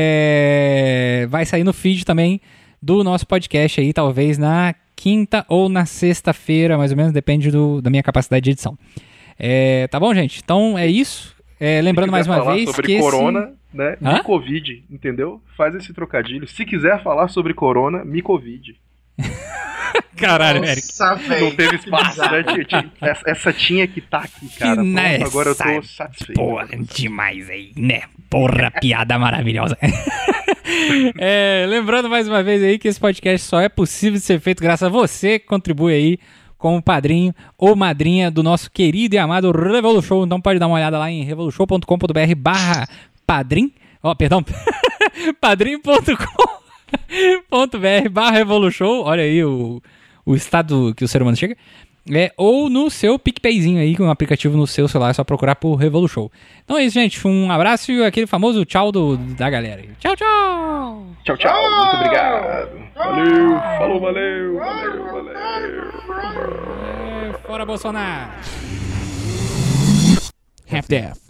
é, vai sair no feed também do nosso podcast aí, talvez na quinta ou na sexta-feira, mais ou menos, depende do, da minha capacidade de edição. É, tá bom, gente? Então é isso. É, lembrando mais uma vez sobre que corona, esse... né, Hã? me Covid, entendeu? Faz esse trocadilho. Se quiser falar sobre corona, me Covid. Caralho, Eric. Não teve espaço, né? Tinha, tinha, essa, essa tinha que tá aqui, cara. Que Pronto, agora eu tô satisfeito. Porra, demais aí, né? Porra, piada maravilhosa. É, lembrando mais uma vez aí que esse podcast só é possível de ser feito graças a você que contribui aí como padrinho ou madrinha do nosso querido e amado Revolution. Então pode dar uma olhada lá em revolution ponto com ponto b r barra padrim. Ó, oh, perdão. padrim ponto com ponto b r barra Revolution. Olha aí o, o estado que o ser humano chega. É, ou no seu PicPayzinho aí, com um aplicativo no seu celular, é só procurar por Revolution. Então é isso, gente. Um abraço e aquele famoso tchau do, da galera. Tchau, tchau! Tchau, tchau. Muito obrigado. Valeu. Falou, valeu. Valeu, valeu. É, fora Bolsonaro. Half-Death.